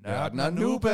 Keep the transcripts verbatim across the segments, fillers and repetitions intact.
Nørden og Nuben.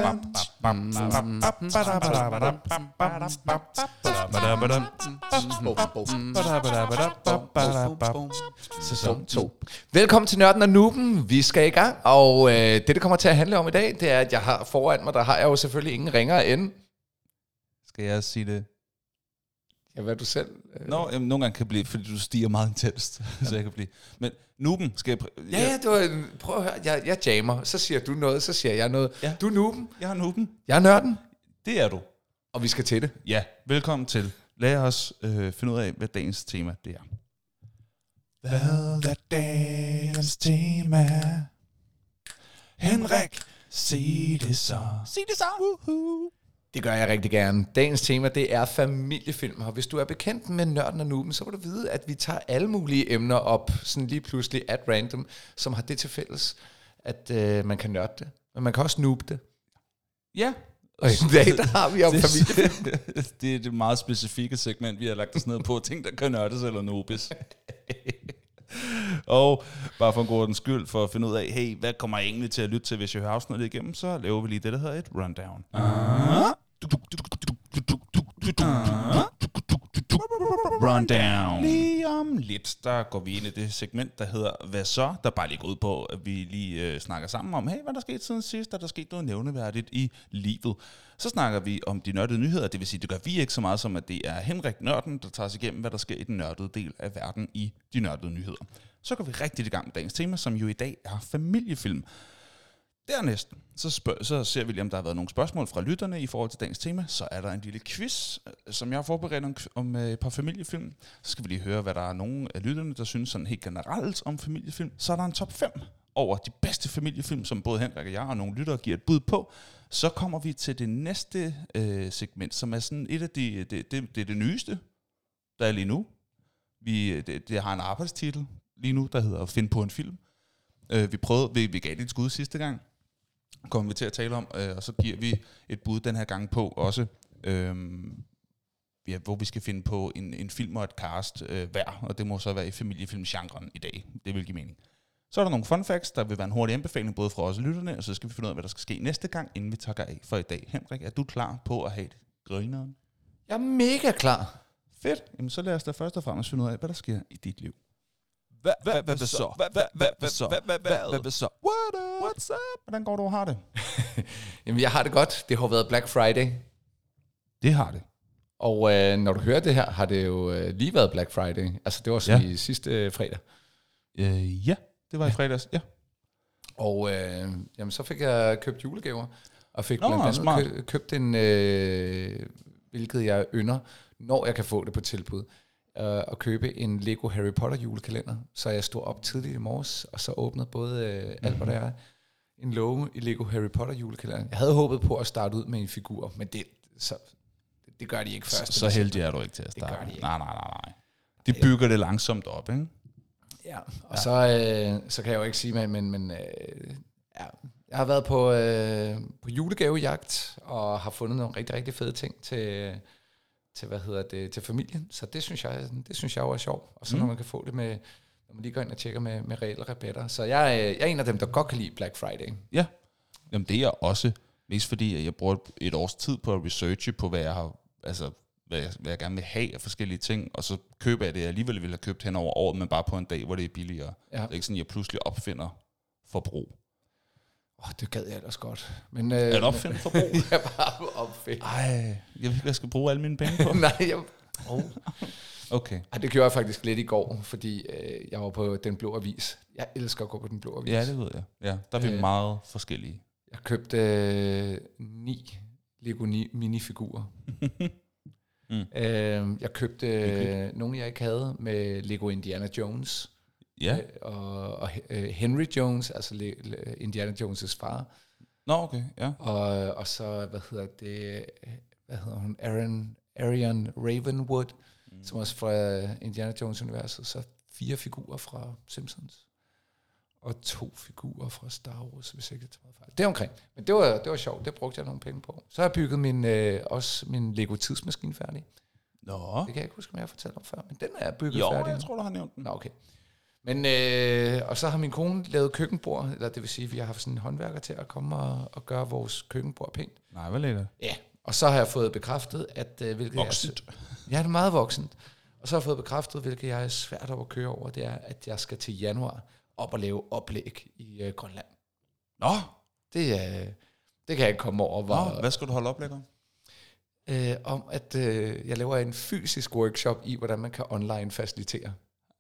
Sæson to. Velkommen til Nørden og Nuben. Vi skal i gang, og øh, det, det kommer til at handle om i dag, det er, at jeg har foran mig, der har jeg jo selvfølgelig ingen ringere end... Skal jeg sige det? Ja, hvad du selv... Øh... Nå, jamen, nogle gange kan blive, fordi du stiger meget intenst, så jeg kan blive... Men Nuben, skal jeg... Pr- ja, ja, det var, prøv at høre, jeg, jeg jammer, så siger du noget, så siger jeg noget. Ja. Du er Nuben. Jeg er Nuben. Jeg er Nørden. Det er du. Og vi skal til det. Ja, velkommen til. Lad os øh, finde ud af, hvad dagens tema det er. Hvad er dagens tema? Henrik, sig det så. Sig det så. Woohoo. Det gør jeg rigtig gerne. Dagens tema, det er familiefilm. Og hvis du er bekendt med Nørden og Nuben, så vil du vide, at vi tager alle mulige emner op, sådan lige pludselig at random, som har det til fælles, at øh, man kan nørde det, men man kan også noob det. Ja. Og i dag, der har vi om familiefilm. Det er det meget specifikke segment, vi har lagt os ned på. Ting, der kan nørdes eller noobes. Og bare for en god skyld, for at finde ud af, hey, hvad kommer jeg egentlig til at lytte til, hvis jeg hører afsnittet igennem, så laver vi lige det, der hedder et rundown. Uh-huh. Rundown. Lige om lidt, der går vi ind i det segment, der hedder Hvad så? Der bare lige går ud på, at vi lige øh, snakker sammen om, hey, hvad der skete siden sidst, er der sket noget nævneværdigt i livet. Så snakker vi om de nørdede nyheder, det vil sige, det gør vi ikke så meget som, at det er Henrik Nørden, der tager os igennem, hvad der sker i den nørdede del af verden i de nørdede nyheder. Så går vi rigtig i gang med dagens tema, som jo i dag er familiefilm. Dernæst, så, spørg, så ser vi lige, om der har været nogle spørgsmål fra lytterne i forhold til dagens tema. Så er der en lille quiz, som jeg har forberedt om, om et par familiefilm. Så skal vi lige høre, hvad der er nogle af lytterne, der synes sådan helt generelt om familiefilm. Så er der en top fem over de bedste familiefilm, som både Henrik og jeg og nogle lyttere giver et bud på. Så kommer vi til det næste øh, segment, som er sådan et af de, det, det, det er det nyeste, der er lige nu. Vi, det, det har en arbejdstitel lige nu, der hedder Find på en film. Øh, vi prøvede, vi, vi gav det et skud sidste gang. Kommer vi til at tale om, øh, og så giver vi et bud den her gang på også, øh, ja, hvor vi skal finde på en, en film og et cast øh, hver, og det må så være i familiefilmgenren i dag. Det vil give mening. Så er der nogle fun facts, der vil være en hurtig anbefaling, både fra os og lytterne, og så skal vi finde ud af, hvad der skal ske næste gang, inden vi takker af for i dag. Henrik, er du klar på at have et grineren? Jeg er mega klar. Fedt. Jamen så lad os da først og fremmest finde ud af, hvad der sker i dit liv. Hvad hvad hvad så? Hvad hvad hvad hvad så? Hvad hvad hvad så? What up? What's up? Hvordan går du og har det? Jamen jeg har det godt. Det har været Black Friday. Det har det. Og øh, når du hører det her, har det jo øh, lige været Black Friday. Altså det var så ja. i sidste øh, fredag. Øh, ja, det var i fredags. Ja. Og øh, jamen så fik jeg købt julegaver og fik Nå, blandt andet smart. kø- købt en, øh, hvilket jeg ynder, når jeg kan få det på tilbud. Og købe en Lego Harry Potter julekalender. Så jeg stod op tidligt i morges, og så åbnede både øh, alt, hvad der er, en låge i Lego Harry Potter julekalender. Jeg havde håbet på at starte ud med en figur, men det, så, det gør de ikke først. Så, så heldig er du ikke til at starte. Det gør de ikke. Nej, nej, nej, nej. De bygger det langsomt op, ikke? Ja, og ja. Så, øh, så kan jeg jo ikke sige, men, men, men øh, ja, jeg har været på, øh, på julegavejagt, og har fundet nogle rigtig, rigtig fede ting til... til hvad hedder det til familien, så det synes jeg det synes jeg jo er sjovt, og så mm. når man kan få det med, når man lige går ind og tjekker med med reelle rabatter, så jeg, jeg er en af dem, der godt kan lide Black Friday. Ja, jamen det er jeg også, mest fordi jeg bruger et års tid på at researche på hvad jeg har, altså hvad jeg, hvad jeg gerne vil have af forskellige ting, og så køber jeg det jeg alligevel ville have købt hen over året, men bare på en dag, hvor det er billigere. Ja. Det er ikke sådan, jeg pludselig opfinder forbrug. Åh, oh, det gad jeg ellers godt. Men, øh, er det opfinde forbrug? Jeg bare opfinde. Ej, jeg ved ikke, hvad jeg skal bruge alle mine penge på. Nej, jeg... Oh. Okay. Ej, det gjorde jeg faktisk lidt i går, fordi øh, jeg var på Den Blå Avis. Jeg elsker at gå på Den Blå Avis. Ja, det ved jeg. Ja, der er vi øh, meget forskellige. Jeg købte øh, ni Lego minifigurer. mm. øh, jeg købte øh, nogle, jeg ikke havde, med Lego Indiana Jones. Ja. Øh, og, og uh, Henry Jones, altså Le, Le, Indiana Jones' far. Nå, okay, ja. Og, og så, hvad hedder det, hvad hedder hun, Aaron, Arian Ravenwood, mm. som også fra Indiana Jones-universet. Så fire figurer fra Simpsons. Og to figurer fra Star Wars, hvis ikke det er meget fejl. Det er omkring. Men det var, det var sjovt, det brugte jeg nogle penge på. Så har jeg bygget min, øh, også min Lego tidsmaskine færdig. Nå. Det kan jeg ikke huske, om jeg har fortalt om før, men den er bygget jo, færdig. Jo, jeg tror, du har nævnt den. Nå, okay. Men, øh, og så har min kone lavet køkkenbord, eller det vil sige, at vi har haft sådan en håndværker til at komme og, og gøre vores køkkenbord pænt. Nej, hvad lækkert. Ja, og så har jeg fået bekræftet, at... Øh, hvilket Voksent. Jeg, ja, det er meget voksent. Og så har jeg fået bekræftet, hvilket jeg er svært op at køre over, det er, at jeg skal til januar op og lave oplæg i øh, Grønland. Nå, Det, øh, det kan jeg ikke komme over. Hvor, Nå, hvad skal du holde oplæg om? øh, om at øh, jeg laver en fysisk workshop i, hvordan man kan online facilitere.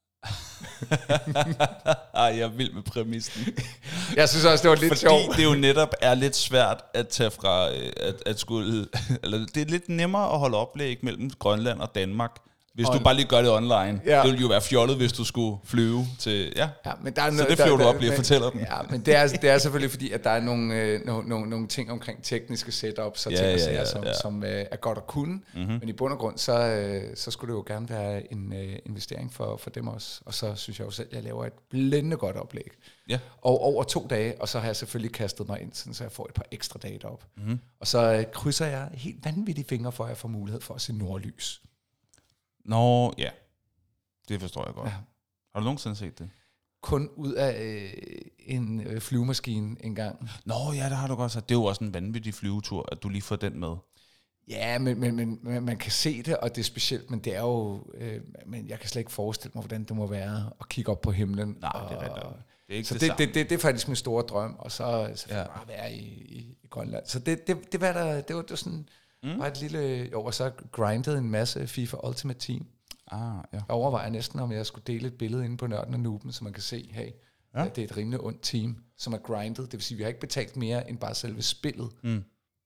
Ej, jeg er vild med præmissen. Jeg synes også, det var lidt Fordi sjovt. det jo netop er lidt svært at tage fra, øh, at, at skulle, eller det er lidt nemmere at holde oplæg mellem Grønland og Danmark, hvis On- du bare lige gør det online. Ja. Det ville jo være fjollet, hvis du skulle flyve til, ja. Ja, men der er Så noget, det der- flyver du der- op lige og men- fortæller dem. Ja, men det er, det er selvfølgelig fordi, at der er nogle, øh, nogle, nogle, nogle ting omkring tekniske setups og Ja, ting og ja, sager, ja, som, ja. som øh, er godt at kunne. Mhm. Men i bund og grund, så, øh, så skulle det jo gerne være en øh, investering for, for dem også. Og så synes jeg jo selv, at jeg laver et blændende godt oplæg. Ja. Og over to dage, og så har jeg selvfølgelig kastet mig ind, sådan, så jeg får et par ekstra dage derop. Mhm. Og så øh, krydser jeg helt vanvittige fingre for, at jeg får mulighed for at se nordlys. Nå, ja. Det forstår jeg godt. Ja. Har du nogensinde set det? Kun ud af øh, en øh, flyvemaskine en gang. Nå, ja, det har du godt sagt. Det er jo også en vanvittig flyvetur, at du lige får den med. Ja, men, men, men, men man kan se det, og det er specielt, men det er jo, øh, men jeg kan slet ikke forestille mig, hvordan det må være at kigge op på himlen. Nej, og, det er rigtigt. Det er ikke Så det, det, samme. det, det, det er faktisk min store drøm, og så, så Ja. ja. bare være i, i, i Grønland. Så det, det, det var der, det var, det var sådan Mm. bare et lille, jo, og så grindede en masse FIFA Ultimate Team. Ah, ja. Jeg overvejer næsten, om jeg skulle dele et billede inde på Nørden og Nuben, så man kan se, hey, Ja. ja. det er et rimelig ondt team, som er grindet. Det vil sige, vi har ikke betalt mere end bare selve spillet. Mm.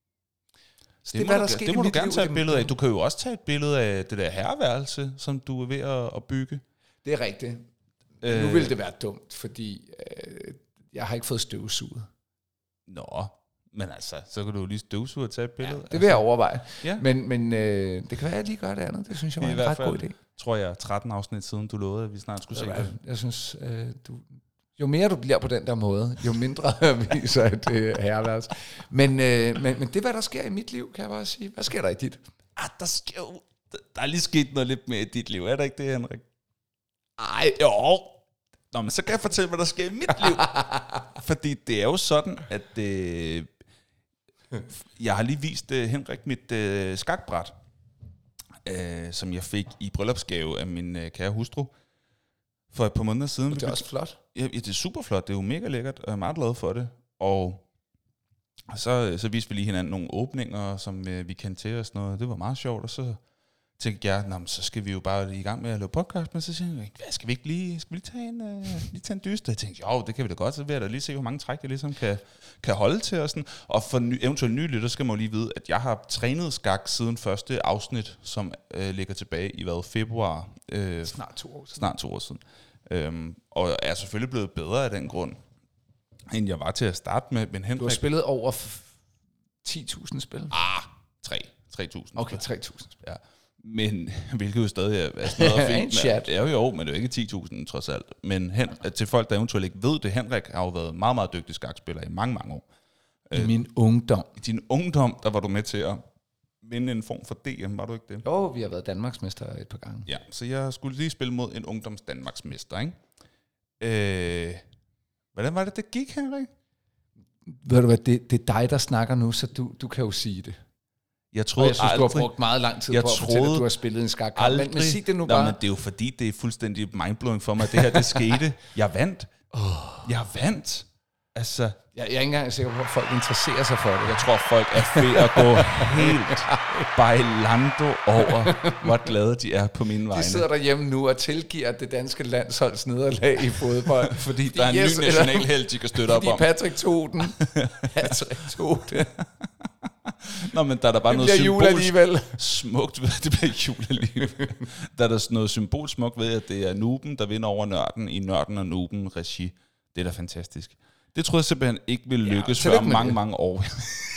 Så Det, det, må hvad du, der skete det må i du mit gerne liv, tage et det- billede af. Du kan jo også tage et billede af det der herreværelse, som du er ved at, at bygge. Det er rigtigt. Øh, nu ville det være dumt, fordi øh, jeg har ikke fået støvsuget. Nå, men altså, så kan du jo lige støvsuge og tage et billede. Ja, det vil jeg overveje. Ja. Men, men øh, det kan være, at jeg lige gør det andet. Det synes jeg var I en hvert ret fald. god idé. Tror jeg, tretten afsnit siden, du lovede, at vi snart skulle se Jeg, det. jeg synes, øh, du, jo mere du bliver på den der måde, jo mindre viser at det er herreværelse. Men, øh, men, men det er, hvad der sker i mit liv, kan jeg bare sige. Hvad sker der i dit? Ah, der sker jo... Der er lige sket noget lidt mere i dit liv, er der ikke det, Henrik? Ej, jo. Nå, men så kan jeg fortælle, hvad der sker i mit liv. Fordi det er jo sådan, at øh, jeg har lige vist øh, Henrik mit øh, skakbræt, øh, som jeg fik i bryllupsgave af min øh, kære hustru for et par måneder siden. Det er også flot. Ja, ja, det er super flot. Det er jo mega lækkert, og jeg er meget glad for det. Og så, så viste vi lige hinanden nogle åbninger, som øh, vi kendte til og sådan noget. Det var meget sjovt, og så tænkte jeg, nå, men så skal vi jo bare i gang med at lave podcast. Men så siger jeg, hvad, skal vi ikke lige, skal vi lige tage en, øh, lige tage en dyste? Jeg tænkte, jo, det kan vi da godt. Så vil jeg da lige se, hvor mange træk jeg ligesom kan, kan holde til. Og, sådan. Og for ny, eventuelt nye lytter skal man jo lige vide, at jeg har trænet skak siden første afsnit, som øh, ligger tilbage i hvad, februar. Øh, Snart to år siden. snart to år siden. Øhm, og er selvfølgelig blevet bedre af den grund, end jeg var til at starte med. Men Du Henrik... har spillet over f- ti tusind spil. Ah, tre tusind. Okay, tre tusind spil. Ja. Men, hvilket jo stadig er, er smadret En fint. chat. Ja, jo, jo, men det er jo ikke ti tusind trods alt. Men hen, til folk, der eventuelt ikke ved det, Henrik har jo været meget, meget dygtig skakspiller i mange, mange år. I min ungdom. I din ungdom, der var du med til at vinde en form for D M, var du ikke det? Jo, vi har været Danmarksmester et par gange. Ja, så jeg skulle lige spille mod en ungdoms Danmarksmester, ikke? Øh, hvordan var det, det gik, Henrik? Ved du hvad, det, det er dig, der snakker nu, så du, du kan jo sige det. Jeg Og troede jeg synes, aldrig, du har brugt meget lang tid jeg på at fortælle, troede at du har spillet en skakkamp. aldrig, Men, men sig det nu Nå, bare. men det er jo fordi, det er fuldstændig mindblowing for mig, at det her, det skete. Jeg vandt. Oh. Jeg vandt. Altså, Jeg, jeg er ikke engang sikker på, at folk interesserer sig for det. jeg tror, folk er ved at gå helt bailando over, hvor glade de er på mine vegne. De sidder derhjemme nu og tilgiver det danske landsholds nederlag i fodbold. Fordi der er en yes, ny eller- nationalhelt, de kan støtte op Fordi om. Patrick tog den. Patrick tog den. Nå, men der er der bare Det noget bliver jul symbolsk alligevel. smukt ved, det bliver jul alligevel. Der er der noget symbolsk smukt ved, at det er Nuben, der vinder over Nørden i Nørden og Nuben regi. Det er da fantastisk. Det troede jeg simpelthen ikke ville Ja, lykkes tillykke før med mange, det. mange år.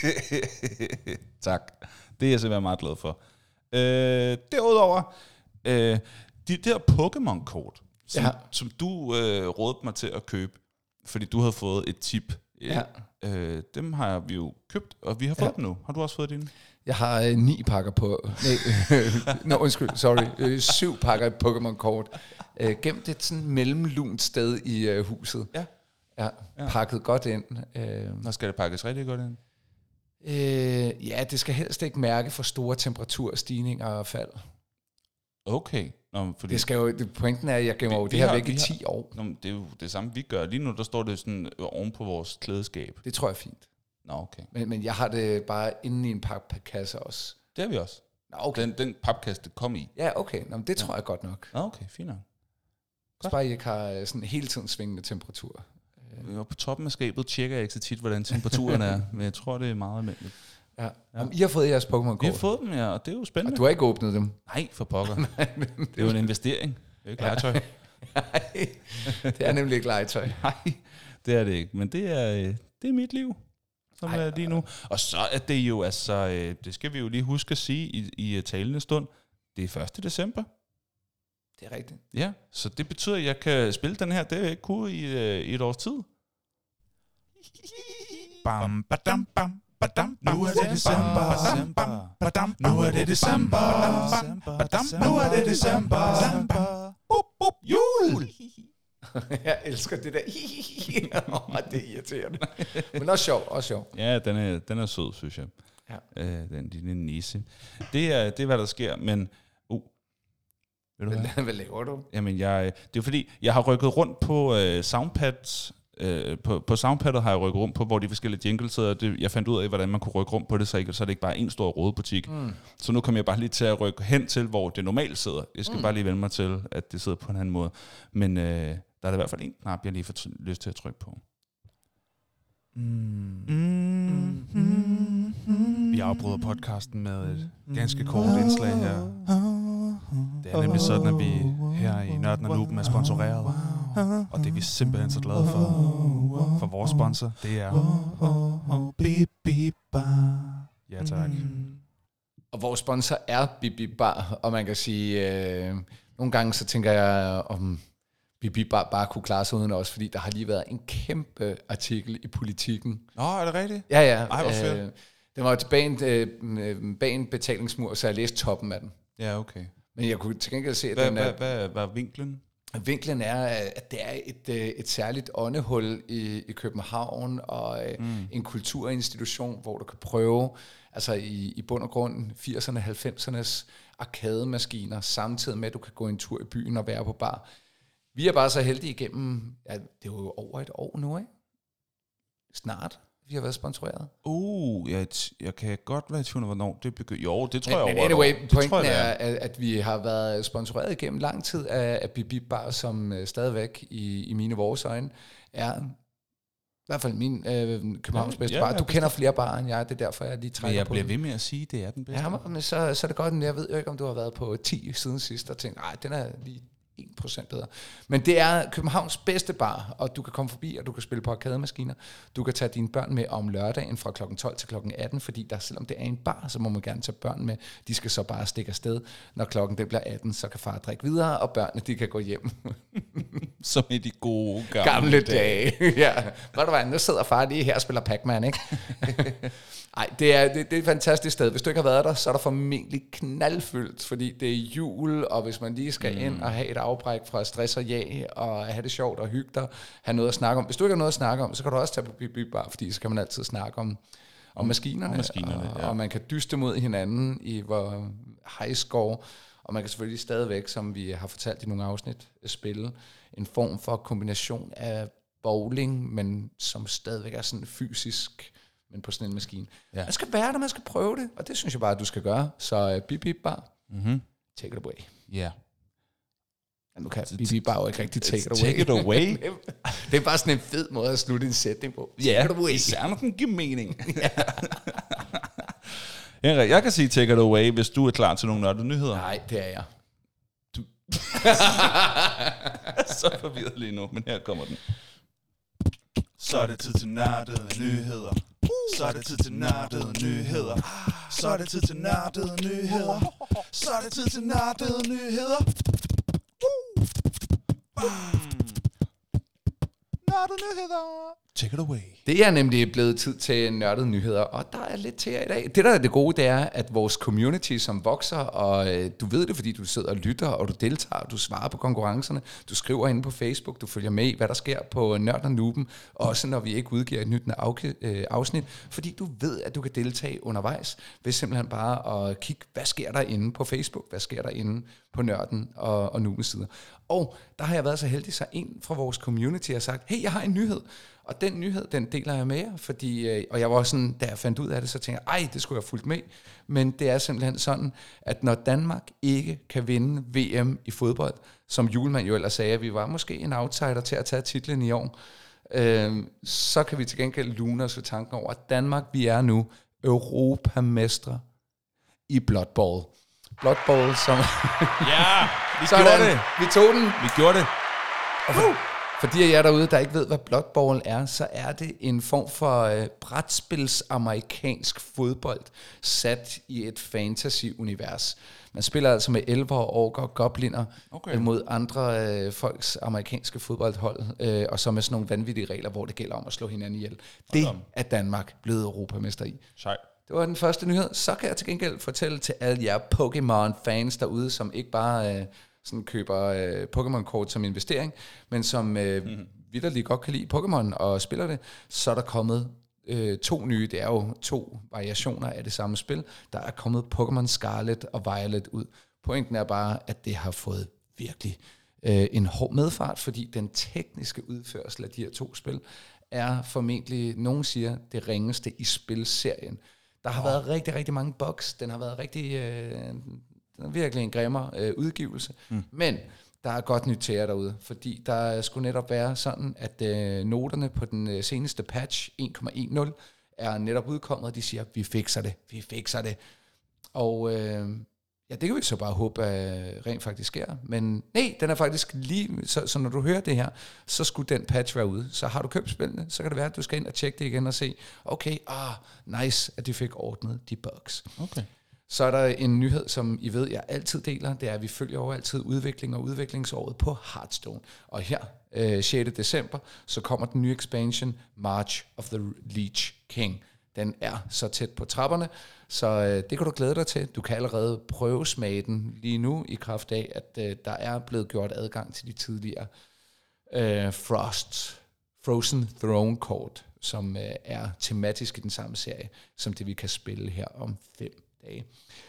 Tak. Det er jeg simpelthen meget glad for. Øh, derudover, øh, de der Pokémon-kort, som, Ja. som du øh, rådede mig til at købe, fordi du havde fået et tip. Ja. Øh, dem har vi jo købt, og vi har fået Ja. dem nu. Har du også fået dine? Jeg har øh, ni pakker på... Nej, øh, no, undskyld, sorry. Øh, syv pakker Pokémon-kort. øh, gemt et sådan mellemlunt sted i øh, huset. Ja. Ja, Ja. pakket godt ind. Øh, Når skal det pakkes rigtig godt ind? øh, ja, det skal helst ikke mærke for store temperaturstigninger og fald. Okay. Nå, fordi Det skal jo, det, pointen er, at jeg gemmer Vi- jo vi det her har- væk vi i har- ti år. Nå, men det er jo det samme, vi gør. Lige nu, der står det sådan oven på vores klædeskab. Det tror jeg er fint. Nå, okay. Men, men jeg har det bare inde i en papkasse også. Det har vi også. Nå, okay. Den, den papkasse, det kom i. Ja, okay. Nå, men det tror jeg godt nok. Nå, okay, fint nok. Så bare I ikke har øh, sådan hele tiden svingende temperatur. Øh, på toppen af skabet tjekker jeg ikke så tit, hvordan temperaturen er, men jeg tror, det er meget almindeligt. Ja. Ja. Jamen, I har fået jeres Pokémon-kort. Vi har fået dem, ja, og det er jo spændende. Og du har ikke åbnet dem. Nej, for pokker. Det er jo en investering. Det er jo ikke legetøj. Nej, det er nemlig ikke legetøj. Nej, det er det ikke. Men det er, øh, det er mit liv, som Ej, er lige nu. Og så er det jo, altså, øh, det skal vi jo lige huske at sige i, i talende stund, det er første december. Det er rigtigt. Ja, så det betyder, at jeg kan spille den her, det er ikke kunne i, øh, i et års tid. Bam, badam, bam, badam. Nu er det december. Badam, badam. Nu er det december. Badam, nu er det december. Bup, bup, jul. Jeg elsker det der. oh, det er irriterende. Men også sjov, også sjov. Ja, den er, den er sød, synes jeg. Ja. Øh, den lille nisse. Det er, det er, hvad der sker, men... Uh, ved du hvad? Hvad, hvad laver du? Jamen, jeg, det er fordi, jeg har rykket rundt på øh, soundpads. Øh, på, på soundpaddet har jeg rykket rundt på, hvor de forskellige jingles sidder. Det, jeg fandt ud af, hvordan man kunne rykke rundt på det, så, ikke, så er det ikke bare en stor rådebutik. Mm. Så nu kommer jeg bare lige til at rykke hen til, hvor det normalt sidder. Jeg skal mm. bare lige vende mig til, at det sidder på en anden måde. Men øh, der er i hvert fald en knap, jeg lige får t- lyst til at trykke på. Mm. Mm. Mm. Vi afbryder podcasten med et ganske kort indslag her. Det er nemlig sådan, at vi her i Nørden og Nuben er sponsoreret. Og det er vi simpelthen så glade for. For vores sponsor, det er... Ja, tak. Og vores sponsor er Bibi Bar, og man kan sige, øh, nogle gange så tænker jeg, om Bibi Bar bare kunne klare sig uden os, fordi der har lige været en kæmpe artikel i Politikken. Nå, er det rigtigt? Ja, ja. Ej, hvor fedt. Øh, den var jo tilbage en, øh, bag en betalingsmur, så jeg læste toppen af den. Ja, okay. Men jeg kunne til gengæld se, at Hvad, den hvad, er, hvad, hvad er vinklen? vinklen er, at det er et, et særligt åndehul i, i København, og mm. en kulturinstitution, hvor du kan prøve, altså i, i bund og grund, firserne og halvfemsernes arkademaskiner, samtidig med, at du kan gå en tur i byen og være på bar. Vi er bare så heldige igennem, ja, det er jo over et år nu, ikke? Snart. Vi har været sponsoreret. Uh, jeg, jeg kan godt være i tvivl om, hvornår det begyndte. Jo, det tror Men, jeg men over anyway, det pointen tror jeg, er, at, at vi har været sponsoreret igennem lang tid af, af Bibi Bar, som uh, stadigvæk i, i mine vores øjne er i hvert fald min øh, Københavns Ja, bedste ja, bar. ja, Du kender flere barer end jeg, det er derfor, jeg lige trækker Men jeg på bliver den. ved med at sige, at det er den bedste. Ja, men så, så er det godt, men jeg ved jo ikke, om du har været på ti siden sidst og tænkt, nej, den er lige en procent bedre. Men det er Københavns bedste bar, og du kan komme forbi, og du kan spille på arkademaskiner. Du kan tage dine børn med om lørdagen fra klokken tolv til klokken atten, fordi der, selvom det er en bar, så må man gerne tage børn med. De skal så bare stikke afsted. Når klokken det bliver atten, så kan far drikke videre, og børnene de kan gå hjem. Som i de gode gamle, Gamle dage. Ja. Ved du hvad, nu sidder far lige her og spiller Pac-Man, ikke? Ej, det er, det, det er et fantastisk sted. Hvis du ikke har været der, så er der formentlig knaldfyldt, fordi det er jul, og hvis man lige skal mm. ind og have et afbræk fra stress og ja, og have det sjovt og hygge dig, have noget at snakke om. Hvis du ikke har noget at snakke om, så kan du også tage på Bibi Bar, fordi så kan man altid snakke om, om maskinerne, om maskinerne og, ja. og man kan dyste mod hinanden i hvor high score, og man kan selvfølgelig stadigvæk, som vi har fortalt i nogle afsnit, spille en form for kombination af bowling, men som stadigvæk er sådan fysisk, men på sådan en maskine. Ja. Man skal være der, man skal prøve det, og det synes jeg bare, at du skal gøre. Så uh, Bibi Bar, Mm-hmm. take it away. Ja. Yeah. Ja, nu kan Bibi Bar jo ikke rigtig take it away. Take it away? Det er bare sådan en fed måde at slutte en sætning på. Ja, Take it away. især når den giver mening. Henrik, jeg kan sige take it away, hvis du er klar til nogle nørdede nyheder. Nej, det er jeg. Du... Så forvirret lige nu, men her kommer den. Så er det tid til nørdede nyheder. Så er det tid til nørdede nyheder. Så er det tid til nørdede nyheder. Så er det tid til nørdede nyheder. Nørdede nyheder. Take it away. Det er nemlig blevet tid til nørdede nyheder, og der er lidt til jer i dag. Det, der er det gode, det er, at vores community, som vokser, og øh, du ved det, fordi du sidder og lytter, og du deltager, du svarer på konkurrencerne, du skriver inde på Facebook, du følger med i, hvad der sker på Nørd og Nuben, også når vi ikke udgiver et nyt øh, afsnit, fordi du ved, at du kan deltage undervejs, ved simpelthen bare at kigge, hvad sker der inde på Facebook, hvad sker der inde på Nørden og, og Nubens sider. Og der har jeg været så heldig, så en fra vores community har sagt, hey, jeg har en nyhed. Og den nyhed, den deler jeg med jer, fordi, øh, og jeg var sådan, da jeg fandt ud af det, så tænkte jeg, ej, det skulle jeg have fulgt med. Men det er simpelthen sådan, at når Danmark ikke kan vinde V M i fodbold, som Julemand jo ellers sagde, at vi var måske en outsider til at tage titlen i år, øh, så kan vi til gengæld lune os ved tanken over, at Danmark, vi er nu europamestre i Blood Bowl. Blood Bowl, som... Ja, vi sådan, gjorde det. Vi tog den. Vi gjorde det. Og for, for de af jer derude, der ikke ved, hvad Blood Bowl er, så er det en form for øh, brætspils amerikansk fodbold, sat i et fantasy-univers. Man spiller altså med elver og orker og gobliner okay. øh, mod andre øh, folks amerikanske fodboldhold, øh, og så med sådan nogle vanvittige regler, hvor det gælder om at slå hinanden ihjel. Det er Danmark blevet europamester i. Sej. Det var den første nyhed. Så kan jeg til gengæld fortælle til alle jer Pokémon-fans derude, som ikke bare øh, sådan køber øh, Pokémon-kort som investering, men som øh, mm. vitterligt godt kan lide Pokémon og spiller det, så er der kommet øh, to nye. Det er jo to variationer af det samme spil. Der er kommet Pokémon Scarlet og Violet ud. Pointen er bare, at det har fået virkelig øh, en hård medfart, fordi den tekniske udførsel af de her to spil er formentlig, nogen siger, det ringeste i spilserien. Der har oh. været rigtig, rigtig mange bugs. Den har været rigtig, øh, den er virkelig en grimmer øh, udgivelse. Mm. Men der er godt nyt til jer derude, fordi der skulle netop være sådan, at øh, noterne på den øh, seneste patch en komma ten er netop udkommet, og de siger, vi fikser det, vi fikser det. Og øh, ja, det kan vi så bare håbe, at rent faktisk sker. Men nej, den er faktisk lige, så, så når du hører det her, så skulle den patch være ude. Så har du købt spillene, så kan det være, at du skal ind og tjekke det igen og se, okay, ah, nice, at de fik ordnet de bugs. Okay. Så er der en nyhed, som I ved, jeg altid deler, det er, at vi følger over altid udvikling og udviklingsåret på Hearthstone. Og her, øh, sjette december, så kommer den nye expansion, March of the Lich King. Den er så tæt på trapperne, så øh, det kan du glæde dig til. Du kan allerede prøve smage den lige nu, i kraft af, at øh, der er blevet gjort adgang til de tidligere øh, Frost, Frozen Throne kort, som øh, er tematisk i den samme serie, som det vi kan spille her om fem dage.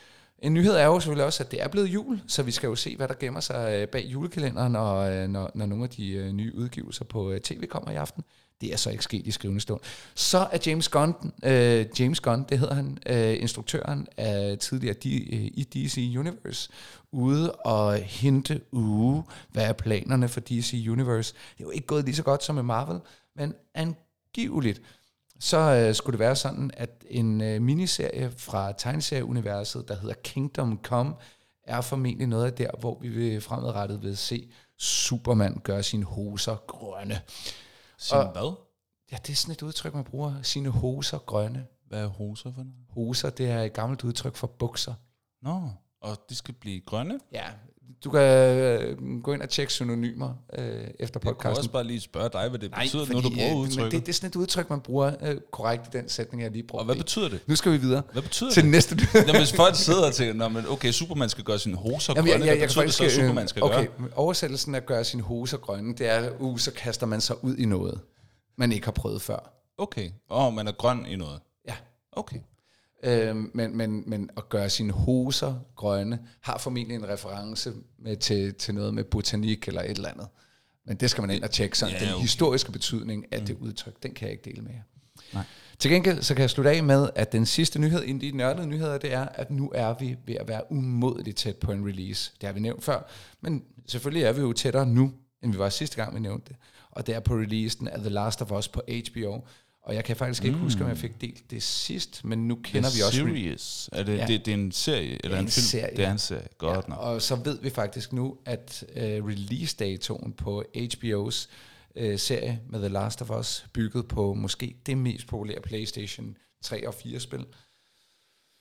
En nyhed er jo selvfølgelig også, at det er blevet jul, så vi skal jo se, hvad der gemmer sig bag julekalenderen, og når, når nogle af de nye udgivelser på tv kommer i aften. Det er så ikke sket i skrivende stund. Så er James Gunn, øh, James Gunn, det hedder han, øh, instruktøren af tidligere D, øh, i D C Universe, ude og hinte uge, hvad er planerne for D C Universe. Det er jo ikke gået lige så godt som med Marvel, men angiveligt, så øh, skulle det være sådan, at en øh, miniserie fra tegneserieuniverset, der hedder Kingdom Come, er formentlig noget af der, hvor vi vil fremadrettet vil se Superman gøre sine hoser grønne. Sin hvad? Ja, det er sådan et udtryk, man bruger. Sine hoser grønne. Hvad er hoser for noget? Hoser, det er et gammelt udtryk for bukser. Nå, og de skal blive grønne? Ja, du kan øh, gå ind og tjekke synonymer øh, efter podcasten. Jeg kan også bare lige spørge dig, hvad det Nej, betyder, fordi, når du bruger øh, udtrykket. Det, det er sådan et udtryk, man bruger øh, korrekt i den sætning, jeg lige bruger. Og hvad betyder det? Nu skal vi videre. Hvad betyder til det? Til næste Jamen, hvis folk sidder og tænker, men okay, Superman skal gøre sine hoser Jamen, grønne, jeg, jeg, hvad betyder det så, at Superman skal okay, gøre? Oversættelsen af at gøre sine hoser grønne, det er, uh, så kaster man sig ud i noget, man ikke har prøvet før. Okay, og oh, man er grøn i noget. Ja. Okay. Øhm, men, men, men at gøre sine hoser grønne, har formentlig en reference med, til, til noget med botanik eller et eller andet. Men det skal man ind og tjekke. Sådan. Ja, okay. Den historiske betydning af mm. det udtryk, den kan jeg ikke dele med jer. Nej. Til gengæld så kan jeg slutte af med, at den sidste nyhed inden de nørdede nyheder, det er, at nu er vi ved at være umådeligt tæt på en release. Det har vi nævnt før, men selvfølgelig er vi jo tættere nu, end vi var sidste gang, vi nævnte det. Og det er på releasen af The Last of Us på H B O. Og jeg kan faktisk ikke mm. huske, om jeg fik delt det sidst, men nu kender The vi også... Series. Er det, ja. det, det er en serie, eller en, en film? Serie. Det er en serie, godt ja, nok. Og så ved vi faktisk nu, at uh, release-datoen på H B O's uh, serie med The Last of Us, bygget på måske det mest populære PlayStation tre og fire spil.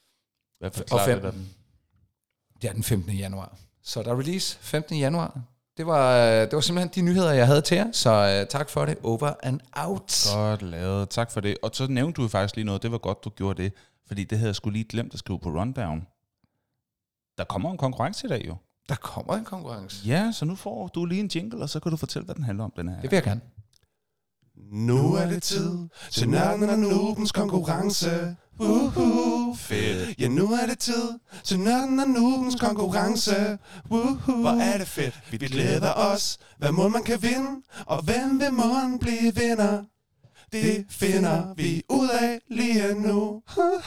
Hvad forklarer det den? Det er den femtende januar. Så der er release femtende januar. Det var, det var simpelthen de nyheder, jeg havde til jer, så uh, tak for det. Over and out. Godt lavet, tak for det. Og så nævnte du faktisk lige noget, det var godt, du gjorde det, fordi det havde jeg sgu lige glemt at skrive på rundown. Der kommer en konkurrence i dag jo. Der kommer en konkurrence. Ja, så nu får du lige en jingle, og så kan du fortælle, hvad den handler om, den her. Det vil jeg gerne. Nu er det tid til Nørden og Noobens konkurrence. Woohoo, fedt. Ja, nu er det tid til Nørden og Noobens konkurrence. Woohoo, hvor er det fedt. Vi glæder os, hvad må man kan vinde, og hvem vil måden blive vinder? Det finder vi ud af lige nu.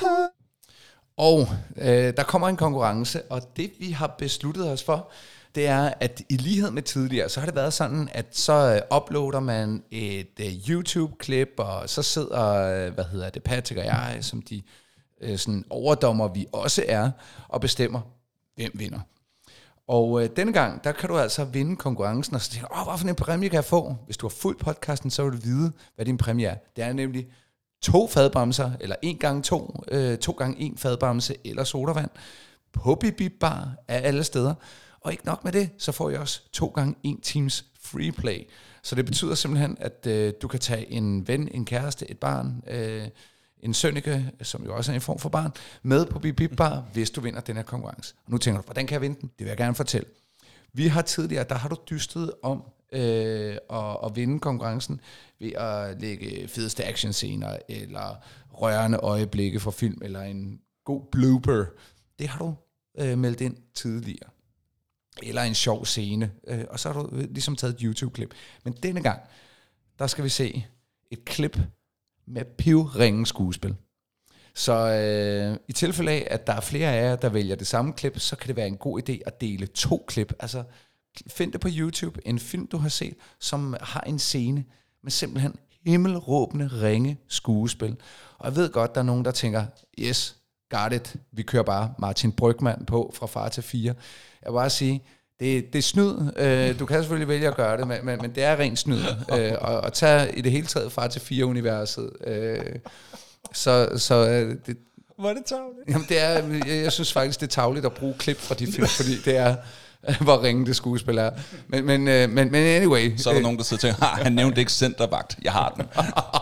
Og øh, der kommer en konkurrence, og det vi har besluttet os for, det er, at i lighed med tidligere, så har det været sådan, at så øh, uploader man et øh, YouTube-klip, og så sidder, øh, hvad hedder det, Patrick og jeg, som de øh, sådan overdommer vi også er, og bestemmer, hvem vinder. Og øh, denne gang, der kan du altså vinde konkurrencen, og så tænker du, åh, hvad for en præmie kan jeg få? Hvis du har fulgt podcasten, så vil du vide, hvad din præmie er. Det er nemlig to fadbamser, eller en gange to, øh, to gange en fadbamse, eller sodavand, på Bip Bip Bar af alle steder. Og ikke nok med det, så får jeg også to gange en times free play. Så det betyder simpelthen, at øh, du kan tage en ven, en kæreste, et barn, øh, en sønneke, som jo også er en form for barn, med på Bip Bip Bar, hvis du vinder den her konkurrence. Og nu tænker du, hvordan kan jeg vinde den? Det vil jeg gerne fortælle. Vi har tidligere, der har du dystet om øh, at, at vinde konkurrencen ved at lægge fedeste actionscener, eller rørende øjeblikke fra film, eller en god blooper. Det har du øh, meldt ind tidligere. Eller en sjov scene, øh, og så har du ligesom taget et YouTube-klip. Men denne gang, der skal vi se et klip med pivringe skuespil. Så øh, i tilfælde af, at der er flere af jer, der vælger det samme klip, så kan det være en god idé at dele to klip. Altså, find det på YouTube, en film, du har set, som har en scene med simpelthen himmelråbende ringe skuespil. Og jeg ved godt, der er nogen, der tænker, yes, got it, vi kører bare Martin Brygmann på fra Far til fire. Jeg vil bare sige, det, det er snyd. Øh, du kan selvfølgelig vælge at gøre det, men, men, men det er rent snyd. Øh, og, og tage i det hele taget Far til fire-universet. Øh, så så øh, det, Var det tavligt? Jamen det er, jeg, jeg synes faktisk, det er tarveligt at bruge klip fra de film, fordi det er, hvor ringe det skuespil er. Men, men, øh, men, men anyway. Så er der øh, nogen, der sidder og tænker, han nævnte ikke Centervagt. Jeg har den.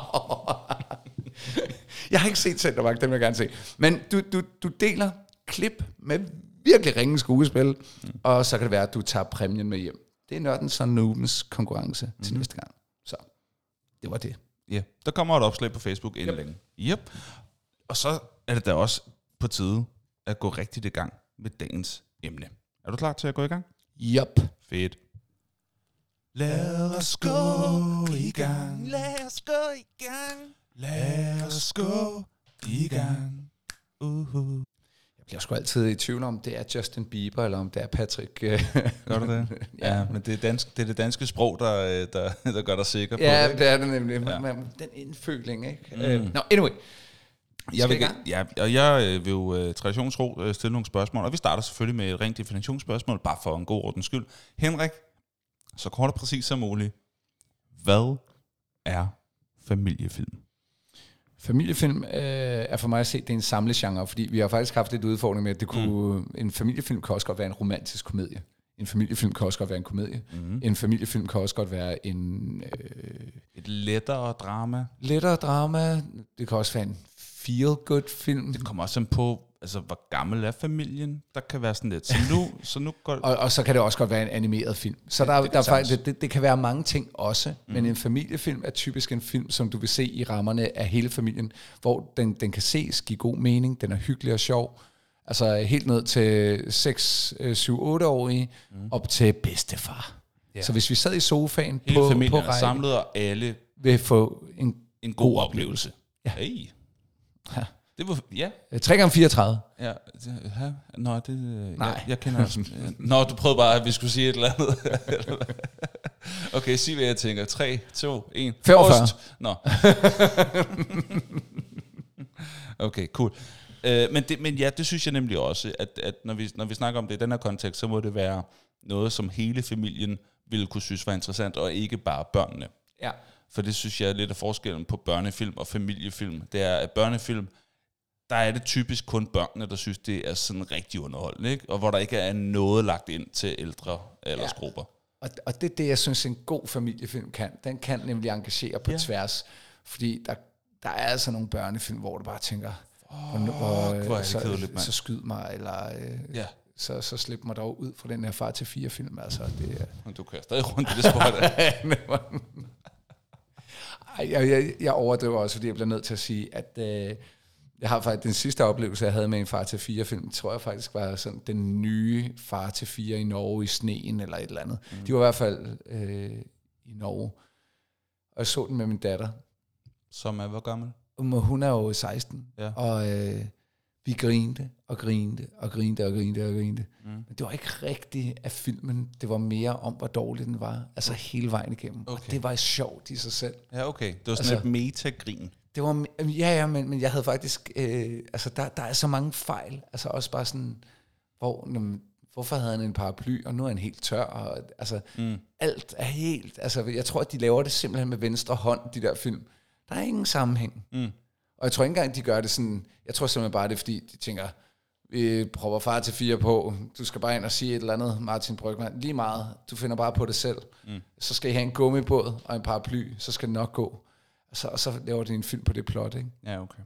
Jeg har ikke set Centervagt, det vil jeg gerne se. Men du, du, du deler klip med virkelig ringe skuespil, mm. og så kan det være, at du tager præmien med hjem. Det er Nørdens og Noobens konkurrence mm-hmm. til næste gang. Så det var det. Ja, yeah. Der kommer et opslag på Facebook inden yep. længe. Yep. Og så er det da også på tide at gå rigtigt i gang med dagens emne. Er du klar til at gå i gang? Yep. Fedt. Lad os gå i gang. Lad os gå i gang. Lad os gå i gang. Uh-huh. Jeg bliver sgu altid i tvivl om, det er Justin Bieber, eller om det er Patrick. Gør du det? Ja, ja, men det er, dansk, det er det danske sprog, der, der, der gør dig sikker på ja, det. Ja, det er det nemlig. Ja. Man, den indføling, ikke? Mm. Uh, no, anyway. Jeg vil, ja, og jeg vil jo uh, traditionsro uh, stille nogle spørgsmål, og vi starter selvfølgelig med et rent definitionsspørgsmål, bare for en god ordens skyld. Henrik, så kort og præcis som muligt. Hvad er familiefilm? Familiefilm øh, er for mig at se, det er en samlegenre, fordi vi har faktisk haft lidt udfordring med, at det kunne, mm. en familiefilm kan også godt være en romantisk komedie. En familiefilm kan også godt være en komedie. Mm. En familiefilm kan også godt være en... Øh, et lettere drama. Lettere drama. Det kan også være en feel-good film. Det kommer også på, altså hvor gammel er familien? Der kan være sådan lidt. Så nu, så nu går og, og så kan det også godt være en animeret film. Så det, der, det, der faktisk, det, det, det kan være mange ting også. Mm. Men en familiefilm er typisk en film, som du vil se i rammerne af hele familien, hvor den, den kan ses, give god mening, den er hyggelig og sjov. Altså helt ned til seks, syv, otte-årige, mm. op til bedstefar. Yeah. Så hvis vi sad i sofaen hele på, familien på er samlet, og alle vil få en, en god, god oplevelse. Ja. Hey. Ja. Det var, ja. tre gange fireogtredive. Ja, ja. Nå, det... Nej. Jeg, jeg kender også... Nå, du prøvede bare, at vi skulle sige et eller andet. Okay, sig hvad jeg tænker. tre, to, et. femogfyrre. Ost. Nå. Okay, cool. Uh, men, det, men ja, det synes jeg nemlig også, at, at når, vi, når vi snakker om det i den her kontekst, så må det være noget, som hele familien ville kunne synes var interessant, og ikke bare børnene. Ja. For det synes jeg er lidt af forskellen på børnefilm og familiefilm. Det er, at børnefilm, der er det typisk kun børnene, der synes, det er sådan rigtig underholdende, ikke? Og hvor der ikke er noget lagt ind til ældre aldersgrupper. Og, og det er det, jeg synes, en god familiefilm kan. Den kan nemlig engagere på Ja. tværs. Fordi der, der er altså nogle børnefilm, hvor du bare tænker, Oh, hvor, hvor, hvor er det så, kedeligt, mand. så skyd mig, eller øh, Ja. så, så slip mig dog ud fra den her far til fire film. Altså, det, Men du kører stadig rundt i det sport. Ej, jeg, jeg, jeg overdriver også, fordi jeg bliver nødt til at sige, at øh, jeg har faktisk den sidste oplevelse, jeg havde med en far til fire film, tror jeg faktisk var sådan den nye far til fire i Norge i sneen, eller et eller andet. Mm. De var i hvert fald øh, i Norge. Og jeg så den med min datter. Som er hvor gammel? Hun er jo seksten, Ja. og øh, vi grinte og grinte og grinte og grinte og grinte. Mm. Men det var ikke rigtigt af filmen. Det var mere om, hvor dårlig den var. Altså hele vejen igennem. Okay. Og det var sjovt i sig selv. Ja, okay. Det var sådan Altså- et metagrin. Det var, ja, ja, men, men jeg havde faktisk, øh, altså der, der er så mange fejl, altså også bare sådan, hvor, jamen, hvorfor havde han en paraply, og nu er han helt tør, og altså, Mm. alt er helt, altså jeg tror, at de laver det simpelthen med venstre hånd, de der film. Der er ingen sammenhæng. Mm. Og jeg tror ikke engang, de gør det sådan, jeg tror simpelthen bare, det er fordi, de tænker, vi prøver far til fire på, du skal bare ind og sige et eller andet, Martin Brygmann, lige meget, du finder bare på det selv. Mm. Så skal I have en gummibåd og en paraply, så skal det nok gå. Og så, og så laver de en film på det plot, ikke? Ja, okay.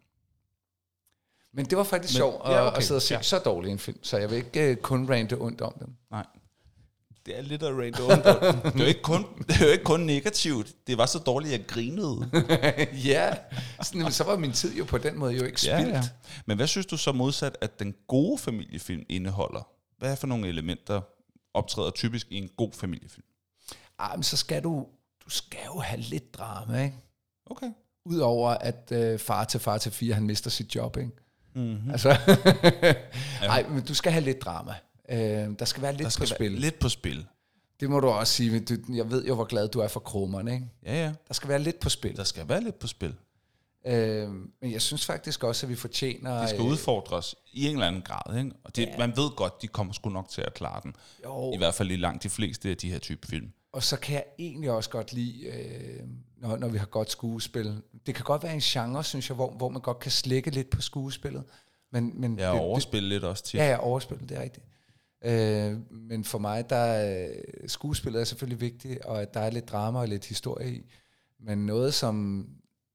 Men det var faktisk Men- sjovt at, ja, okay. at sidde og se Ja. så dårlig en film, så jeg vil ikke uh, kun rante ondt om den. Nej. Det er lidt af rain det er jo ikke kun det er jo ikke kun negativt. Det var så dårligt, at jeg grinede. Ja, sådan, jamen, så var min tid jo på den måde jo ikke spildt. Ja, ja. Men hvad synes du så modsat, at den gode familiefilm indeholder? Hvad er for nogle elementer optræder typisk i en god familiefilm? Ah, men så skal du, du skal jo have lidt drama, ikke? Okay. Udover at øh, far til far til fire, han mister sit job, ikke? Mm-hmm. Altså, nej, men du skal have lidt drama. Øh, der skal være lidt Der skal på være spil. lidt på spil. Det må du også sige. Du, jeg ved jo, hvor glad du er for krummerne, ikke? Ja, ja. Der skal være lidt på spil. Der skal være lidt på spil. Øh, men jeg synes faktisk også, at vi fortjener... De skal øh, udfordres i en eller anden grad, ikke? Og det, Ja. man ved godt, de kommer sgu nok til at klare den. Jo. I hvert fald i langt de fleste af de her type film. Og så kan jeg egentlig også godt lide, øh, når, når vi har godt skuespil. Det kan godt være en genre, synes jeg, hvor, hvor man godt kan slække lidt på skuespillet. Men, men Ja, og det, overspille lidt også til. Ja, ja, overspillet, det er rigtigt. Øh, men for mig, der er skuespillet er selvfølgelig vigtigt, og at der er lidt drama og lidt historie i. Men noget som,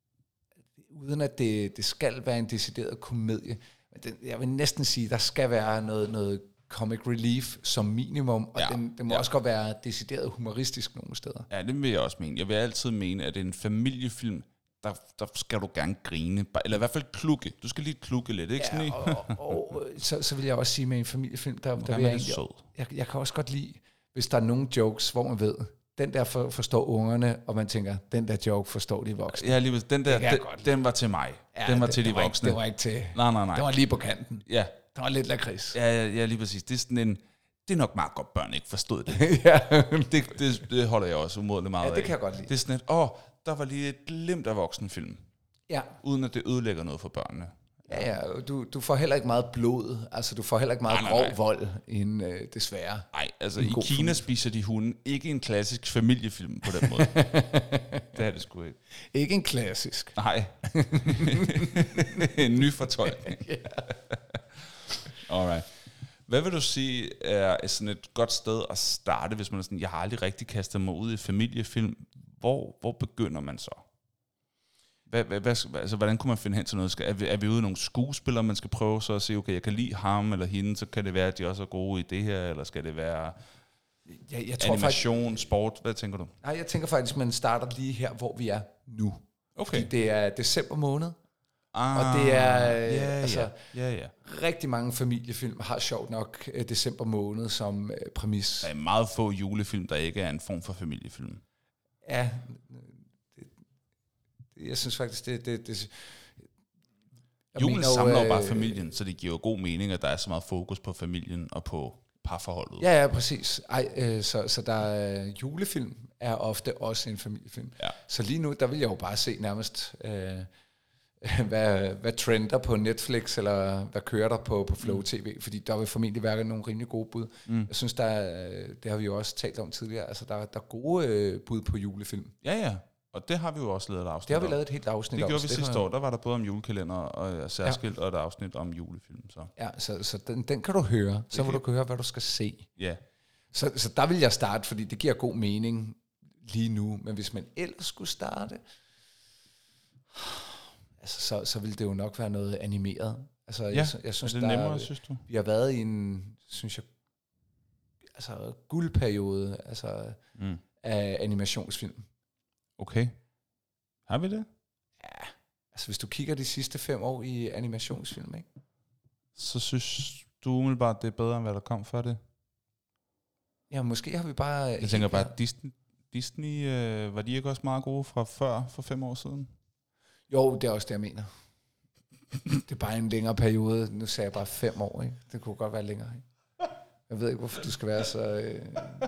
uden at det, det skal være en decideret komedie, men det, jeg vil næsten sige, der skal være noget, noget comic relief som minimum, og Ja, ja, den, det må ja. også godt være decideret humoristisk nogle steder. Ja, det vil jeg også mene. Jeg vil altid mene, at en familiefilm, der, der skal du gerne grine. Bare- Eller i hvert fald klukke. Du skal lige klukke lidt, ikke? Sådan Ja, i- og, og, og så, så vil jeg også sige med en familiefilm, der, der gerne vil jeg, være lidt egentlig, sød. jeg, jeg kan også godt lide, hvis der er nogle jokes, hvor man ved, den der for, forstår ungerne, og man tænker, den der joke forstår de voksne. Ja, lige ved- den der, Det kan jeg den, godt den var til mig. Ja, den var det, til det de var voksne. Ikke, det var ikke til... Nej, nej, nej. Det var lige på kanten. Ja, Det var lidt lakrids. ja, ja, ja, lige præcis. Det er sådan en... Det er nok meget godt, børn ikke forstod det. Ja. det, det, det holder jeg også umådeligt meget Ja, det af. kan jeg godt lide. Det er sådan et, åh, der var lige et glimt af voksenfilm, Ja, uden at det ødelægger noget for børnene. ja, ja. og Du, du får heller ikke meget blod. Altså, du får heller ikke meget Nej, grov nej, nej. vold, end, øh, desværre. Nej, altså En i god Kina familie. spiser de hunden ikke en klassisk familiefilm på den måde. Det er det sgu ikke. Ikke en klassisk. Nej. En ny fortolkning. Alright. Hvad vil du sige er sådan et godt sted at starte, hvis man er sådan, jeg har aldrig rigtig kastet mig ud i familiefilm. Hvor, hvor begynder man så? Hvad, hvad, hvad, altså, hvordan kunne man finde hen til noget? Skal, er, vi, er vi ude i nogle skuespillere, man skal prøve så at se, okay, jeg kan lide ham eller hende, så kan det være, at de også er gode i det her, eller skal det være Jeg, jeg tror faktisk, animation, sport? Hvad tænker du? nej, jeg tænker faktisk, man starter lige her, hvor vi er nu. Okay. Fordi det er december måned. Ah, Og det er, øh, ja, altså- ja, ja, ja. Rigtig mange familiefilm har sjovt nok øh, december måned som øh, præmis. Der er meget få julefilm, der ikke er en form for familiefilm. Ja, det, det, jeg synes faktisk, det... det, det jeg Julen mener jo, samler jo øh, bare familien, så det giver jo god mening, at der er så meget fokus på familien og på parforholdet. Ja, ja, præcis. Ej, øh, så, så der er julefilm er ofte også en familiefilm. Ja. Så lige nu, der vil jeg jo bare se nærmest, øh, hvad, hvad trender på Netflix, eller hvad kører der på, på Flow T V, fordi der vil formentlig være nogle rimelig gode bud. Mm. Jeg synes, der er, det har vi jo også talt om tidligere, altså der, der er gode øh, bud på julefilm. Ja, ja. Og det har vi jo også lavet et afsnit Det har vi om. lavet et helt afsnit Det om. gjorde så vi sidste kan- år. Der var der både om julekalender og særskilt, ja. Og et afsnit om julefilm. Så Ja, så, så den, den kan du høre, så vil kan- du kunne høre, hvad du skal se. ja. Så, så der vil jeg starte, fordi det giver god mening lige nu. Men hvis man ellers skulle starte, altså, så, så vil det jo nok være noget animeret. Altså, Ja, jeg, jeg synes, er det der, nemmere, synes du? vi har været i en, synes jeg, altså guldperiode altså, Mm. af animationsfilm. Okay. Har vi det? Ja, altså hvis du kigger de sidste fem år i animationsfilm, ikke? Så synes du umiddelbart, det er bedre, end hvad der kom før det? Ja, måske har vi bare... Jeg tænker bare, at Disney, Disney øh, var de ikke også meget gode fra før, for fem år siden? Jo, det er også det, jeg mener. Det er bare en længere periode. Nu sagde jeg bare fem år, ikke? Det kunne godt være længere, ikke? Jeg ved ikke, hvorfor du skal være så... Øh...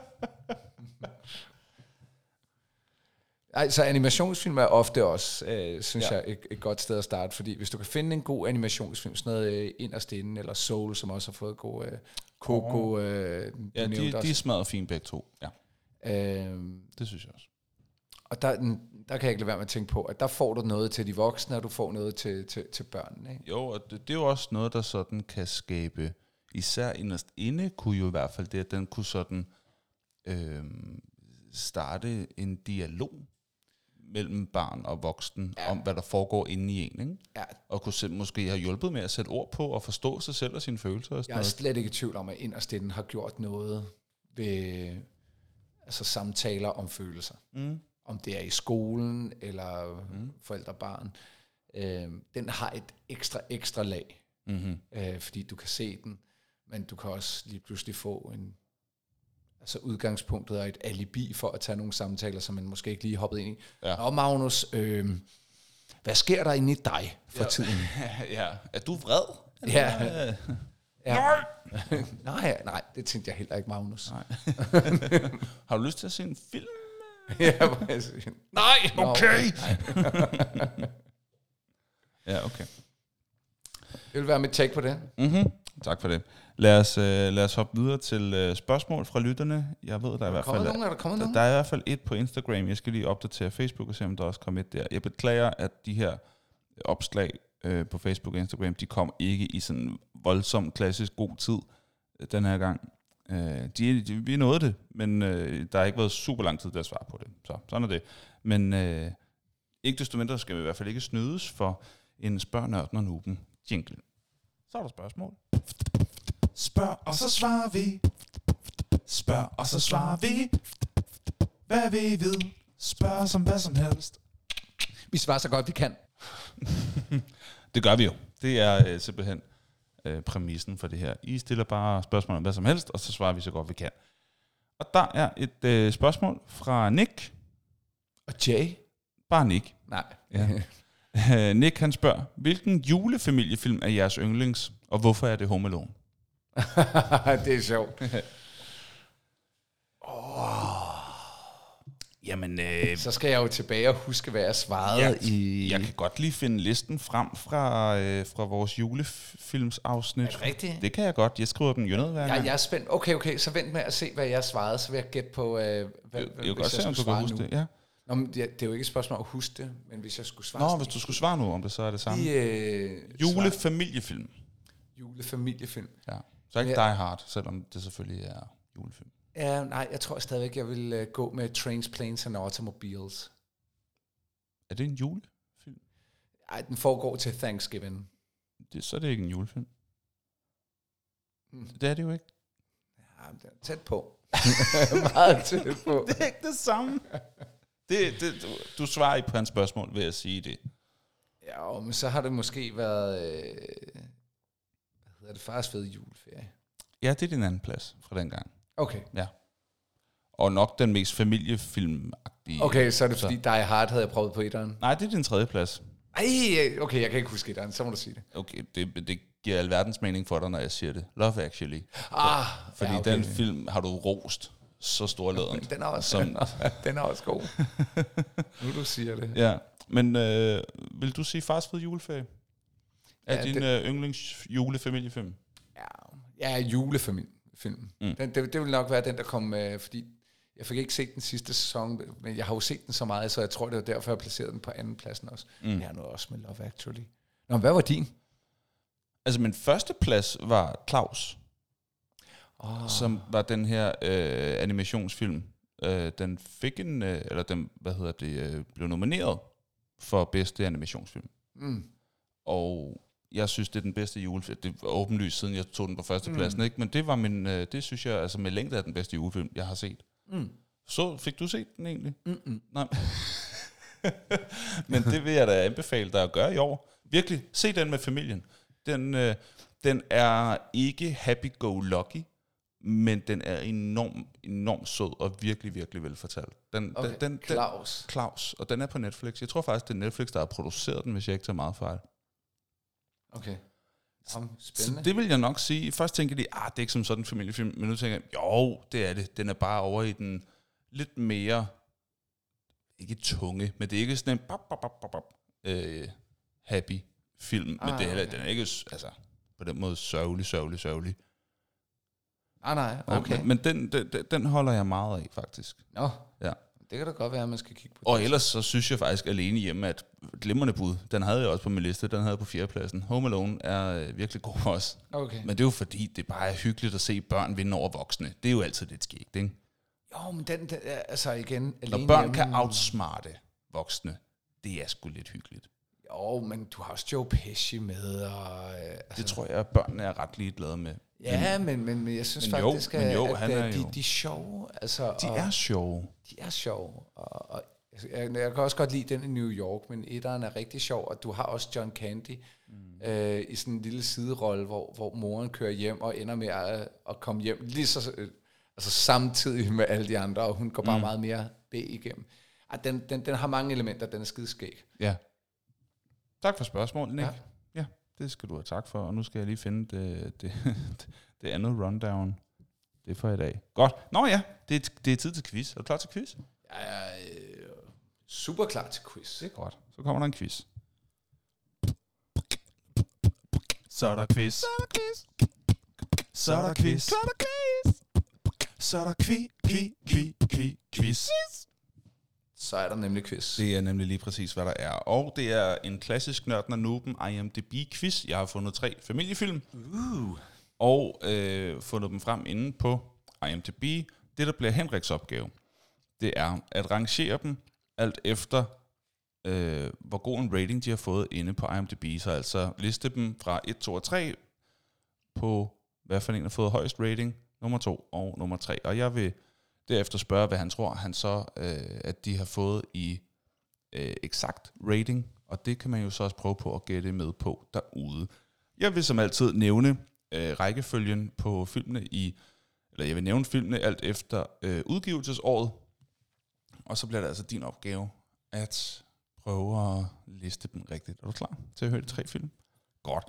Ej, så animationsfilm er ofte også, øh, synes ja. jeg, et, et godt sted at starte, fordi hvis du kan finde en god animationsfilm, sådan noget øh, Inderst Inde, eller Soul, som også har fået god øh, Coco. Øh, Ja, de, de smadrer fint begge to. Ja, øh, det synes jeg også. og der, der kan jeg ikke lade være med at tænke på, at der får du noget til de voksne, og du får noget til, til, til børnene. Ikke? Jo, og det, det er jo også noget, der sådan kan skabe, især Inderst Inde, kunne jo i hvert fald det, at den kunne sådan øh, starte en dialog mellem barn og voksen, ja. om hvad der foregår inde i en, ikke? Ja. Og kunne selv, måske have hjulpet med at sætte ord på og forstå sig selv og sine følelser. Og sådan Jeg er noget. slet ikke i tvivl om, at Inderst Inde har gjort noget ved altså samtaler om følelser. Mm. Om det er i skolen eller mm. forældre-barn. Øh, den har et ekstra, ekstra lag, Mm-hmm. øh, fordi du kan se den, men du kan også lige pludselig få en altså udgangspunktet og et alibi for at tage nogle samtaler, som man måske ikke lige hoppede ind i. Ja. Nå, Magnus, øh, hvad sker der inde i dig for Ja. tiden? Ja, er du vred? Ja. Ja. Ja. nej, nej, det tænkte jeg heller ikke, Magnus. Nej. Har du lyst til at se en film? ja, præcis. Nej, Okay. Ja, okay. Det vil være mit take på det. Mm-hmm. Tak for det. Lad os, øh, lad os hoppe videre til øh, spørgsmål fra lytterne. Jeg ved, der er i hvert fald... Nogen, er der kommet der, nogen? der er i hvert fald et på Instagram. Jeg skal lige opdatere Facebook og se, om der også kommer et der. Jeg beklager, at de her opslag øh, på Facebook og Instagram, de kom ikke i sådan voldsom, klassisk god tid øh, den her gang. Øh, de, de, vi nåede det, men øh, der har ikke været super lang tid til at svare på det. Så sådan er det. Men øh, ikke desto mindre skal vi i hvert fald ikke snydes for en spørg nørden og nuben jingle. Så er der spørgsmål. Spørg, og så svarer vi. Spørg, og så svarer vi. Hvad vi ved. Spørg som hvad som helst. Vi svarer så godt, vi kan. Det gør vi jo. Det er øh, simpelthen øh, præmissen for det her. I stiller bare spørgsmål om hvad som helst, og så svarer vi så godt vi kan. Og der er et øh, spørgsmål fra Nick. Og Jay? Bare Nick. Nej. Ja. Nick han spørger, hvilken julefamiliefilm er jeres yndlings, og hvorfor er det Home Alone? det er sjovt. Jamen, øh, Så skal jeg jo tilbage og huske, hvad jeg svarede ja, i... jeg kan godt lige finde listen frem fra, øh, fra vores julefilmsafsnit. Er det rigtigt? Det kan jeg godt. Jeg skriver den jo ned hver Ja, gang. jeg er spændt. Okay, okay, så vent med at se, hvad jeg svarede, så vil jeg gætte på, øh, hvad, Jeg, hvad, jeg kan hvis godt se, om skulle du kan svare huske nu. det. Ja. Nå, men det, er- det er jo ikke et spørgsmål at huske det, men hvis jeg skulle svare... Nå, sådan hvis du skulle svare nu om det, så er det samme. i, øh, svar- Julefamiliefilm. Julefamiliefilm. Ja. Så ikke Ja. Die Hard, selvom det selvfølgelig er julefilm. Ja, nej, jeg tror stadigvæk, jeg vil øh, gå med Trains, Planes and Automobiles. Er det en julefilm? Ej, den foregår til Thanksgiving. Det, så er det ikke en julefilm. Mm. Det er det jo ikke. Ja, det er tæt på. Meget tæt på. Det er ikke det samme. det, det, du, du svarer ikke på hans spørgsmål ved at sige det. Ja, men så har det måske været... Øh, hvad hedder det? Fars fede juleferie. Ja, det er din anden plads fra den gang. Okay. Og nok den mest familiefilmagtige. Okay, så er det Så. fordi Die Hard havde jeg prøvet på etteren. Nej, det er din tredje plads. Ej, okay, jeg kan ikke huske etteren, så må du sige det. Okay, det, det giver alverdens mening for dig, når jeg siger det. Love Actually. Ah, Fordi ja, okay. den film har du rost så storladent. Men den er også, Som- den er også god. Nu du siger det. Ja, men øh, vil du sige Fars fede juleferie? Er Ja, din det- øh, yndlings julefamiliefilm? Ja, ja julefilm. Mm. Den, det, det vil nok være den, der kom, øh, fordi jeg fik ikke set den sidste sæson, men jeg har jo set den så meget, så jeg tror, det var derfor, jeg placerede den på anden pladsen også. Mm. Jeg har noget også med Love Actually. Nå, men hvad var din? Altså, min første plads var Claus. Oh. som var den her øh, animationsfilm. Øh, den fik en, øh, eller den, hvad hedder det, øh, blev nomineret for bedste animationsfilm. Mm. Og jeg synes, det er den bedste julefilm. Det var åbenlyst, siden jeg tog den på førstepladsen, mm. ikke? Men det var min, øh, det synes jeg, altså med længde af den bedste julefilm, jeg har set. Mm. Så fik du set den egentlig? Mm-mm. Nej. Men det vil jeg da anbefale dig at gøre i år. Virkelig, se den med familien. Den, øh, den er ikke happy-go-lucky, men den er enormt enorm sød og virkelig, virkelig velfortalt. Den, Okay, den, den, Claus. Den, Claus, og den er på Netflix. Jeg tror faktisk, det er Netflix, der har produceret den, hvis jeg ikke tager meget fejl. Okay. Jamen, Så spændende. det vil jeg nok sige. Først tænker de, ah, det er ikke som sådan en familiefilm, men nu tænker jeg, jo, det er det. Den er bare over i den lidt mere, ikke tunge, men det er ikke sådan en bop, bop, bop, bop, øh, happy film, ah, men det er heller, okay. den er ikke altså, på den måde sørgelig, sørgelig, sørgelig. Nej, nej, okay. Nej, men den, den, den holder jeg meget af, faktisk. Nå, Ja. det kan da godt være, at man skal kigge på. Og det. ellers så synes jeg faktisk alene hjemme, at glimrende bud, den havde jeg også på min liste, den havde jeg på fjerdepladsen. Home Alone er øh, virkelig god for os. Okay. Men det er jo fordi, det bare er hyggeligt at se børn vinde over voksne. Det er jo altid lidt skægt, ikke? Jo, men den, den altså igen... Når alene børn hjemme- kan outsmarte voksne, det er sgu lidt hyggeligt. Jo, men du har også Joe Pesci med, og... Øh, altså, Det tror jeg, at børnene er ret ligeglade med. Ja, men, men, men jeg synes men jo, faktisk, men jo, at, han at er de, jo- de er sjove. Altså, De og, er sjove. de er sjove. Og, og jeg, jeg kan også godt lide den i New York, men etteren er rigtig sjov, og du har også John Candy mm. øh, i sådan en lille siderolle, hvor, hvor moren kører hjem og ender med at, at komme hjem lige så, øh, altså samtidig med alle de andre, og hun går bare Mm. meget mere B igennem. Ej, den, den, den har mange elementer, den er skideskæg. Ja. Tak for spørgsmålet, Nick. Ja. Ja. ja, det skal du have tak for. Og nu skal jeg lige finde det, det, det andet rundown. Det er for i dag. Godt. Nå ja, det er, det er tid til quiz. Er du klar til quiz? Jeg er øh, super klar til quiz. Det er godt. Så kommer der en quiz. Så er der quiz. Så er der quiz. Så er der quiz. Så er der quiz. Så er der quiz. Quiz. Quiz. Quiz. Quiz. Så er der nemlig quiz. Det er nemlig lige præcis, hvad der er. Og det er en klassisk Nørden og Nuben I M D B-quiz. Jeg har fundet tre familiefilm. Uh. Og øh, fundet dem frem inde på I M D B. Det, der bliver Henriks opgave, det er at rangere dem alt efter, øh, hvor god en rating de har fået inde på I M D B. Så altså liste dem fra et, to og tre på, hvad for en har fået højst rating, nummer to og nummer tre. Og jeg vil derefter spørge, hvad han tror, han så, øh, at de har fået i øh, eksakt rating. Og det kan man jo så også prøve på at gætte med på derude. Jeg vil som altid nævne øh, rækkefølgen på filmene i, eller jeg vil nævne filmene alt efter øh, udgivelsesåret. Og så bliver det altså din opgave at prøve at liste dem rigtigt. Er du klar til at høre de tre film? Godt.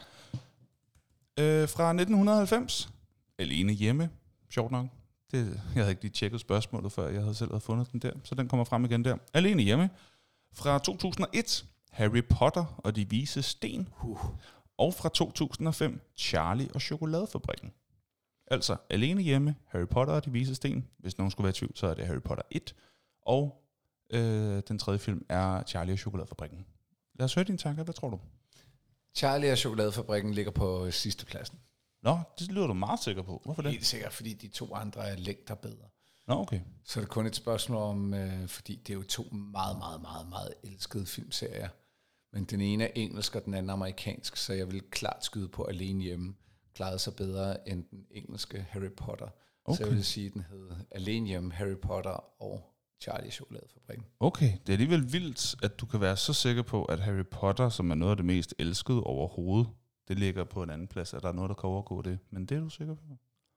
Øh, fra nitten halvfems. Alene hjemme. Sjovt nok. Det, jeg havde ikke lige tjekket spørgsmålet, før jeg havde selv havde fundet den der. Så den kommer frem igen der. Alene hjemme. Fra to tusind og et. Harry Potter og de vise sten. Uh. Og fra to tusind og fem. Charlie og chokoladefabrikken. Altså Alene hjemme. Harry Potter og de vise sten. Hvis nogen skulle være i tvivl, så er det Harry Potter et. Og øh, den tredje film er Charlie og chokoladefabrikken. Lad os høre dine tanker. Hvad tror du? Charlie og chokoladefabrikken ligger på sidste pladsen. Nå, det lyder du meget sikker på. Hvorfor det? Helt sikkert, fordi de to andre er længder bedre. Nå, okay. Så er det kun et spørgsmål om, øh, fordi det er jo to meget, meget, meget, meget elskede filmserier. Men den ene er engelsk, og den anden er amerikansk, så jeg vil klart skyde på Alene hjemme. Klarede sig bedre end den engelske Harry Potter. Okay. Så jeg vil sige, at den hed Alene hjemme, Harry Potter og Charlie og chokoladefabrikken. Okay, det er alligevel vildt, at du kan være så sikker på, at Harry Potter, som er noget af det mest elskede overhovedet, det ligger på en anden plads, at der er noget, der kan overgå det. Men det er du sikker på?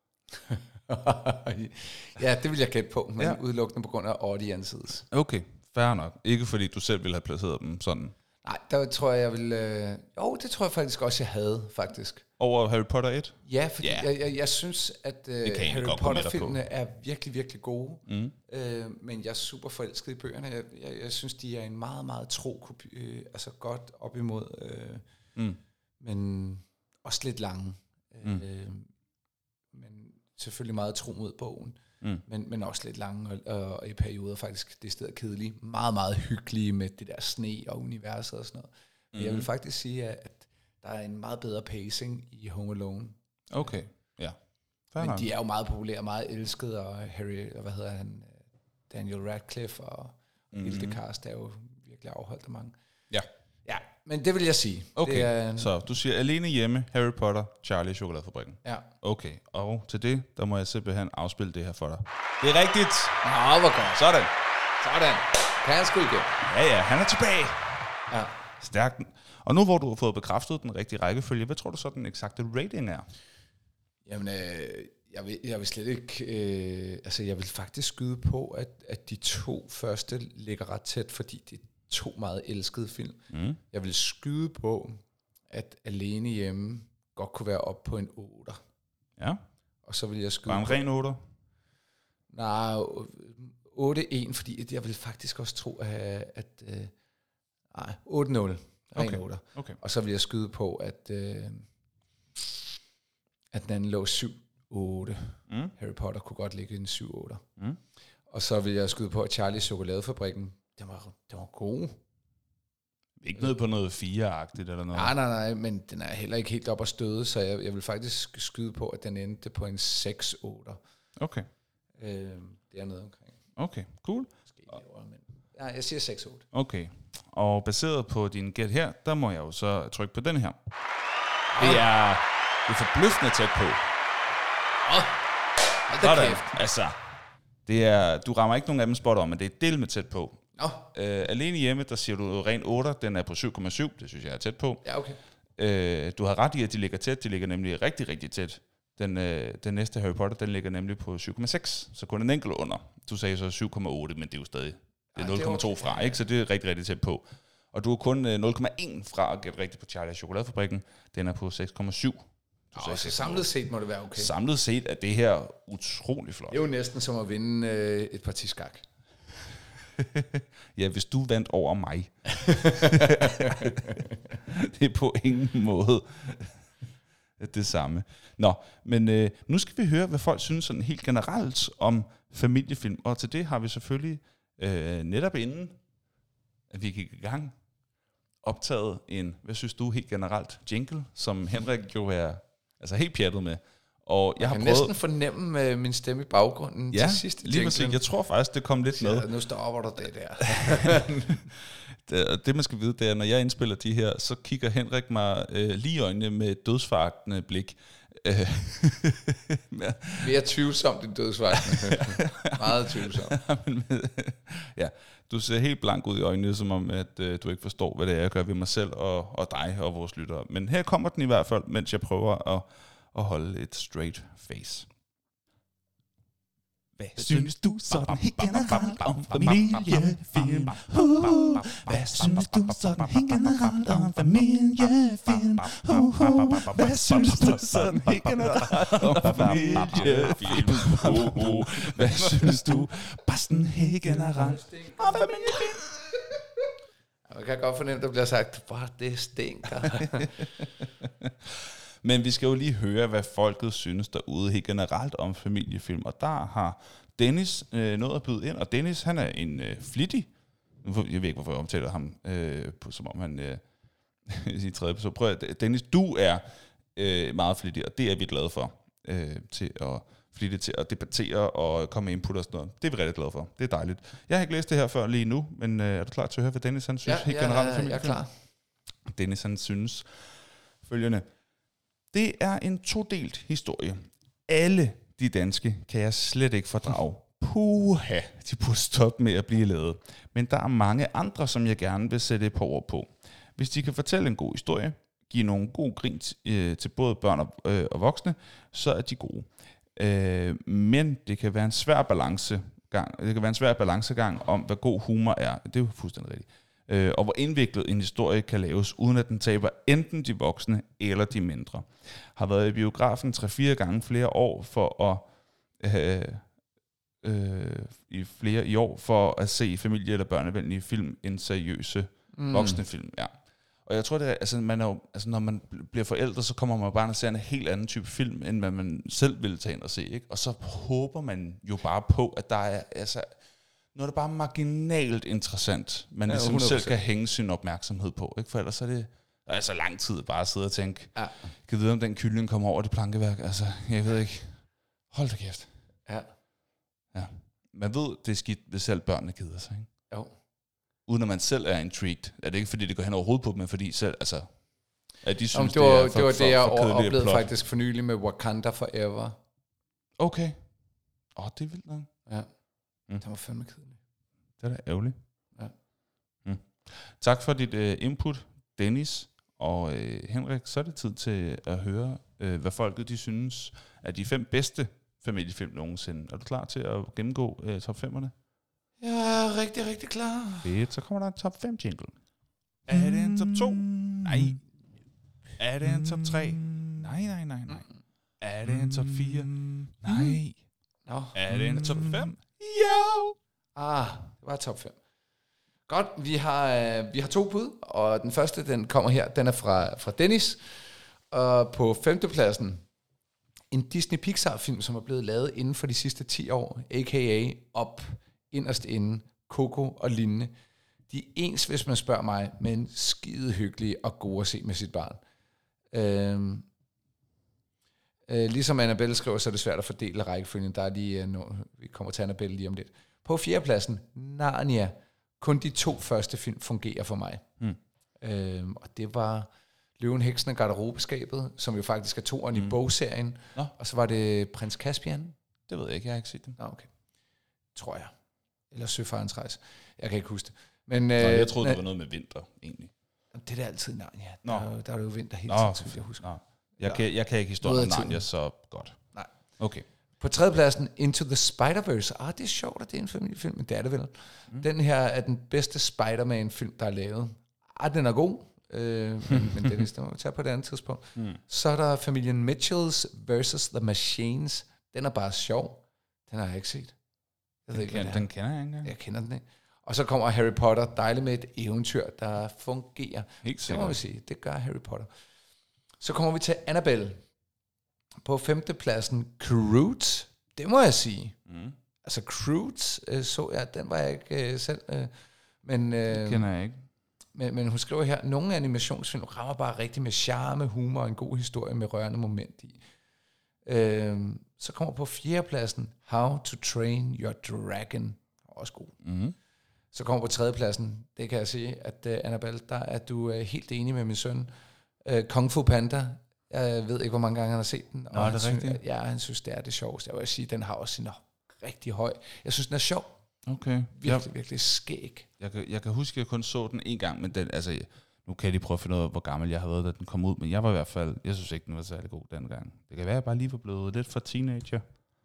Ja, det vil jeg gætte på, men Ja. ja. udelukkende på grund af audiences. Okay, fair nok. Ikke fordi du selv ville have placeret dem sådan. Nej, der tror jeg, jeg vil... Øh, jo, det tror jeg faktisk også, jeg havde, faktisk. Over Harry Potter et? Ja, fordi Ja. yeah. jeg, jeg, jeg synes, at øh, egentlig Harry godt gå med dig Potter-filmene er virkelig, virkelig gode. Mm. Øh, men jeg er super forelsket i bøgerne. Jeg, jeg, jeg synes, de er en meget, meget tro kopi, øh, altså godt op imod, øh, Mm. men også lidt lange. Mm. Øh, men selvfølgelig meget tro mod bogen, Mm. men, men også lidt lange, og, og, og i perioder faktisk det sted kedelige. Meget, meget hyggelige med det der sne og universet og sådan noget. Men Mm. jeg vil faktisk sige, at der er en meget bedre pacing i Home Alone. Okay, ja. Fair Men nok. de er jo meget populære, meget elskede, og Harry, og hvad hedder han, Daniel Radcliffe og mm-hmm. hele det cast er jo virkelig afholdt af mange. Ja. Ja, men det vil jeg sige. Okay, Det er, så du siger Alene Hjemme, Harry Potter, Charlie og Chokoladefabrikken. ja. Okay, og til det, der må jeg simpelthen afspille det her for dig. Det er rigtigt. Nå, hvor godt. Sådan. Sådan. Kan han sgu igen? Ja, ja, han er tilbage. Ja. Stærkt. Og nu hvor du har fået bekræftet den rigtige rækkefølge, hvad tror du så den eksakte rating er? Jamen, øh, jeg, vil, jeg vil slet ikke... Øh, altså, jeg vil faktisk skyde på, at, at de to første ligger ret tæt, fordi det er to meget elskede film. Mm. Jeg vil skyde på, at Alene Hjemme godt kunne være op på en otter. Ja, Og så vil jeg skyde bare en på... ren otter. Nej, otte en, fordi jeg vil faktisk også tro, at... at øh, nej, otte nul. Ren Okay. otter. Okay. Og så vil jeg skyde på, at, øh, at den anden lå syv otte. Mm. Harry Potter kunne godt ligge i en syv otte. Mm. Og så vil jeg skyde på, at Charlies Chokoladefabrikken, den var, den var god. Ikke noget på noget fire-agtigt eller noget. Nej, nej, nej, men den er heller ikke helt op at støde, så jeg, jeg vil faktisk skyde på, at den endte på en seks otte. Okay, Øh, det er noget omkring. okay, cool. Måske lavere, men ja, jeg siger seks otte. Okay, og baseret på din gæt her, der må jeg jo så trykke på den her. Det er, det er forbløffende tæt på. Hold da Sådan, kæft. altså. Det er, du rammer ikke nogen af dem spot om, men det er del med tæt på. Nå, Øh, alene hjemme, der siger du ren otter, den er på syv komma syv, det synes jeg er tæt på. ja, okay. Øh, du har ret i, at de ligger tæt, de ligger nemlig rigtig, rigtig tæt. Den, øh, den næste Harry Potter, den ligger nemlig på syv komma seks, så kun en enkelt under. Du sagde så syv komma otte, men det er jo stadig det er Ej, nul komma to det er okay. fra, ikke? Så det er rigtig, rigtig tæt på. Og du er kun øh, nul komma en fra at gætte rigtigt på Charlie og Chokoladefabrikken. Den er på seks komma syv. Du sagde Og så seks komma otte. samlet set må det være okay. Samlet set er det her utrolig flot. Det er jo næsten som at vinde øh, et parti skak. Ja, hvis du vandt over mig. Det er på ingen måde det samme. Nå, men øh, nu skal vi høre, hvad folk synes sådan helt generelt om familiefilm. Og til det har vi selvfølgelig øh, netop inden, at vi gik i gang, optaget en, hvad synes du helt generelt, jingle, som Henrik jo er altså helt pjattet med. Og jeg Jeg har kan prøvet... næsten fornemme øh, min stemme i baggrunden Ja, til sidst. i lige præcis. jinglen. Jeg tror faktisk, det kom lidt med. Så nu stopper du det der. Det, det man skal vide, det er, når jeg indspiller de her, så kigger Henrik mig øh, lige i øjnene med et dødsforagtende blik. Øh, Mere tvivlsomt end dødsvagten. Meget tvivlsomt. ja, du ser helt blank ud i øjnene, som om, at øh, du ikke forstår, hvad det er, jeg gør ved mig selv og, og dig og vores lyttere. Men her kommer den i hvert fald, mens jeg prøver at, at holde et straight face. Hvad Synes du sådan helt generelt om familiefilm? Uh, hvad synes du sådan helt generelt om familiefilm? Uh, hvad synes du sådan helt generelt om familiefilm? Uh, hvad synes du bare sådan helt generelt om familiefilm? Jeg kan godt fornemme, at der bliver sagt, hvor det stinker. Men vi skal jo lige høre, hvad folket synes derude helt generelt om familiefilm. Og der har Dennis øh, noget at byde ind. Og Dennis, han er en øh, flittig. Jeg ved ikke, hvorfor jeg omtaler ham, øh, på, som om han øh, i tredje person. Prøv at, Dennis, du er øh, meget flittig, og det er vi glade for. Øh, til at flittig til at debattere og komme med input og sådan noget. Det er vi rigtig glade for. Det er dejligt. Jeg har ikke læst det her før lige nu, men øh, er du klar til at høre, hvad Dennis han synes Ja, helt ja, generelt om jeg er familiefilm? klar. Dennis han synes følgende. Det er en todelt historie. Alle de danske kan jeg slet ikke fordrage. Puha, de burde stoppe med at blive lavet. Men der er mange andre, som jeg gerne vil sætte et par ord på. Hvis de kan fortælle en god historie, give nogle gode grin øh, til både børn og, øh, og voksne, så er de gode. Øh, men det kan være en svær balancegang. Det kan være en svær balancegang om, hvad god humor er. Det er jo fuldstændig rigtigt. Øh, og hvor indviklet en historie kan laves, uden at den taber enten de voksne eller de mindre. Har været i biografen tre-fire gange flere år for at øh, øh, i flere i år for at se familie- eller børnevenlige film end seriøse mm. voksne film. Ja. Og jeg tror det er, altså, man er jo, altså når man bliver forældre, så kommer man bare og ser en helt anden type film, end hvad man selv ville tage ind og se, ikke? Og så håber man jo bare på, at der er altså noget, der bare er marginalt interessant, man Ja, ligesom hundrede procent. selv kan hænge sin opmærksomhed på, ikke? For ellers er det altså lang tid bare at sidde og tænke, Ja. kan vide, om den kylling kommer over det plankeværk, altså, jeg ved ikke. Hold da kæft. Ja. Ja. Man ved, det er skidt, hvis selv børnene keder sig, ikke? Jo. Uden at man selv er intrigued. Er det ikke, fordi det går hen over hovedet på dem, men fordi selv, altså... At de synes, Jamen, det var det, er for, det, var for, det jeg for, for oplevede plot. faktisk for nylig med Wakanda Forever. Okay. Åh, oh, det er vildt nok. Ja. Mm. Det var fandme kedeligt. Det er da ærgerligt. Ja. Mm. Tak for dit uh, input, Dennis og uh, Henrik. Så er det tid til at høre, uh, hvad folket de synes er de fem bedste familiefilm nogensinde. Er du klar til at gennemgå uh, top fem'erne? Jeg er rigtig, rigtig klar. Fedt, så kommer der en top fem jingle. Er det en top to? Nej. Er det en top tre? Nej, nej, nej, nej. Er det en top fire? Nej. Nå. Er det en top fem? Jo! Ah, det var top fem. Godt, vi har, øh, vi har to bud, og den første, den kommer her, den er fra, fra Dennis. Og på femtepladsen, en Disney-Pixar-film, som er blevet lavet inden for de sidste ti år, a k a. Up, Inderst Inde, Coco og lignende. De er ens, hvis man spørger mig, men skide hyggelige og gode at se med sit barn. Øhm, øh, ligesom Annabelle skriver, så er det svært at fordele rækkefølgen. Der er lige, øh, no, vi kommer til Annabelle lige om lidt. På fjerdepladsen, Narnia. Kun de to første film fungerer for mig. Mm. Øhm, og det var Løven, Heksen og Garderobeskabet, som jo faktisk er toeren mm. i bogserien. Nå. Og så var det Prins Caspian. Det ved jeg ikke, jeg har ikke set dem. Nå, okay. Tror jeg. Eller Søfarens Rejse. Jeg kan ikke huske det. Men, Nå, øh, jeg troede, na- det var noget med vinter, egentlig. Det er da altid Narnia. Nå. Der, er jo- der er jo vinter hele Nå, tiden, så vidt jeg husker. Nå. Jeg, Ja. kan, jeg kan ikke historien Noget om af tiden. Narnia så godt. Nej. Okay. På tredjepladsen, Into the Spider-Verse. Ah, det er sjovt, at det er en familiefilm, men det er det vel. Mm. Den her er den bedste Spider-Man-film, der er lavet. Ah, den er god, øh, men, men Dennis, den må vi tage på et andet tidspunkt. Mm. Så er der familien Mitchells versus The Machines. Den er bare sjov. Den har jeg ikke set. Jeg ved Den, ikke, hvad den, det er. den kender jeg ikke engang. Jeg kender den ikke. Og så kommer Harry Potter, dejligt med et eventyr, der fungerer. Helt Det må vi sige, det gør Harry Potter. Så kommer vi til Annabelle. På femtepladsen, Croods. Det må jeg sige. Mm. Altså Croods øh, så jeg, den var jeg ikke øh, selv. Øh, men, øh, Det kender jeg ikke. men, men hun skriver her, nogle animationsfilm rammer bare rigtig med charme, humor og en god historie med rørende moment i. Øh, så kommer på fjerdepladsen, How to Train Your Dragon. Også god. Mm. Så kommer på tredjepladsen, det kan jeg sige, at uh, Annabelle, der er du uh, helt enig med min søn. Uh, Kung Fu Panda, jeg ved ikke, hvor mange gange han har set den. Nå, og er han det synes, rigtigt? Ja, han synes, det er det sjoveste. Jeg vil sige, den har også sin rigtig høj. Jeg synes, den er sjov. Okay. Virkelig, Jeg, virkelig skæg. jeg, kan, jeg kan huske, at jeg kun så den en gang, men den, altså, nu kan jeg lige prøve at finde ud af, hvor gammel jeg har været, da den kom ud, men jeg var i hvert fald, jeg synes ikke, den var særlig god den gang. Det kan være, at jeg bare lige var blevet lidt for teenager.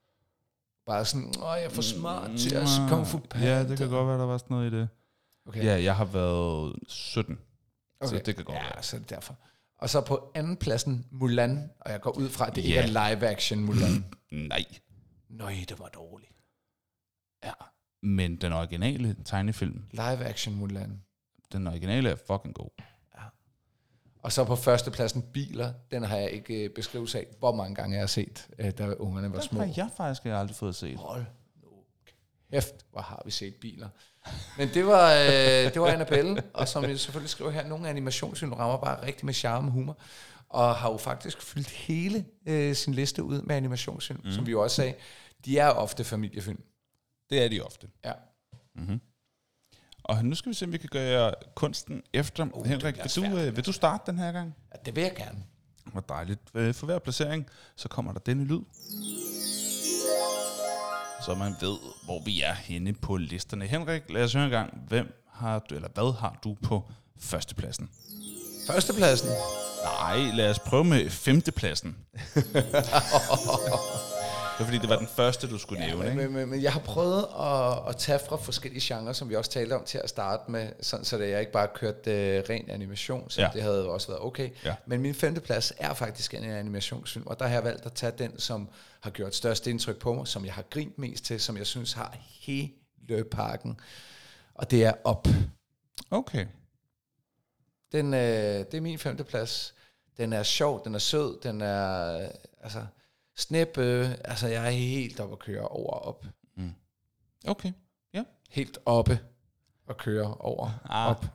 Bare sådan, åh, jeg er for smart til at se Kung Fu Panda. Ja, det kan godt være, der var sådan noget i det. Okay. Ja, jeg har været sytten, okay. så det kan godt ja, være. så er det derfor. Og så på anden pladsen, Mulan, og jeg går ud fra, at det Ja. ikke er live-action Mulan. Nej. Nøj, det var dårligt. Ja. Men den originale tegnefilm, Live-action Mulan. den originale er fucking god. Og så på førstepladsen biler, den har jeg ikke øh, beskrivelse af, hvor mange gange jeg har set, øh, da ungerne var Den små. har jeg faktisk aldrig fået set. Hold nu kæft, hvor har vi set biler. Men det var, øh, det var Annabelle, og som jeg selvfølgelig skriver her, nogle animationsfilm rammer bare rigtig med charme og humor, og har jo faktisk fyldt hele øh, sin liste ud med animationsfilm, mm. som vi jo også sagde, de er ofte familiefilm. Det er de ofte. Ja. Mm-hmm. Og nu skal vi se, om vi kan gøre kunsten efter. Oh, Henrik, det bliver vil svært, du, det øh, vil du starte den her gang? Ja, det vil jeg gerne. Hvor dejligt. Øh, For hver placering, så kommer der denne lyd. Så man ved, hvor vi er henne på listerne. Henrik, lad os høre en gang. Hvem har du, eller hvad har du på førstepladsen? Førstepladsen. Nej, lad os prøve med femtepladsen. Det var fordi, det var den første, du skulle Ja, nævne, men, ikke? men, men jeg har prøvet at, at tage fra forskellige genrer, som vi også talte om til at starte med, sådan, så det jeg ikke bare kørte øh, ren animation, så Ja. ja. det havde også været okay. Ja. Men min femteplads er faktisk en animationsfilm, og der har jeg valgt at tage den, som har gjort størst indtryk på mig, som jeg har grint mest til, som jeg synes har hele pakken, og det er Up. Okay. Den, øh, det er min femteplads. Den er sjov, den er sød, den er øh, altså snip, øh, altså jeg er helt oppe at køre over Up. Mm. Okay. Ja. Helt oppe og køre over Ah. op.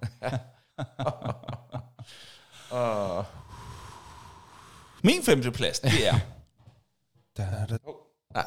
og Min femteplads, det er... Da, da, Nej.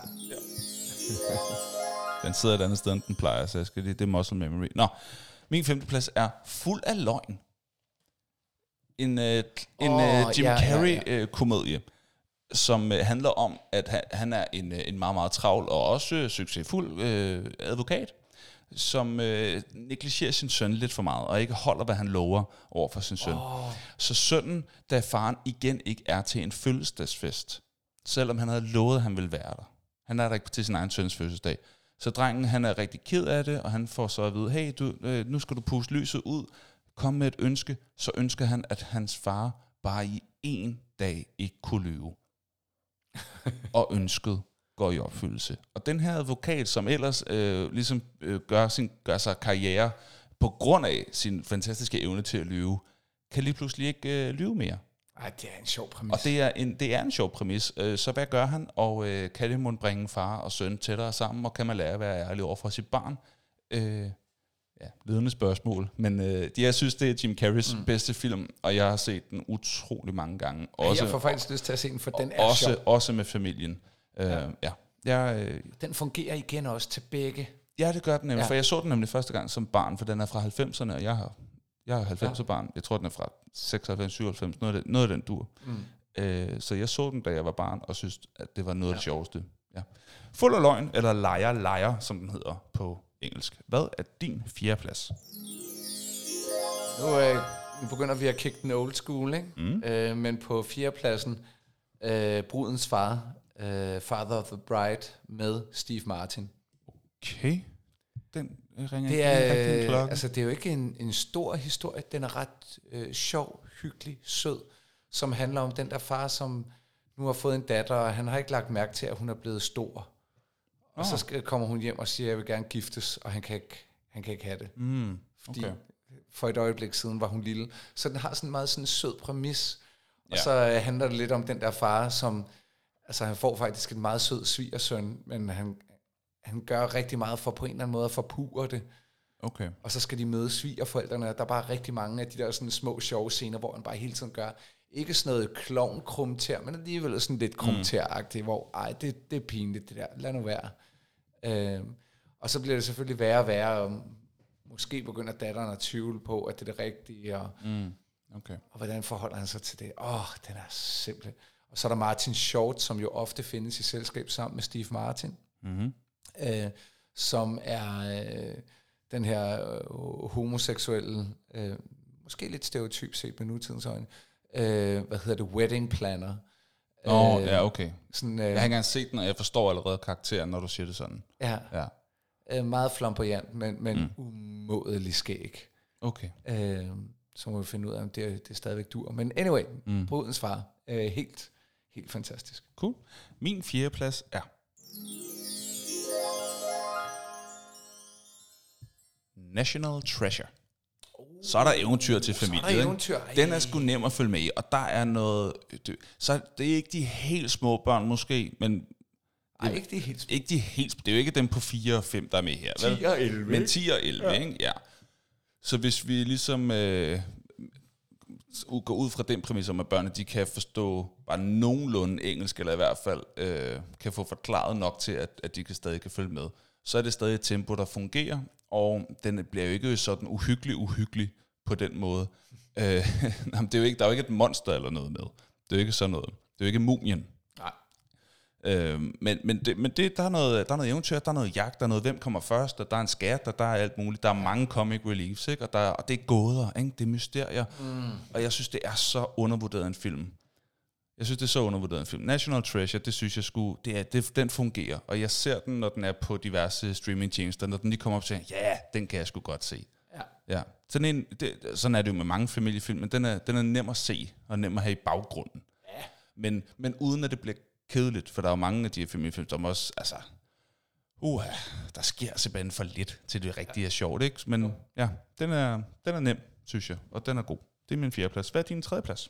Den sidder et andet sted, end den plejer, så jeg skal lige, det er muscle memory. Nå, min femteplads er Fuld af løgn. En, øh, en oh, øh, Jim ja, Carrey-komedie, ja, ja. øh, som øh, handler om, at han, han er en, en meget, meget travl og også øh, succesfuld øh, advokat, som øh, negligerer sin søn lidt for meget, og ikke holder, hvad han lover over for sin søn. Oh. Så sønnen, da faren igen ikke er til en fødselsdagsfest, selvom han havde lovet, at han ville være der. Han er der ikke til sin egen søns fødselsdag. Så drengen, han er rigtig ked af det, og han får så at vide, hey, du, øh, nu skal du puste lyset ud, kom med et ønske. Så ønsker han, at hans far bare i en dag ikke kunne lyve. Og ønsket går i opfyldelse. Og den her advokat, som ellers øh, ligesom øh, gør, sin, gør sig karriere på grund af sin fantastiske evne til at lyve, kan lige pludselig ikke øh, lyve mere. Ej, det er en sjov præmis. Og det er en, det er en sjov præmis. Øh, så hvad gør han? Og øh, kan det måtte bringe far og søn tættere sammen, og kan man lære at være ærlig over for sit barn? Øh, ja, ledende spørgsmål. Men øh, jeg synes, det er Jim Carreys mm. bedste film, og jeg har set den utrolig mange gange. Også, jeg får faktisk lyst til at se den, for den er også, sjov. Også med familien. Øh, ja. Ja. Jeg, øh, den fungerer igen også til begge. Ja, det gør den nemlig, ja. For jeg så den nemlig første gang som barn, for den er fra halvfemserne, og jeg har Jeg er halvfemser ja. barn. Jeg tror, den er fra seksoghalvfems syvoghalvfems. Noget af den, noget af den dur. Mm. Øh, så jeg så den, da jeg var barn, og synes, at det var noget ja. af det sjoveste. Ja. Fuld af løgn, eller Liar Liar, som den hedder på engelsk. Hvad er din fjerdeplads? Nu, øh, nu begynder vi at kigge den old school, ikke? Mm. Øh, men på fjerdepladsen, øh, Brudens far, øh, Father of the Bride, med Steve Martin. Okay. Den ringer det er, ikke en altså, det er jo ikke en, en stor historie. Den er ret øh, sjov, hyggelig, sød, som handler om den der far, som nu har fået en datter, og han har ikke lagt mærke til, at hun er blevet stor. Oh. Og så skal, kommer hun hjem og siger, at jeg vil gerne giftes, og han kan ikke, han kan ikke have det. Mm. Okay. Fordi for et øjeblik siden var hun lille. Så den har sådan en meget sådan sød præmis. Og ja. så øh, handler det lidt om den der far, som altså han får faktisk en meget sød svigersøn, men han han gør rigtig meget for på en eller anden måde at forpure det. Okay. Og så skal de møde svigerforældrene, og der er bare rigtig mange af de der sådan små sjove scener, hvor han bare hele tiden gør, ikke sådan noget klovn-krumtær, men alligevel sådan lidt krumtær-agtigt, hvor ej, det, det er pinligt det der, lad nu være. Øhm, og så bliver det selvfølgelig værre og værre, og måske begynder datteren at tvivle på, at det er det rigtige, og, mm. okay. og hvordan forholder han sig til det? Åh, oh, den er simpelthen. Og så er der Martin Short, som jo ofte findes i selskab sammen med Steve Martin. Mhm. Øh, som er øh, den her øh, homoseksuelle, øh, måske lidt stereotyp set med nutidens øjne, øh, hvad hedder det, wedding planner. Åh, oh, øh, ja, okay. Sådan, øh, jeg har ikke engang set den, og jeg forstår allerede karakteren, når du siger det sådan. Ja, ja. Øh, meget flamboyant, men, men mm. umådelig skæg. Okay. Øh, så må vi finde ud af, om det, det stadigvæk dur. Men anyway, mm. Brudens far, øh, helt, helt fantastisk. Cool. Min fjerdeplads er National Treasure. Så er der eventyr til familien. Så er der eventyr. Den er sgu nem at følge med i, og der er noget. Det, så det er ikke de helt små børn måske, men Ej, ikke de helt små. Ikke de helt. Det er jo ikke dem på fire og fem der er med her. ti og elleve. Men ti og elleve, ja. Ikke? Ja. Så hvis vi ligesom øh, går ud fra den præmis om, at børnene de kan forstå bare nogenlunde engelsk, eller i hvert fald øh, kan få forklaret nok til, at, at de kan stadig kan følge med, så er det stadig et tempo, der fungerer, og den bliver jo ikke sådan uhyggelig, uhyggelig på den måde. Øh, det er jo ikke, der er jo ikke et monster eller noget med. Det er jo ikke sådan noget. Det er jo ikke Mumien. Nej. Øh, men men, det, men det, der, er noget, der er noget eventyr, der er noget jagt, der er noget, hvem kommer først, og der er en skat, og der er alt muligt. Der er mange comic reliefs, ikke? Og, der, og det er gåder, ikke? Det er mysterier. Mm. Og jeg synes, det er så undervurderet en film. Jeg synes, det er så undervurderet en film. National Treasure, det synes jeg sgu, det er, det, den fungerer. Og jeg ser den, når den er på diverse streamingtjenester, når den lige kommer op og siger, ja, yeah, den kan jeg sgu godt se. Ja. Ja. Sådan, en, det, sådan er det jo med mange familiefilm, men den er, den er nem at se, og nem at have i baggrunden. Ja. Men, men uden at det bliver kedeligt, for der er jo mange af de her familiefilm, som også, altså, uh, der sker simpelthen for lidt, til det rigtige er sjovt, ikke? Men ja, den er, den er nem, synes jeg, og den er god. Det er min fjerde plads. Hvad er din tredje plads?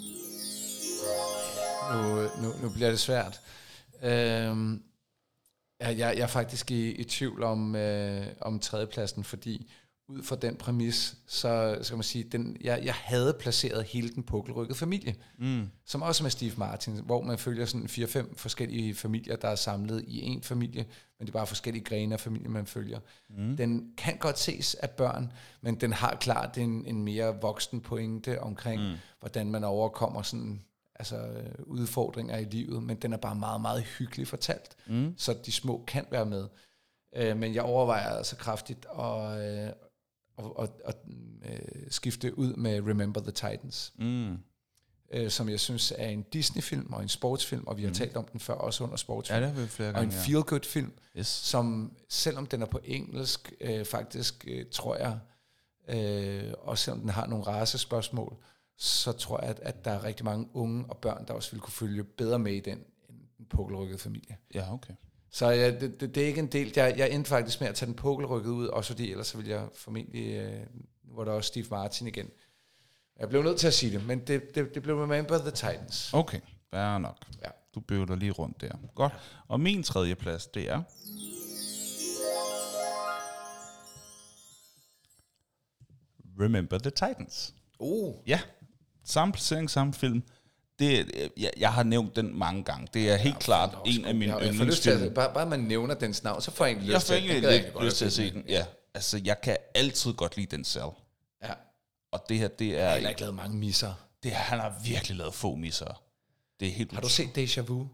Nu, nu, nu bliver det svært. Øhm, jeg, jeg, jeg er faktisk i, i tvivl om, øh, om tredjepladsen, fordi ud fra den præmis, så skal man sige, den, jeg, jeg havde placeret hele den pukkelrykkede familie, Mm. som også med Steve Martin, hvor man følger sådan fire fem forskellige familier, der er samlet i en familie, men det er bare forskellige grene af familien, man følger. Mm. Den kan godt ses af børn, men den har klart en, en mere voksen pointe omkring, mm. hvordan man overkommer sådan, altså, udfordringer i livet, men den er bare meget, meget hyggelig fortalt, mm. så de små kan være med. Øh, men jeg overvejer altså kraftigt at, øh, og, og, og øh, skifte ud med Remember the Titans, Mm. øh, som jeg synes er en Disney-film og en sportsfilm, og vi har mm. talt om den før, også under sportsfilm. Ja, det har vi flere og gange, en ja. feel-good-film, Yes. som selvom den er på engelsk, øh, faktisk øh, tror jeg, øh, også selvom den har nogle racespørgsmål, så tror jeg, at, at der er rigtig mange unge og børn, der også vil kunne følge bedre med i den, end en pukkelrykket familie. Ja, okay. Så ja, det, det, det er ikke en del. Jeg, jeg endte faktisk med at tage den pukkelrykket ud, også fordi ellers så ville jeg formentlig, øh, nu var der også Steve Martin igen. Jeg blev nødt til at sige det, men det, det, det blev Remember the Titans. Okay, fair nok. Ja. Du bøvler lige rundt der. Godt. Og min tredje plads, det er... Remember the Titans. Oh. Ja, samme placering, samme film. Det, jeg, jeg har nævnt den mange gange. Det er helt Ja, klart det er også en af god. mine Jeg, jeg får lyst til yndlingsfilm. at, bare, bare man nævner dens navn, så får jeg egentlig Jeg lyst får til, egentlig den gad jeg lidt godt lyst til at se se den. Ja, altså jeg kan altid godt lide den selv. Ja. Og det her, det Jeg er... har heller ikke lavet mange misser. Det, han har virkelig lavet få misser. Det er helt Har du set Deja Vu?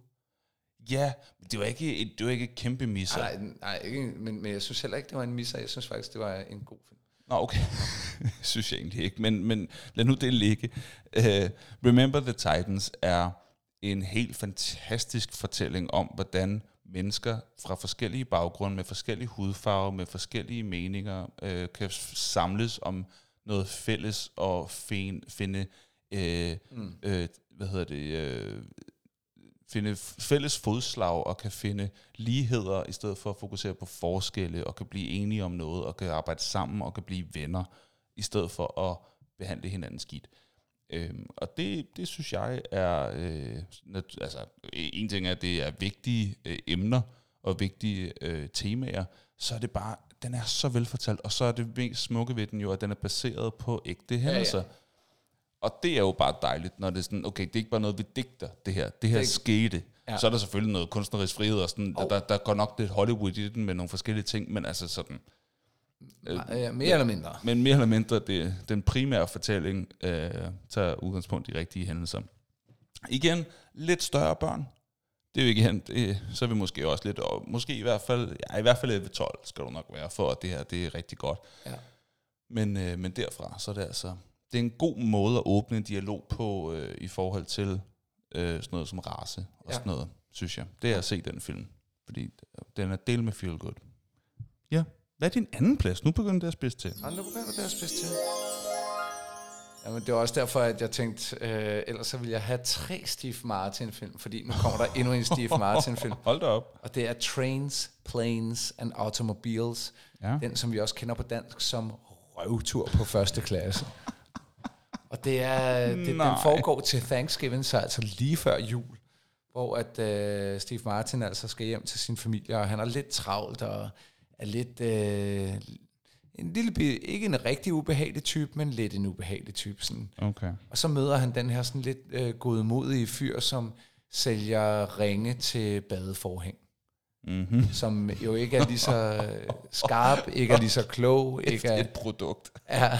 Ja, men det var ikke et, det var ikke et kæmpe misser. Nej, nej ikke, men, men jeg synes heller ikke, det var en misser. Jeg synes faktisk, det var en god film. Nå, okay. Synes jeg egentlig ikke, men, men lad nu det ligge. Uh, Remember the Titans er en helt fantastisk fortælling om, hvordan mennesker fra forskellige baggrunde, med forskellige hudfarver, med forskellige meninger, uh, kan samles om noget fælles og fin, finde, uh, mm. uh, hvad hedder det, uh, finde fælles fodslag og kan finde ligheder, i stedet for at fokusere på forskelle, og kan blive enige om noget, og kan arbejde sammen, og kan blive venner, i stedet for at behandle hinanden skidt. Øhm, og det, det synes jeg er, øh, nat- altså en ting er, at det er vigtige øh, emner, og vigtige øh, temaer, så er det bare, den er så velfortalt, og så er det mest smukke ved den jo, at den er baseret på ægte hændelser. Ja, ja. Og det er jo bare dejligt, når det er sådan, okay, det er ikke bare noget, vi digter, det her. Det her det, skete. Ja. Så er der selvfølgelig noget kunstnerisk frihed, og sådan, oh. der, der går nok lidt Hollywood i den med nogle forskellige ting, men altså sådan... Øh, ja, mere ja, eller mindre. Men mere eller mindre, det, den primære fortælling øh, tager udgangspunkt i rigtige hændelser. Igen, lidt større børn. Det er jo ikke hent, det, så er vi måske også lidt, og måske i hvert fald, ja, i hvert fald elleve tolv skal du nok være, for at det her, det er rigtig godt. Ja. Men, øh, men derfra, så er det altså... Det er en god måde at åbne en dialog på øh, i forhold til øh, sådan noget som race og ja. sådan noget, synes jeg. Det er at se den film, fordi den er del med feel good. Ja. Hvad er din anden plads? Nu begynder det at spidse til. Ja, nu begynder det at spidse til. Jamen, det var også derfor, at jeg tænkte, øh, ellers så ville jeg have tre Steve Martin-film, fordi nu kommer der endnu en Steve Martin-film. Hold da op. Og det er Trains, Planes and Automobiles. Ja. Den, som vi også kender på dansk som Røvtur på første klasse. Og det er, det, den foregår til Thanksgiving, så altså lige før jul, hvor at øh, Steve Martin altså skal hjem til sin familie, og han er lidt travlt og er lidt øh, en lille, ikke en rigtig ubehagelig type, men lidt en ubehagelig type. Sådan. Okay. Og så møder han den her sådan lidt øh, godmodige fyr, som sælger ringe til badeforhæng. Mm-hmm. Som jo ikke er lige så skarp, ikke er lige så klog. Ikke er, et produkt. Ja.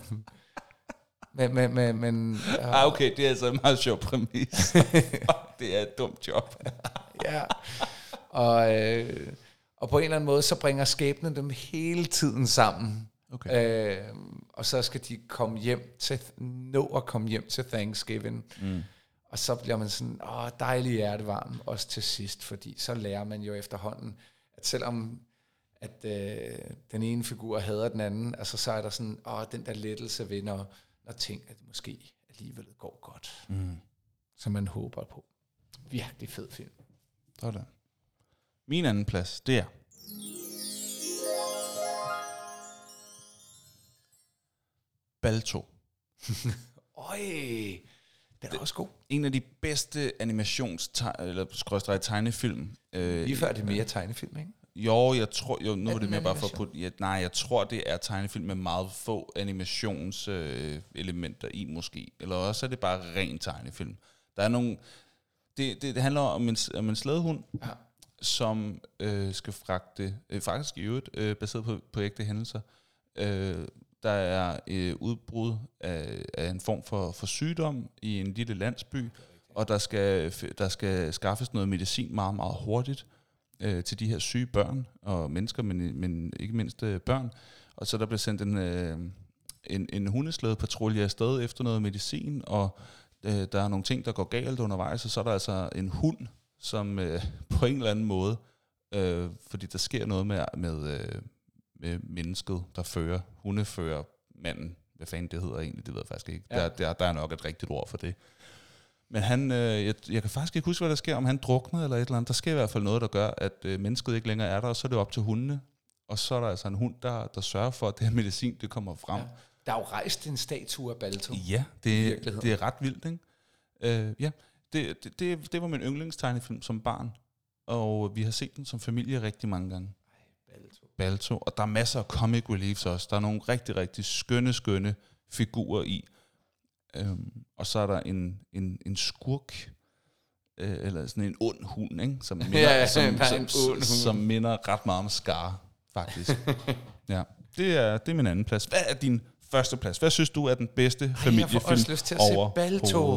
Men, men, men, men ja. Ah, okay, det er altså en meget sjov præmis. Det er et dumt job. Ja. Og, øh, og på en eller anden måde, så bringer skæbnen dem hele tiden sammen. Okay. Øh, og så skal de komme hjem til, nå at komme hjem til Thanksgiving. Mm. Og så bliver man sådan, åh, dejlig hjertevarm, også til sidst, fordi så lærer man jo efterhånden, at selvom at øh, den ene figur hader den anden, altså så er der sådan, åh, den der lettelse ved, når, når ting at måske alligevel går godt. Mm. Som man håber på. Virkelig fed film. Sådan. Min anden plads, det er Balto. Øj, den er også god. En af de bedste animations- eller skråstreg tegnefilm. Øh, Lige før det er mere tegnefilm, ikke? Jo, jeg tror, jo, nu Er er det den mere bare for at animation? putte, ja, nej, jeg tror, det er tegnefilm med meget få animationselementer øh, elementer i, måske. Eller også er det bare ren tegnefilm. Der er nogle, det, det, det handler om en, om en slædehund, Ja. som øh, skal fragte, øh, faktisk i øvrigt, øh, baseret på, på ægte hændelser, øh, der er øh, udbrud af, af en form for, for sygdom i en lille landsby, og der skal, der skal skaffes noget medicin meget, meget hurtigt øh, til de her syge børn og mennesker, men, men ikke mindst øh, børn. Og så der bliver sendt en, øh, en, en hundeslædepatrulje afsted efter noget medicin, og øh, der er nogle ting, der går galt undervejs, og så er der altså en hund, som øh, på en eller anden måde, øh, fordi der sker noget med, med, øh, med mennesket, der fører, hundefører manden, hvad fanden det hedder egentlig, det ved jeg faktisk ikke. Ja. Der, der, der er nok et rigtigt ord for det. Men han, øh, jeg, jeg kan faktisk ikke huske, hvad der sker, om han drukner eller et eller andet. Der sker i hvert fald noget, der gør, at øh, mennesket ikke længere er der, og så er det op til hundene. Og så er der altså en hund, der, der sørger for, at det her medicin, det kommer frem. Ja. Der er jo rejst en statue af Balto. Ja, det, det er ret vildt, ikke? Øh, ja, det, det, det, det var min yndlingstegnefilm som barn, og vi har set den som familie rigtig mange gange. Ej, Balto. Balto, og der er masser af comic reliefs også. Der er nogle rigtig, rigtig skønne, skønne figurer i. Øhm, og så er der en, en, en skurk, øh, eller sådan en ond hund, ikke? Som minder, Ja, som, der er som, en ond som, hund. som minder ret meget om Scar, faktisk. Ja, det er, det er min anden plads. Hvad er din første plads? Hvad synes du er den bedste Ej, familiefilm jeg får også lyst til at se Balto.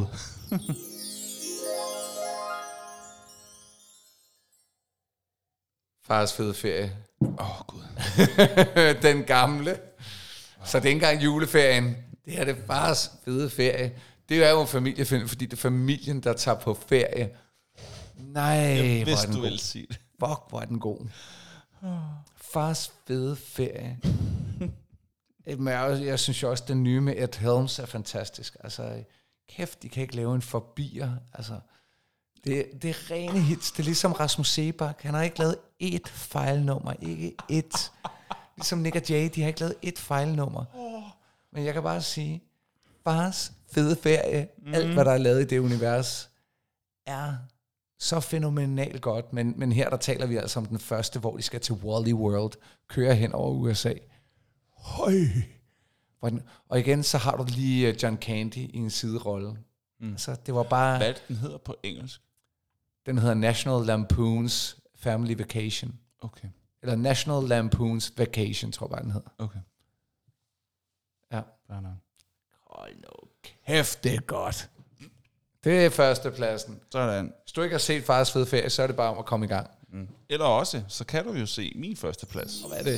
Fars fede ferie. Åh, oh, gud. Den gamle. Så det er ikke engang juleferien. Det er det fars fede ferie. Det er jo en familiefilm, fordi det er familien, der tager på ferie. Nej, Jeg hvor er vidste, den du god. ville sige det. Fuck, hvor er den god. Fars fede ferie. Men jeg, jeg synes jo også, den nye med Ed Helms er fantastisk. Altså, kæft, de kan ikke lave en forbier. Altså, det, det er rene hits. Det er ligesom Rasmus Sebak. Han har ikke lavet ét fejlnummer. Ikke ét. Ligesom Nick og Jay, de har ikke lavet ét fejlnummer. Men jeg kan bare sige, fars fede ferie, mm. alt hvad der er lavet i det univers, er så fænomenalt godt. Men, men her der taler vi altså om den første, hvor de skal til Wally World, køre hen over U S A. Høj. Og igen, så har du lige John Candy i en siderolle. Mm. Så det var bare... Hvad er det, den hedder på engelsk? Den hedder National Lampoon's Family Vacation. Okay. Eller National Lampoon's Vacation, tror jeg bare, den hedder. Okay. Ja. Fair nok. Hold nu kæft, det er godt. Det er førstepladsen. Sådan. Hvis du ikke har set Fars fede ferie, så er det bare om at komme i gang. Mm. Eller også, så kan du jo se min første plads. Og hvad er det?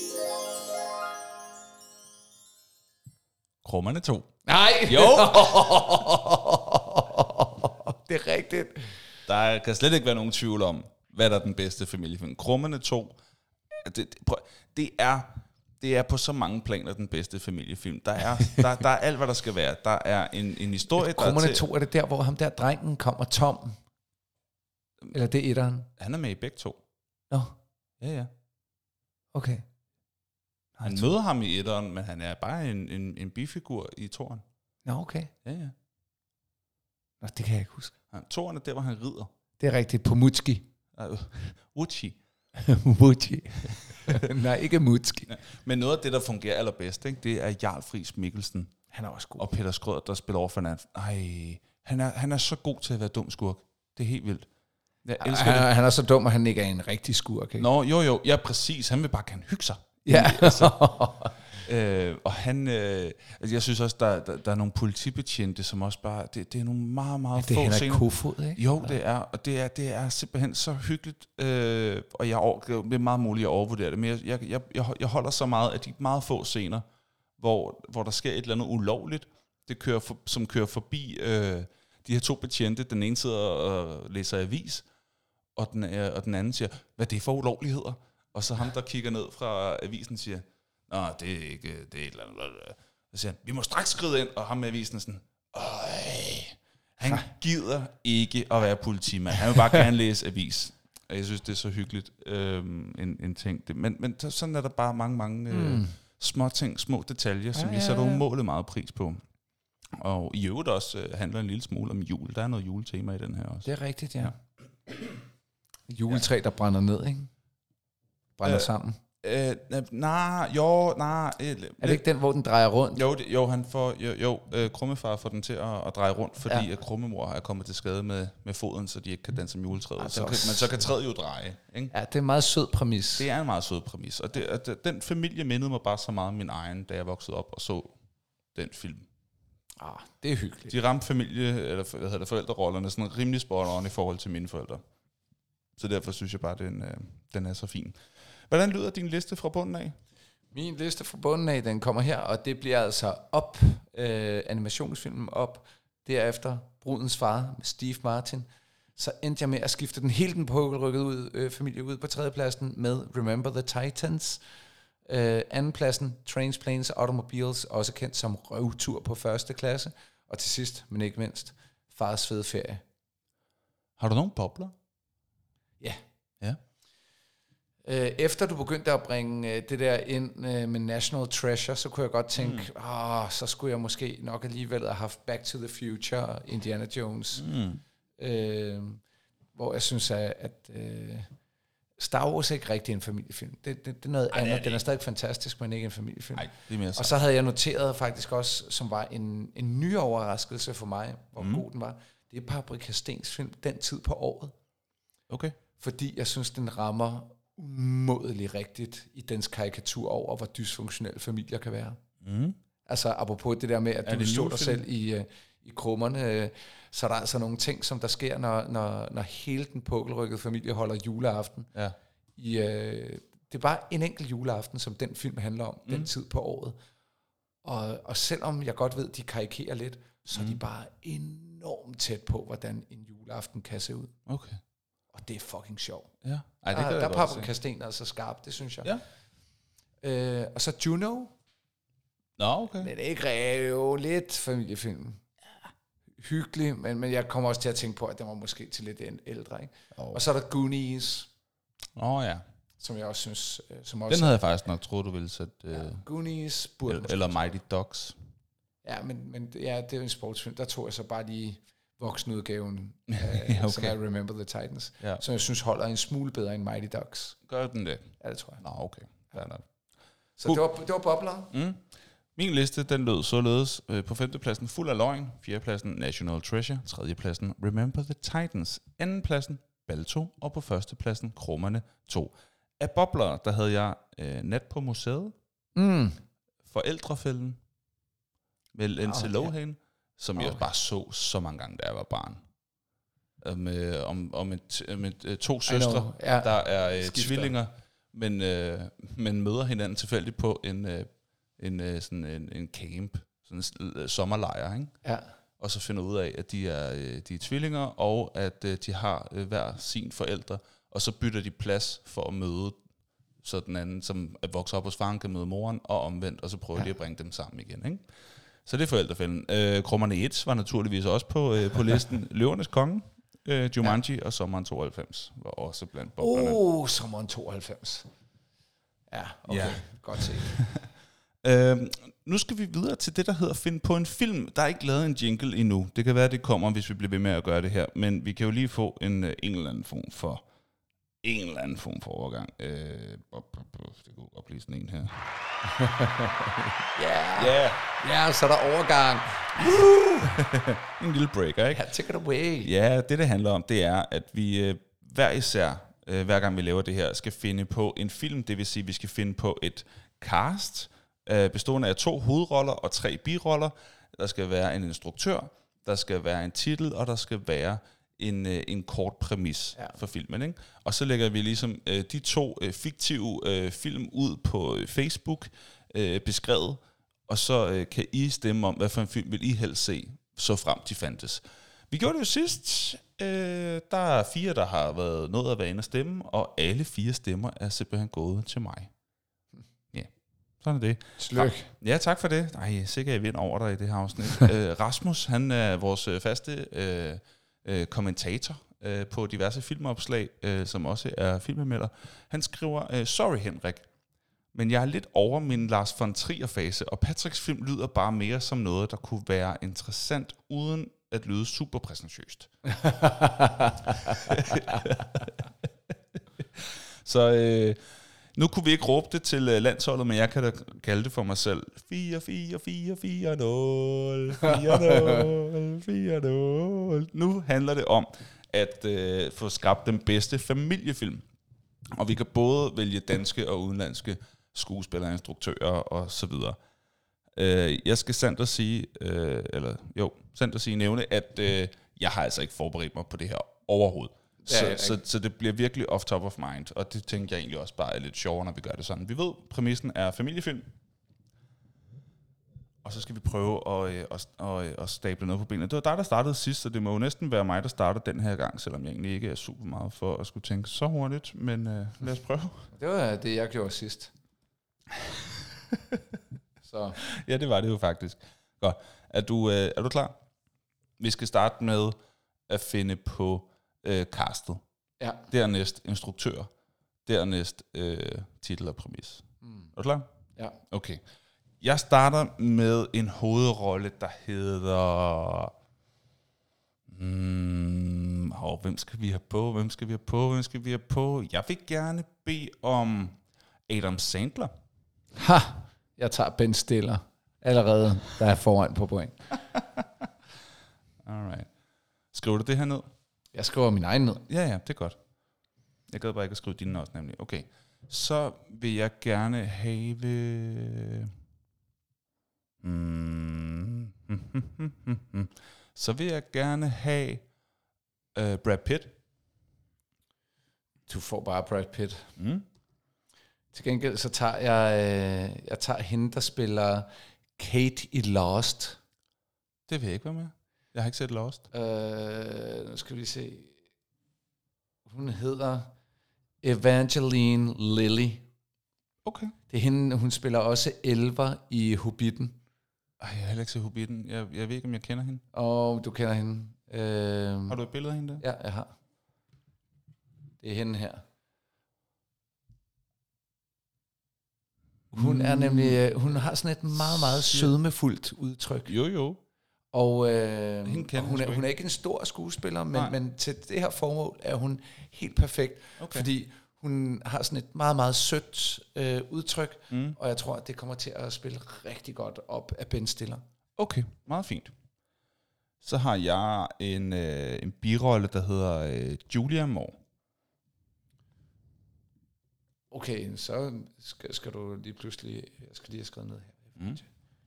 Krummerne to. Nej! Jo! Det er rigtigt. Der kan slet ikke være nogen tvivl om, hvad der er den bedste familiefilm. Krummerne to, det, det, prøv, det, er, det er på så mange planer den bedste familiefilm. Der er, der, der er alt, hvad der skal være. Der er en, en historie, der er Krummerne til... to, er det der, hvor ham der drengen kommer tom? Eller det er etteren? Han er med i begge to. Nå, Ja, ja. okay. Han møder ham i etteren, men han er bare en, en, en bifigur i toren. Nå, okay. Ja, ja. Nå, det kan jeg ikke huske. Han, toren er der, hvor han rider. Det er rigtigt. Pomutski. Uh, Uchi. Pomutski. Nej, ikke Mutski. Ja. Men noget af det, der fungerer allerbedst, ikke, det er Jarl Friis Mikkelsen Han er også god. og Peter Skrøder, der spiller over for hinanden. Ej, han er, han er så god til at være dum skurk. Det er helt vildt. Jeg elsker Han, det. han er så dum, at han ikke er en rigtig skurk. Ikke? Nå, jo, jo. Ja, præcis. Han vil bare gerne hygge sig. Ja. Øh, og han, øh, altså jeg synes også, der, der, der er nogle politibetjente, som også bare, det, det er nogle meget, meget Det er få Henrik scener. Kofod, ikke? Jo, det er, og det er, det er simpelthen så hyggeligt, øh, og jeg over, det er meget muligt at overvurdere det, men jeg, jeg, jeg, jeg, jeg holder så meget af de meget få scener, hvor, hvor der sker et eller andet ulovligt, det kører for, som kører forbi øh, de her to betjente. Den ene sidder og læser avis, og den, øh, og den anden siger, hvad er det for ulovligheder? Og så ham, der kigger ned fra avisen, siger, nå, det er ikke, det er et eller andet. Så siger han, vi må straks skride ind, og ham med avisen er sådan, øj, han gider ikke at være politimand. Han vil bare gerne læse avis. Og jeg synes, det er så hyggeligt, øhm, en, en ting. Det, men, men sådan er der bare mange, mange øh, mm. små ting, små detaljer, som ja, vi sætter ja, ja. umålet meget pris på. Og i øvrigt også øh, handler en lille smule om jul. Der er noget juletema i den her også. Det er rigtigt, ja. Juletræ, der brænder ned, ikke? brænder Øh, sammen. Øh, nej, jo, nej. Øh, Er det ikke den, hvor den drejer rundt? Jo, det, jo, han får, jo, jo øh, Krummefar får den til at, at dreje rundt, fordi Ja. at Krummemor er kommet til skade med, med foden, så de ikke kan danse om juletræet. Ah, så det kan, er også- men så kan træet jo dreje. Ikke? Ja, det er en meget sød præmis. Det er en meget sød præmis, og, det, og det, den familie mindede mig bare så meget om min egen, da jeg voksede op og så den film. Ah, det er hyggeligt. De ramte familie, eller hvad hedder det, forældrerollerne sådan rimelig spot on i forhold til mine forældre. Så derfor synes jeg bare, at den, øh, den er så fin. Hvordan lyder din liste fra bunden af? Min liste fra bunden af, den kommer her, og det bliver altså Op, øh, animationsfilmen Op, derefter Brudens far med Steve Martin. Så endte jeg med at skifte den hele den pukkelrykket ud, øh, familie ud på tredjepladsen med Remember the Titans. Øh, andenpladsen Trains, Planes, Automobiles, også kendt som Røvtur på første klasse. Og til sidst, men ikke mindst, Fars fede ferie. Har du nogen bobler? Ja. Ja. Øh, Efter du begyndte at bringe øh, det der ind øh, med National Treasure, så kunne jeg godt tænke, mm. åh, så skulle jeg måske nok alligevel have haft Back to the Future og Indiana Jones. Mm. Øh, hvor jeg synes, at, at øh, Star Wars er ikke rigtig en familiefilm. Det, det, det er noget Ej, det er andet. det Den er ikke. stadig fantastisk, men ikke en familiefilm. Nej, det er mere Og så havde jeg noteret faktisk også, som var en, en ny overraskelse for mig, hvor Mm. mm. god den var. Det er Paprika Stens film, Den tid på året. Okay. Fordi jeg synes, den rammer umådeligt rigtigt i dens karikatur over, hvor dysfunktionelle familier kan være. Mm. Altså apropos det der med, at Er du det en vil stå dig julefilm? selv i, uh, i krummerne, uh, så er der altså nogle ting, som der sker, når, når, når hele den pukkelrykkede familie holder juleaften. Ja. I, uh, det er bare en enkelt juleaften, som den film handler om, mm. den tid på året. Og, og selvom jeg godt ved, de karikerer lidt, så mm. er de bare enormt tæt på, hvordan en juleaften kan se ud. Okay. Og det er fucking sjovt. Ja. Ej, det Der, kan der jeg er godt Paprika se. Sten altså skarp, det synes jeg. Ja. Øh, og så Juno, Nå, okay. men ikke re- jo lidt familiefilm. Hyggelig, men, men jeg kommer også til at tænke på, at den var måske til lidt ældre. Ikke? Oh. Og så er der Goonies, Åh, ja. som jeg også synes... øh, Som også Den havde jeg faktisk nok troet, du ville sætte... Øh, ja, Goonies burde eller, måske eller også- Mighty Ducks. Ja, men, men ja, det er jo en sportsfilm. Der tog jeg så bare lige voksenudgaven, øh, Ja, okay. som er Remember the Titans, Ja. som jeg synes holder en smule bedre end Mighty Ducks. Gør den det? Ja, det tror jeg. Nå, okay. Fair nok. Så Cool. det var, det var bobler. Mm. Min liste, den lød således øh, på femtepladsen Fuld af løgn, fjerdepladsen National Treasure, tredjepladsen Remember the Titans, andenpladsen Balto, og på førstepladsen Krummerne to. Af bobler, der havde jeg øh, Nat på museet, Mm. Forældrefælden med Lindsay okay. Lohan, som jeg Okay. bare så så mange gange, da jeg var barn. Um, øh, om, om, et, om et, øh, to I søstre, know. Ja. der er øh, Skifter. tvillinger, men, øh, men møder hinanden tilfældigt på en, øh, en, øh, sådan en, en camp, sådan en s- øh, sommerlejr, ikke? Ja. Og så finder ud af, at de er, øh, de er tvillinger, og at øh, de har øh, hver sin forældre, og så bytter de plads for at møde så den anden, som er vokset op hos faren, kan møde moren, og omvendt, og så prøver ja. de at bringe dem sammen igen, ikke? Så det er forældrefælden. Øh, Krummerne et var naturligvis også på, øh, på listen. Løvernes Konge, øh, Jumanji ja. og Sommeren tooghalvfems var også blandt boblerne. Oh, sommeren tooghalvfems. Ja, okay. Ja. Ja. Godt set. Øh, nu skal vi videre til det, der hedder Find på en film. Der er ikke lavet en jingle endnu. Det kan være, det kommer, hvis vi bliver ved med at gøre det her. Men vi kan jo lige få en, øh, en eller anden form for en eller anden form for overgang. Øh, det kunne godt blive sådan en her. Ja, Ja, ja, så er der overgang. en lille breaker, ikke? Ja, take it away. Ja, det det handler om, det er, at vi øh, hver især, øh, hver gang vi laver det her, skal finde på en film. Det vil sige, at vi skal finde på et cast, øh, bestående af to hovedroller og tre biroller. Der skal være en instruktør, der skal være en titel, og der skal være en, øh, en kort præmis Ja. for filmen. Ikke? Og så lægger vi ligesom øh, de to øh, fiktive øh, film ud på øh, Facebook, øh, beskrevet, og så øh, kan I stemme om, hvad for en film vil I helst se, så frem de fandtes. Vi gjorde det jo sidst. Øh, der er fire, der har været noget at være inde at stemme, og alle fire stemmer er simpelthen gået til mig. Ja, sådan er det. Sløk. Ja, tak for det. Nej, sikkert jeg vinder over dig i det her afsnit. øh, Rasmus, han er vores øh, faste øh, øh, kommentator øh, på diverse filmopslag, øh, som også er filmanmelder. Han skriver, øh, sorry Henrik, men jeg er lidt over min Lars von Trier-fase, og Patricks film lyder bare mere som noget, der kunne være interessant, uden at lyde super præsentøst. Så øh, Nu kunne vi ikke råbe det til uh, landsholdet, men jeg kan da kalde det for mig selv. fire fire fire fire nul fire nul fire nul Nu handler det om at uh, få skabt den bedste familiefilm. Og vi kan både vælge danske og udenlandske skuespillere, instruktører og så videre. Uh, jeg skal sandt at sige, uh, eller jo, sandt at sige nævne, at uh, jeg har altså ikke forberedt mig på det her overhovedet. Så, ja, så, så det bliver virkelig off top of mind, og det tænker jeg egentlig også bare er lidt sjovere, når vi gør det sådan. Vi ved, præmissen er familiefilm, og så skal vi prøve at, at, at, at stable noget på benene. Det var dig, der startede sidst, så det må jo næsten være mig, der starter den her gang, selvom jeg egentlig ikke er super meget for at skulle tænke så hurtigt, men uh, lad os prøve. Det var det, jeg gjorde sidst. Så. Ja, det var det jo faktisk. Godt. Er du, øh, er du klar? Vi skal starte med at finde på øh, castet. Ja. Dernæst instruktør. Dernæst øh, titel og præmis. Mm. Er du klar? Ja. Okay. Jeg starter med en hovedrolle, der hedder... Hmm, oh, hvem skal vi have på? Hvem skal vi have på? Hvem skal vi have på? Jeg vil gerne bede om Adam Sandler. Ha! Jeg tager Ben Stiller. Allerede, der er foran på point. Alright. Skriver du det her ned? Jeg skriver min egen ned. Ja, ja, det er godt. Jeg gad bare ikke at skrive dine også, nemlig. Okay. Så vil jeg gerne have... Hmm. Så vil jeg gerne have uh, Brad Pitt. Du får bare Brad Pitt. Mm. Til gengæld så tager jeg, øh, jeg tager hende, der spiller Kate i Lost. Det vil jeg ikke være med. Jeg har ikke set Lost. Øh, nu skal vi lige se. Hun hedder Evangeline Lilly. Okay. Det er hende, hun spiller også Elver i Hobbiten. Ej, jeg har heller ikke set Hobbiten. Jeg, jeg ved ikke, om jeg kender hende. Og du kender hende. Øh, Har du et billede af hende der? Ja, jeg har. Det er hende her. Hun er nemlig, hun har sådan et meget, meget sødmefuldt udtryk. Jo, jo. Og, øh, og hun, er, hun er ikke en stor skuespiller, men, men til det her formål er hun helt perfekt. Okay. Fordi hun har sådan et meget, meget sødt øh, udtryk, mm. og jeg tror, at det kommer til at spille rigtig godt op af Ben Stiller. Okay, meget fint. Så har jeg en, øh, en birolle, der hedder øh, Julia Moore. Okay, så skal, skal du lige pludselig... Jeg skal lige have skrevet ned her. Mm.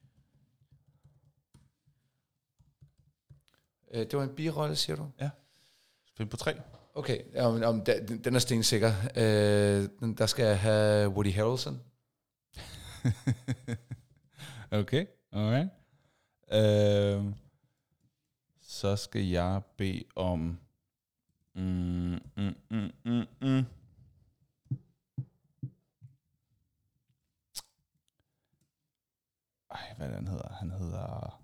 Øh, det var en birolle, siger du? Ja. Find på tre. Okay, om, om, den, den er stensikker. Øh, der skal jeg have Woody Harrelson. Okay, alright. Øh, så skal jeg bede om... Mm, mm, mm, mm, mm. Ej, hvad er det, han hedder? Han hedder...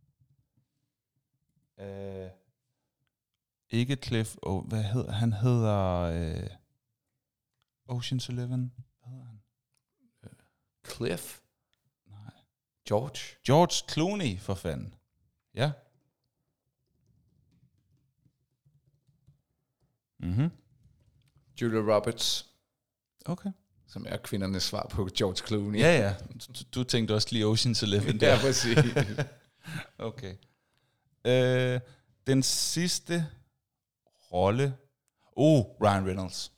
Øh, ikke Cliff... Oh, hvad hedder han? hedder... Øh, Ocean's Eleven. Hvad hedder han? Cliff? Nej. George? George Clooney, for fanden. Ja. Mhm. Julia Roberts. Okay. Som er kvindernes svar på George Clooney. Ja, ja. Du, du tænkte også lige Ocean's Eleven der. Ja, præcis. Okay. Øh, den sidste rolle. Oh, Ryan Reynolds.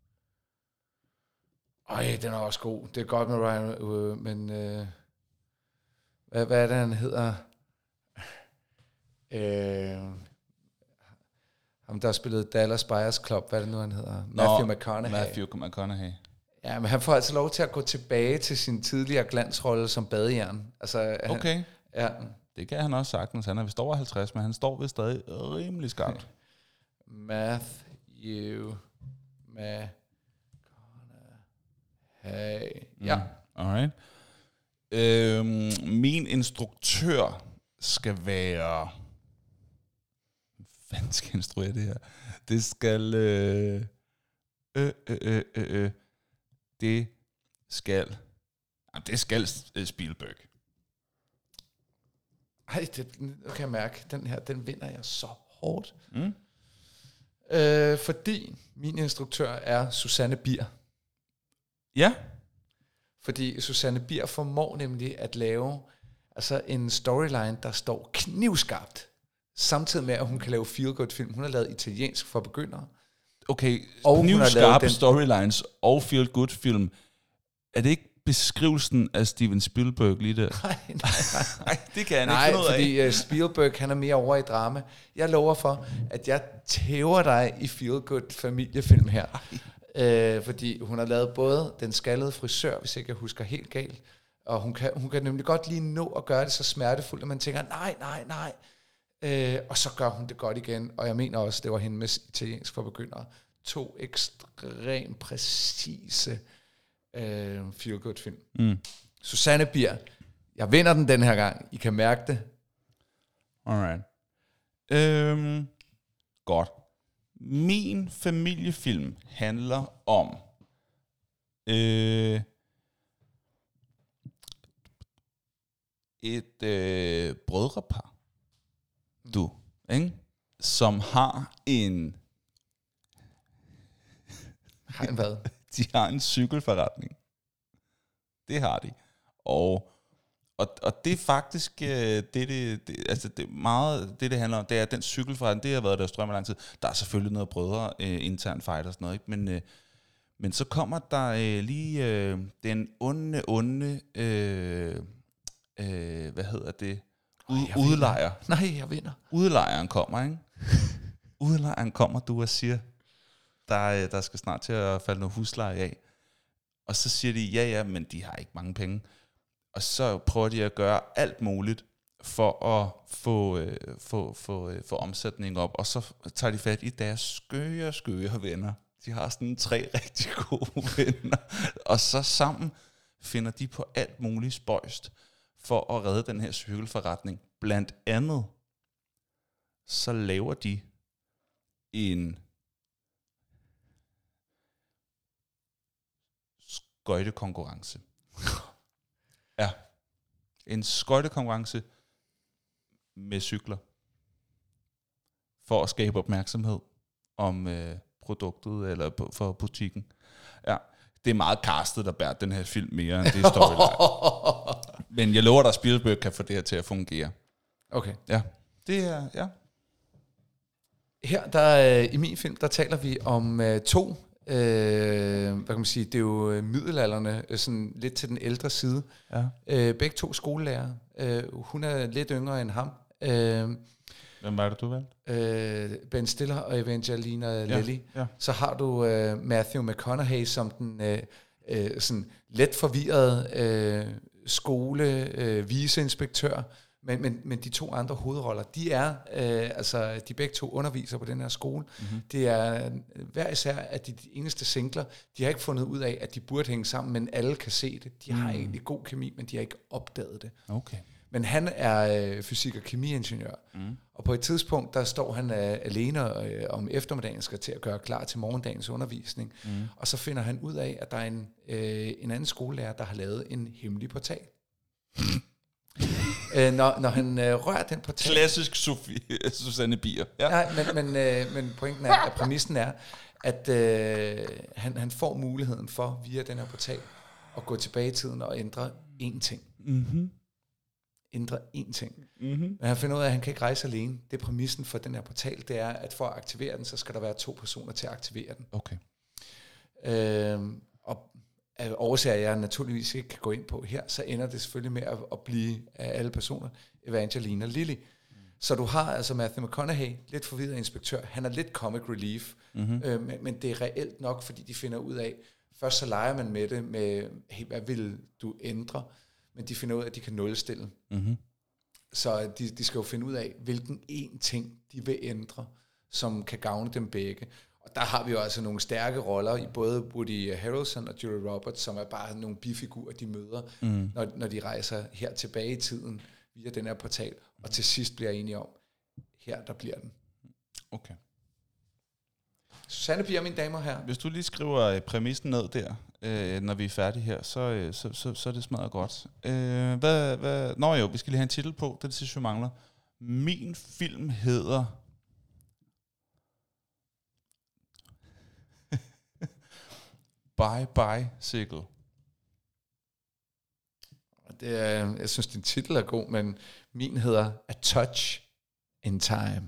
Ej, den er også god. Det er godt med Ryan, øh, men... Øh, hvad, hvad er det, han hedder? Øh, ham, der har spillet Dallas Buyers Club. Hvad er det nu, han hedder? Nå, Matthew McConaughey. Matthew McConaughey. Ja, men han får altså lov til at gå tilbage til sin tidligere glansrolle som badejern. Altså, okay. Han, ja. Det kan han også sagtens. Han er vist over halvtreds, men han står vist stadig rimelig skarpt. Matthew McConaughey. Ja. Mm. Alright. Øhm, min instruktør skal være... Hvad fanden skal instruere det her? Det skal... Øh, øh, øh, øh, øh, det skal... Jamen, det skal Spielberg. Ej, det kan jeg mærke. Den her, den vinder jeg så hårdt. Mm. Øh, fordi min instruktør er Susanne Bier. Ja. Fordi Susanne Bier formår nemlig at lave altså en storyline, der står knivskarpt, samtidig med, at hun kan lave feel-good-film. Hun har lavet italiensk for begyndere. Okay, Og knivskarpe storylines og feel-good-film. Er det ikke beskrivelsen af Steven Spielberg lige der? Nej, nej, Nej, det kan jeg nej, ikke finde ud af. fordi uh, Spielberg, han er mere over i drama. Jeg lover for, at jeg tæver dig i feel-good familiefilm her. Uh, fordi hun har lavet både Den skaldede frisør, hvis ikke jeg husker helt galt, og hun kan, hun kan nemlig godt lige nå at gøre det så smertefuldt, at man tænker, nej, nej, nej. Uh, og så gør hun det godt igen. Og jeg mener også, det var hende med italiensk for begyndere. To ekstremt præcise uh, feel-good-film. Mm. Susanne Bier, jeg vinder den den her gang. I kan mærke det. Alright. Øhm, godt. Min familiefilm handler om øh, et øh, brødrepar, du, ikke? Som har en Har en hvad? de har en cykelforretning. Det har de. Og Og, og det er faktisk øh, det, det, det, altså det meget det det handler om, det er den cykelforretning, det har været der strømmer lang tid. Der er selvfølgelig noget brødre øh, intern fight og sådan noget, ikke? Men øh, men så kommer der øh, lige øh, den onde onde øh, øh, hvad hedder det? Ud, Ej, udlejer. Nej, jeg vinder. Udlejeren kommer, ikke? Udlejeren kommer, du og siger, der der skal snart til at falde noget husleje af. Og så siger de, ja ja, men de har ikke mange penge. Og så prøver de at gøre alt muligt for at få, øh, få, få, øh, få omsætning op. Og så tager de fat i deres skøre, skøre venner. De har sådan tre rigtig gode venner. Og så sammen finder de på alt muligt spøjst for at redde den her cykelforretning. Blandt andet, så laver de en skøjtekonkurrence. Ja, en skøjtekonkurrence med cykler for at skabe opmærksomhed om øh, produktet eller på, for butikken. Ja, det er meget castet, der bærer den her film mere end det storyline. Men jeg lover dig, at Spielberg kan få det her til at fungere. Okay. Ja, det er, ja. Her, der, øh, i min film, der taler vi om øh, to, øh, hvad kan man sige, det er jo øh, middelalderne, øh, sådan lidt til den ældre side. Ja. Øh, begge to skolelærer. Øh, hun er lidt yngre end ham. Øh, Hvem var det, du valgte? øh, Ben Stiller og Evangelina Ja, Lilly. ja. Så har du øh, Matthew McConaughey som den øh, øh, sådan let forvirrede øh, skole øh, viceinspektør. Men, men, men de to andre hovedroller, de er, øh, altså de begge to underviser på den her skole. Mm-hmm. Det er hver især, at de, de eneste singler, de har ikke fundet ud af, at de burde hænge sammen, men alle kan se det. De har mm. egentlig god kemi, men de har ikke opdaget det. Okay. Men han er øh, fysik- og kemiingeniør, mm. og på et tidspunkt, der står han øh, alene øh, om eftermiddagen, skal til at gøre klar til morgendagens undervisning, mm. og så finder han ud af, at der er en, øh, en anden skolelærer, der har lavet en hemmelig portal. øh, når, når han øh, rører den portal... Klassisk Sofie, Susanne Bier. Ja. Nej, men, men, øh, men pointen er, at præmissen er, at øh, han, han får muligheden for, via den her portal, at gå tilbage i tiden og ændre én ting. Mm-hmm. Ændre én ting. Mm-hmm. Men han finder ud af, at han kan ikke rejse alene. Det er præmissen for den her portal, det er, at for at aktivere den, så skal der være to personer til at aktivere den. Okay. Øhm, og af årsager, jeg naturligvis ikke kan gå ind på her, så ender det selvfølgelig med at, at blive af alle personer Evangelina Lilly. Mm. Så du har altså Matthew McConaughey, lidt forvirret inspektør. Han er lidt comic relief, mm-hmm. øh, men, men det er reelt nok, fordi de finder ud af, først så leger man med det, med, hey, hvad vil du ændre? Men de finder ud af, at de kan nulstille. Mm-hmm. Så de, de skal jo finde ud af, hvilken en ting de vil ændre, som kan gavne dem begge. Og der har vi jo altså nogle stærke roller i både Woody Harrelson og Julia Roberts, som er bare nogle bifigurer, de møder, mm. når, når de rejser her tilbage i tiden via den her portal. Og til sidst bliver enige om, her der bliver den. Okay. Susanne Bier, mine damer her. Hvis du lige skriver præmissen ned der, øh, når vi er færdige her, så, øh, så, så, så er det smadret godt. Øh, hvad, hvad? Nå jo, vi skal lige have en titel på, det er det sidste, vi mangler. Min film hedder... Bye Bye Sickle. Det er, jeg synes, din titel er god, men min hedder A Touch in Time.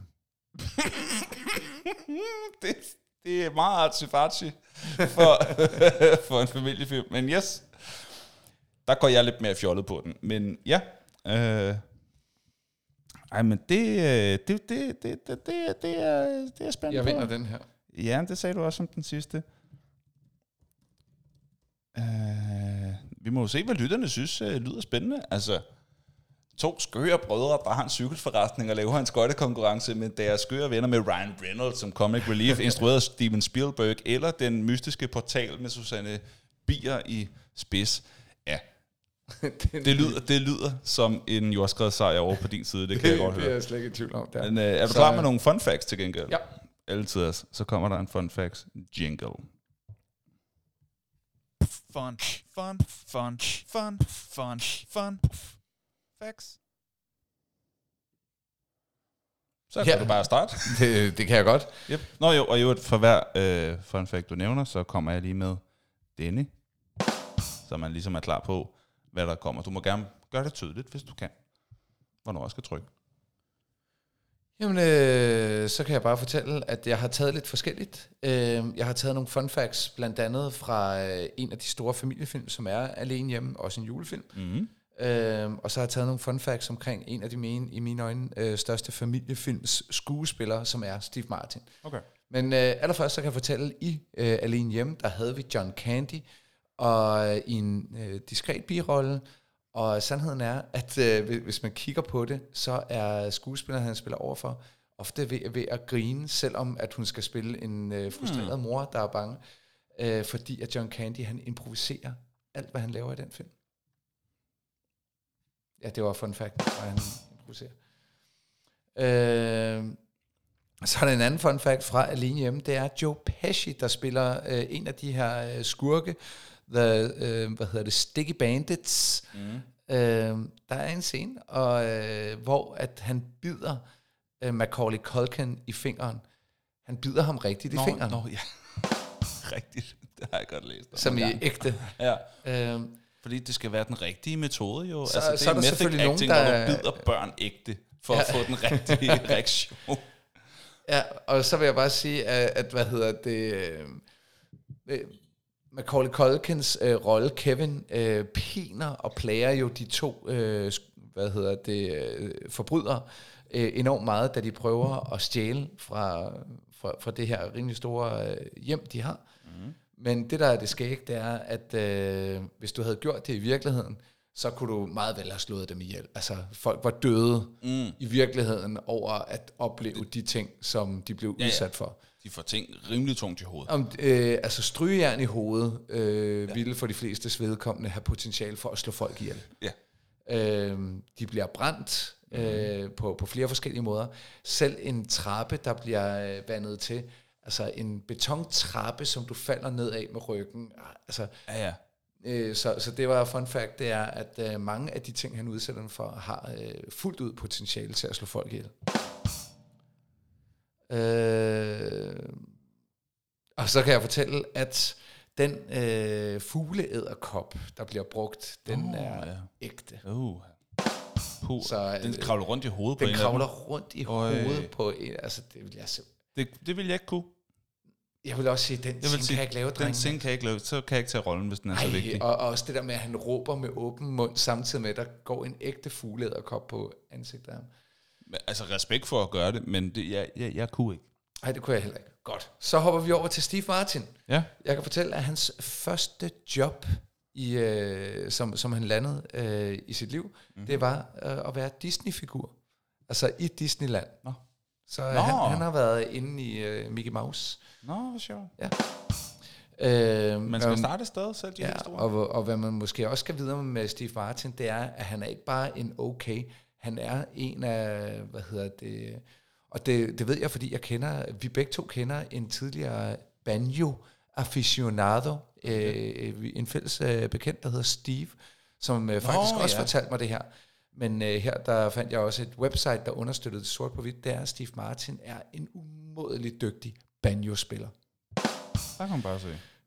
det, det er meget artsy-fartsy for, for en familiefilm. Men yes, der går jeg lidt mere fjollet på den. Men ja, øh, ej, men det, det, det, det, det, det, det, er, det er spændende. Jeg vinder på. den her. Ja, det sagde du også som den sidste. Uh, vi må jo se, hvad lytterne synes uh, lyder spændende. Altså, to skøre brødre, der har en cykelforretning og laver en skøjtekonkurrence med deres skøre venner med Ryan Reynolds som comic relief, instrueret af Steven Spielberg, eller den mystiske portal med Susanne Bier i spids. Ja, det lyder, det lyder som en jordskredssejr over på din side, det kan jeg godt høre. Det er jeg slet ikke i tvivl om. Men, uh, er du så, klar med nogle fun facts til gengæld? Ja. Altid, så kommer der en fun facts jingle. Fun, fun, fun, fun, fun, fun, facts. Så kan ja. du bare starte. Det, det kan jeg godt. Yep. Nå jo, og jo, for hver øh, fun fact, du nævner, så kommer jeg lige med denne, så man ligesom er klar på, hvad der kommer. Du må gerne gøre det tydeligt, hvis du kan, hvornår jeg skal trykke. Jamen, øh, så kan jeg bare fortælle, at jeg har taget lidt forskelligt. Øh, jeg har taget nogle fun facts, blandt andet fra øh, en af de store familiefilm, som er Alene Hjemme, også en julefilm. Mm-hmm. Øh, og så har jeg taget nogle fun facts omkring en af de mine, i mine øjne øh, største familiefilms skuespillere, som er Steve Martin. Okay. Men øh, allerførst så kan jeg fortælle, i øh, Alene Hjemme, der havde vi John Candy, og øh, i en øh, diskret birolle. Og sandheden er, at øh, hvis man kigger på det, så er skuespilleren, han spiller overfor, ofte ved, ved at grine, selvom at hun skal spille en øh, frustreret mor, der er bange. Øh, fordi at John Candy, han improviserer alt, hvad han laver i den film. Ja, det var fun fact, hvad han improviserer. Øh, så er der en anden fun fact fra Alene Hjemme, det er Joe Pesci, der spiller øh, en af de her øh, skurke, The, øh, hvad hedder det, Sticky Bandits. Mm. Øh, der er en scene, og, øh, hvor at han bider øh, Macaulay Culkin i fingeren. Han bider ham rigtigt nå, i fingeren. Nå, ja. Rigtigt. Det har jeg godt læst om. Som i ægte. Ja. Øh, Fordi det skal være den rigtige metode, jo. Så, altså, det så er der selvfølgelig nogen, der... hvor du bider børn ægte, for ja. at få den rigtige reaktion. Ja, og så vil jeg bare sige, at, at hvad hedder det... Øh, Macaulay Culkins øh, rolle, Kevin, øh, piner og plager jo de to øh, hvad hedder det, øh, forbrydere øh, enormt meget, da de prøver at stjæle fra, fra, fra det her rimelig store øh, hjem, de har. Mm. Men det, der er det skæg, det er, at øh, hvis du havde gjort det i virkeligheden, så kunne du meget vel have slået dem ihjel. Altså, folk var døde mm. i virkeligheden over at opleve de ting, som de blev ja, udsat for. De får ting rimelig tungt i hovedet. Om, øh, altså strygejern i hovedet øh, ja. ville for de fleste vedkommende have potentiale for at slå folk ihjel. Ja. Øh, de bliver brændt øh, på, på flere forskellige måder. Selv en trappe, der bliver øh, vandet til, altså en betontrappe, som du falder ned af med ryggen. Altså, ja, ja. Øh, så, så det var fun fact, det er, at øh, mange af de ting, han udsætter dem for, har øh, fuldt ud potentiale til at slå folk ihjel. Øh, og så kan jeg fortælle, at den øh, fugleæderkop, der bliver brugt, den oh, er ja. ægte. Uh. Puh, så, den kravler rundt i hovedet på en Den kravler rundt i hovedet på en. Altså, det vil jeg se. Det, det vil jeg ikke kunne. Jeg vil også sige, den scene kan jeg ikke lave, drenge. Den scene kan jeg ikke lave, så kan jeg ikke tage rollen, hvis den er Ej, så vigtig. Og, og også det der med, at han råber med åben mund, samtidig med, at der går en ægte fugleæderkop på ansigtet af ham. Altså respekt for at gøre det, men det, jeg, jeg, jeg kunne ikke. Nej, det kunne jeg heller ikke. Godt. Så hopper vi over til Steve Martin. Ja. Jeg kan fortælle, at hans første job, i, øh, som, som han landede øh, i sit liv, mm-hmm. det var øh, at være Disney-figur. Altså i Disneyland. Nå. Så Nå. Han, han har været inde i øh, Mickey Mouse. Nå, hvor sjovt. Ja. Øh, man skal um, starte sted selv, de ja, og, og hvad man måske også skal videre med Steve Martin, det er, at han er ikke bare en okay, han er en af, hvad hedder det, og det, det ved jeg, fordi jeg kender, vi begge to kender en tidligere banjo aficionado, okay. øh, en fælles øh, bekendt, der hedder Steve, som øh, faktisk Nå, også ja. fortalte mig det her. Men øh, her der fandt jeg også et website, der understøttede det sort på hvidt, det er, at Steve Martin er en umådelig dygtig banjo-spiller. Der kan man bare se.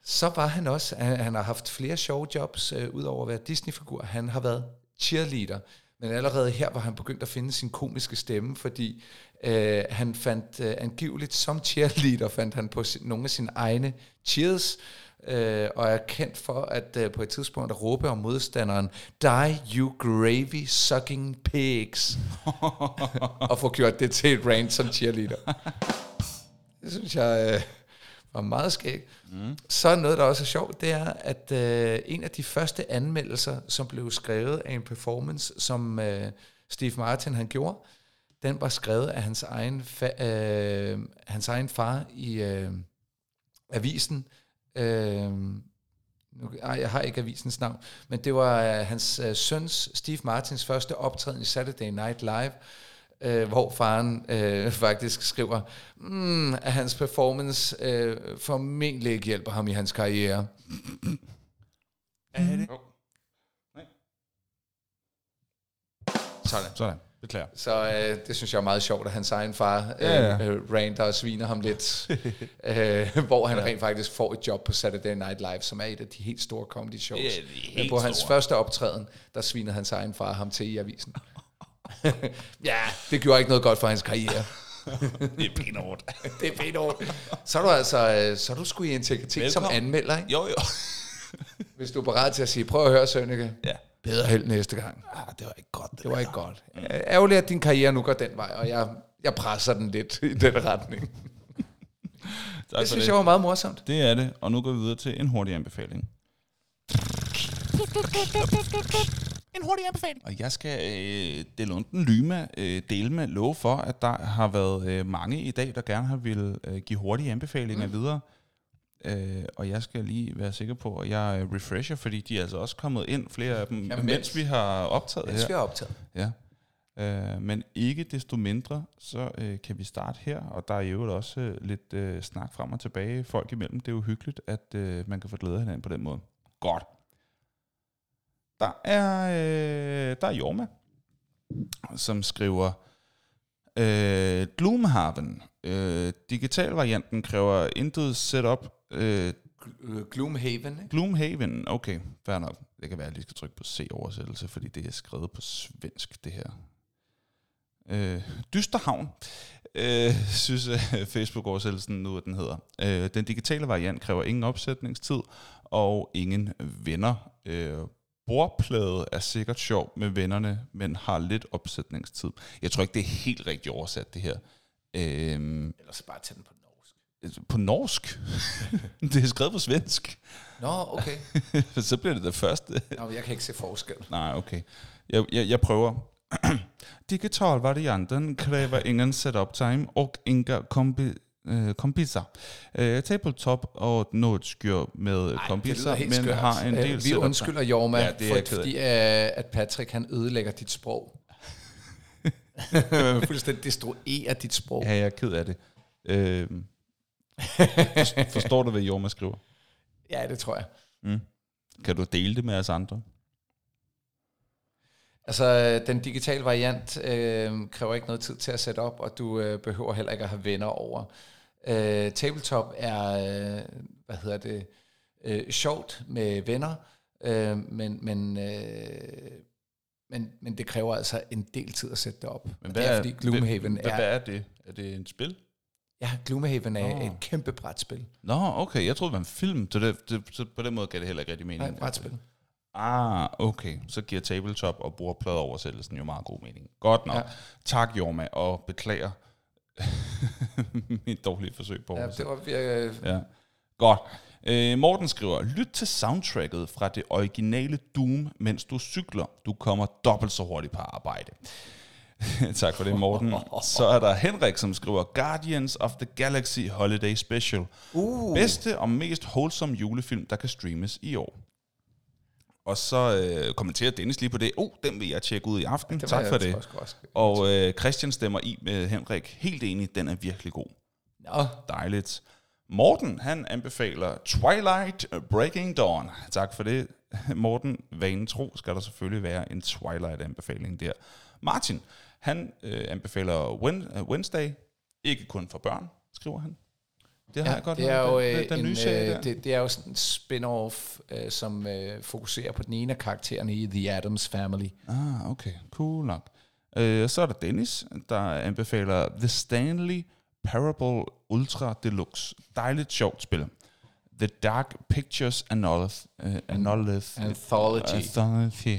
så var han også, han, han har haft flere sjove jobs, øh, udover at være Disney-figur. Han har været cheerleader, men allerede her var han begyndt at finde sin komiske stemme, fordi øh, han fandt øh, angiveligt som cheerleader, fandt han på sin, nogle af sine egne cheers, øh, og er kendt for at øh, på et tidspunkt at råbe om modstanderen, die you gravy sucking pigs, og få gjort det til et rant som cheerleader. Det synes jeg øh, var meget skægt. Mm. Så noget, der også er sjovt, det er, at øh, en af de første anmeldelser, som blev skrevet af en performance, som øh, Steve Martin han gjorde, den var skrevet af hans egen, fa- øh, hans egen far i øh, avisen. Øh, nu, ej, jeg har ikke avisens navn, men det var øh, hans øh, søns, Steve Martins første optræden i Saturday Night Live, Øh, hvor faren øh, faktisk skriver, mm, at hans performance øh, formentlig ikke hjælper ham i hans karriere. Er det? Oh. Nej. Sådan. Sådan. Beklager. Så øh, det synes jeg er meget sjovt, at hans egen far øh, ja, ja. øh, ranter og sviner ham lidt, øh, hvor han ja. rent faktisk får et job på Saturday Night Live, som er et af de helt store comedy shows. Ja, Men på store. Hans første optræden, der sviner hans egen far ham til i avisen. Ja, det gjorde ikke noget godt for hans karriere. Det er pænt hårdt. Det er pænt hårdt. Så er du altså, så er du sgu i integritet Velkommen. Som anmelder, ikke? Jo, jo. Hvis du er parat til at sige, prøv at høre, Sønneke. Ja. Bedre held næste gang. Ah, det var ikke godt. Det, det var ikke godt. Ærgerligt, at din karriere nu går den vej, og jeg, jeg presser den lidt i den retning. Det synes det. jeg var meget morsomt. Det er det, og nu går vi videre til en hurtig anbefaling. En hurtig anbefaling. Og jeg skal øh, Delunden Lyma øh, dele med love for, at der har været øh, mange i dag, der gerne har ville øh, give hurtige anbefalinger mm. videre. Øh, og jeg skal lige være sikker på, at jeg øh, refresher, fordi de er altså også kommet ind, flere af dem, ja, mens, mens vi har optaget mens her. vi har optaget. Ja. Øh, men ikke desto mindre, så øh, kan vi starte her, og der er jo også øh, lidt øh, snak frem og tilbage folk imellem. Det er jo hyggeligt, at øh, man kan få glæde hinanden på den måde. Godt. Der er, øh, der er Jorma, som skriver, øh, Gloomhaven. Øh, digitalvarianten kræver intet setup. Øh, Gloomhaven, ikke? Gloomhaven, okay, fair nok. Det kan være, at jeg lige skal trykke på C-oversættelse, fordi det er skrevet på svensk, det her. Øh, Dysterhavn, øh, synes øh, Facebook-oversættelsen nu, at den hedder. Øh, den digitale variant kræver ingen opsætningstid og ingen venner. Øh, Bordplade er sikkert sjov med vennerne, men har lidt opsætningstid. Jeg tror ikke, det er helt rigtigt oversat, det her. Øhm, Ellers bare tage den på norsk. På norsk? Det er skrevet på svensk. Nå, okay. Så bliver det det første. Nå, jeg kan ikke se forskel. Nej, okay. Jeg, jeg, jeg prøver. Digitalvarianten kræver ingen setup time og ingen kombi kompiser. Uh, tabletop og noget skyr med kompiser, men skørt. Har en del... Uh, vi undskylder, Jorma, ja, det for, fordi uh, at Patrick han ødelægger dit sprog. Fuldstændig destruerer dit sprog. Ja, jeg er ked af det. Uh, forstår du, hvad Jorma skriver? Ja, det tror jeg. Mm. Kan du dele det med os andre? Altså, den digitale variant øh, kræver ikke noget tid til at sætte op, og du øh, behøver heller ikke at have venner over. Øh, tabletop er, øh, hvad hedder det, øh, sjovt med venner, øh, men, men, øh, men, men det kræver altså en del tid at sætte det op. Men hvad det er, er, fordi Gloomhaven hvad, er... Hvad er det? Er det en spil? Ja, Gloomhaven er oh. et kæmpe brætspil. Nå, okay. Jeg troede, det var en film, så, det, det, så på den måde gav det heller ikke rigtig mening. Nej, et brætspil. Ah, okay. Så giver tabletop og bordplade oversættelsen jo meget god mening. Godt nok. Ja. Tak, Jorma, og beklager mit dårlige forsøg på ja, det var virkelig... Ja. Godt. Øh, Morten skriver, lyt til soundtracket fra det originale Doom, mens du cykler. Du kommer dobbelt så hurtigt på arbejde. Tak for det, Morten. Så er der Henrik, som skriver, Guardians of the Galaxy Holiday Special. Uh. Bedste og mest wholesome julefilm, der kan streames i år. Og så øh, kommenterer Dennis lige på det. Oh, den vil jeg tjekke ud i aften. Ja, tak for det. Også, også. Og øh, Christian stemmer i med Henrik. Helt enig, den er virkelig god. Nå. Dejligt. Morten, han anbefaler Twilight Breaking Dawn. Tak for det, Morten. Vanen tro skal der selvfølgelig være en Twilight-anbefaling der. Martin, han øh, anbefaler Wednesday. Ikke kun for børn, skriver han. Det har ja, jeg godt det er hørt, jo den, øh, den nye en, serie der. øh, det, det er jo sådan en spin-off, øh, som øh, fokuserer på den ene af karaktererne i The Addams Family. Ah, okay. Cool nok. Øh, så er der Dennis, der anbefaler The Stanley Parable Ultra Deluxe. Dejligt sjovt spil. The Dark Pictures Anolith. Uh, Anolith. Anthology. Anthology.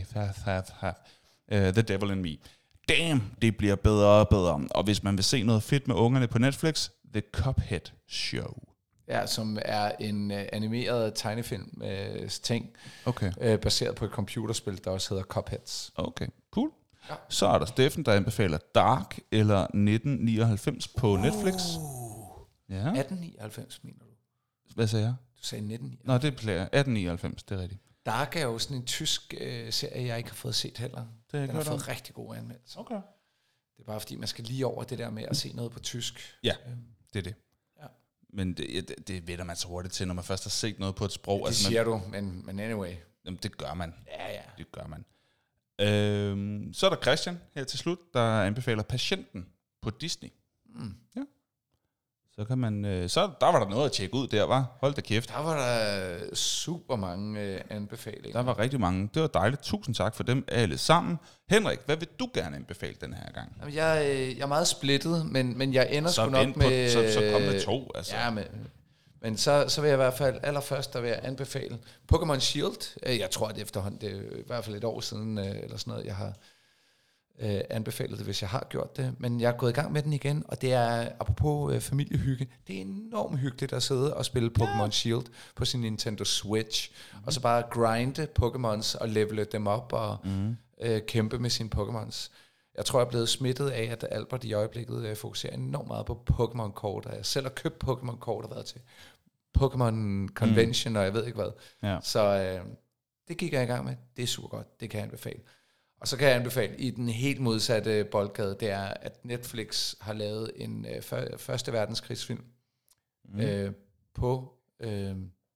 Uh, The Devil in Me. Damn, det bliver bedre og bedre. Og hvis man vil se noget fedt med ungerne på Netflix, The Cuphead Show. Ja, som er en uh, animeret tegnefilm uh, ting, Okay. uh, baseret på et computerspil, der også hedder Cupheads. Okay, cool. Ja. Så er der Steffen, der anbefaler Dark eller nitten nioghalvfems på uh. Netflix. Ja. atten nioghalvfems, mener du? Hvad sagde jeg? Du sagde nitten nioghalvfems. Nå, det beklager atten nioghalvfems, det er rigtigt. Dark er jo sådan en tysk uh, serie, jeg ikke har fået set heller. Det Den har fået rigtig gode anmeldelser. Okay. Det er bare fordi, man skal lige over det der med at se noget på tysk. Ja, Øhm, det er det. Ja. Men det, det, det vender man så hurtigt til, når man først har set noget på et sprog. Det altså, siger man, du, men, men anyway. Jamen, det gør man. Ja, ja. Det gør man. Øhm, så er der Christian her til slut, der anbefaler Patienten på Disney. Mm. Ja. Så kan man, øh, så der var der noget at tjekke ud der, var. Hold da kæft. Der var der super mange øh, anbefalinger. Der var rigtig mange. Det var dejligt. Tusind tak for dem alle sammen. Henrik, hvad vil du gerne anbefale den her gang? Jamen, jeg, øh, jeg er meget splittet, men, men jeg ender Så sgu nok vent på- med... så- så kom med to, altså. Ja, men, men så, så vil jeg i hvert fald allerførst, der vil jeg anbefale Pokémon Shield. Øh, Jeg tror, at efterhånden, det er i hvert fald et år siden, øh, eller sådan noget, jeg har øh, anbefalet det, hvis jeg har gjort det. Men jeg er gået i gang med den igen, og det er, apropos øh, familiehygge, det er enormt hyggeligt at sidde og spille Pokémon ja. Shield på sin Nintendo Switch, mm. og så bare grinde Pokémons og levele dem op og mm. øh, kæmpe med sine Pokémons. Jeg tror, jeg er blevet smittet af, at Albert i øjeblikket øh, fokuserer enormt meget på Pokémon-kort, og jeg selv har købt Pokémon-kort og været til Pokémon Convention, mm. og jeg ved ikke hvad. Ja. Så øh, det gik jeg i gang med. Det er super godt. Det kan jeg anbefale. Og så kan jeg anbefale i den helt modsatte boldgade, det er, at Netflix har lavet en øh, før, første verdenskrigsfilm mm. øh, på... Øh,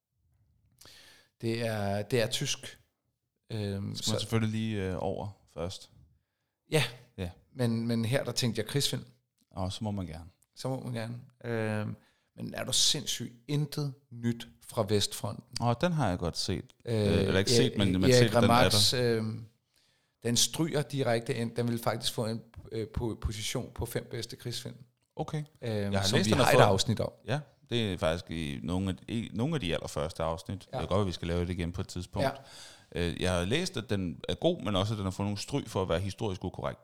det, er, det er tysk. Øh, Skal man så, selvfølgelig lige øh, over først. ja, Ja. men, men her der tænkte jeg krigsfilm. Og så må man gerne. Så må man gerne. Øh, men er du sindssygt intet nyt fra Vestfronten? Åh, den har jeg godt set. Øh, Eller ikke set, men man Erik set, den er Remarques, øh, den stryger direkte ind. Den vil faktisk få en øh, po- position på fem bedste krigsfilm. Okay. Øh, Jeg har som læst, vi den har har et fået- afsnit om. Ja, det er faktisk i nogle af, i nogle af de allerførste afsnit. Ja. Det er godt, at vi skal lave det igen på et tidspunkt. Ja. Øh, Jeg har læst, at den er god, men også, at den har fået nogle stryg for at være historisk ukorrekt.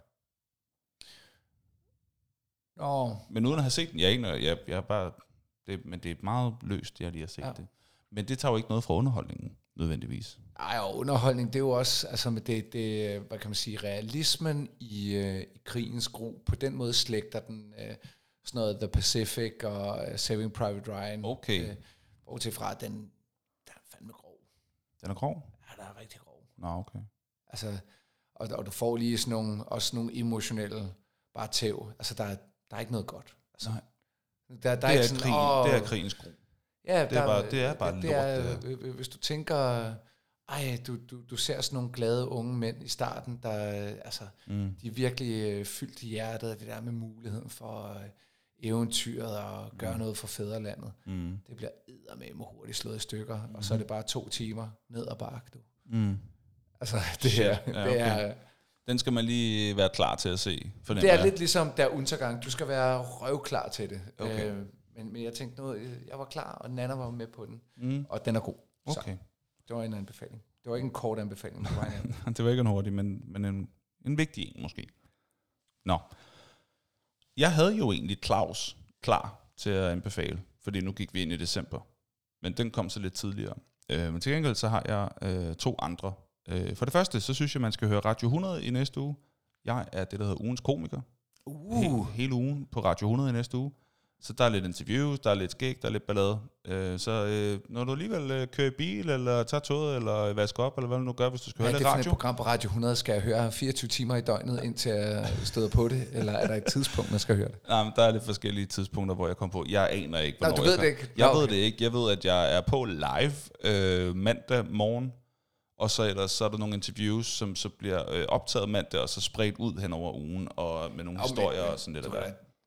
Nå, Men uden at have set den, jeg er ikke, jeg, jeg er bare, det, men det er meget løst, jeg lige har set Ja. det. Men det tager jo ikke noget fra underholdningen, nødvendigvis. ej, og underholdning, det er jo også, altså med det, det, hvad kan man sige, realismen i, øh, i krigens gru, på den måde slægter den øh, sådan noget The Pacific og uh, Saving Private Ryan. Okay. Øh, bortset fra, at den, den er fandme grov. Den er grov? Ja, den er rigtig grov. Nå, okay. Altså, og, og du får lige sådan nogle, også nogle emotionelle bare tæv. Altså, der er, der er ikke noget godt. Altså, Nej. Der, der Det er, er, ikke sådan, krigen, åh, det er krigens gru. ja, det er bare- det er bare det, lort, er, det øh, Hvis du tænker, ej, du, du, du ser sådan nogle glade unge mænd i starten, der, øh, altså, Mm. de er virkelig øh, fyldt i hjertet af det der med muligheden for øh, eventyret og gøre mm. noget for fædrelandet. Mm. Det bliver eddermame hurtigt slået i stykker, mm. og så er det bare to timer ned ad bakke, du. Mm. Altså, det, Shit. er, Ja, det okay. er... Den skal man lige være klar til at se. For Det er lidt ligesom der Untergang. Du skal være røvklar til det. Okay. Øh, men, men jeg tænkte noget, jeg var klar, og Nana var med på den. Mm. Og den er god. Så Okay. det var en anbefaling. Det var ikke en kort anbefaling. Det var en anden. Det var ikke en hurtig, men, men en, en vigtig en måske. Nå. Jeg havde jo egentlig Claus klar til at anbefale, fordi nu gik vi ind i december. Men den kom så lidt tidligere. Øh, men til gengæld så har jeg øh, to andre. Øh, for det første, så synes jeg, man skal høre Radio hundrede i næste uge. Jeg er det, der hedder ugens komiker. Uh. He, hele ugen på Radio hundrede i næste uge. Så der er lidt interviews, der er lidt skæg, der er lidt ballade. Øh, så øh, når du alligevel øh, kører i bil, eller tager toget, eller vasker op, eller hvad du nu gør, hvis du skal Hvad høre er lidt det for et radio. program på Radio hundrede? Skal jeg høre fireogtyve timer i døgnet, indtil jeg støder på det? Eller er der et tidspunkt, man skal høre det? Nej, men der er lidt forskellige tidspunkter, hvor jeg kom på. Jeg aner ikke, hvornår Nå, du ved jeg det kom. ikke? Jeg Nå, ved okay. det ikke. Jeg ved, at jeg er på live øh, mandag morgen, og så ellers så er der nogle interviews, som så bliver øh, optaget mandag, og så spredt ud hen over ugen, og med nogle Nå, historier men- og sådan lidt Du af kan det. da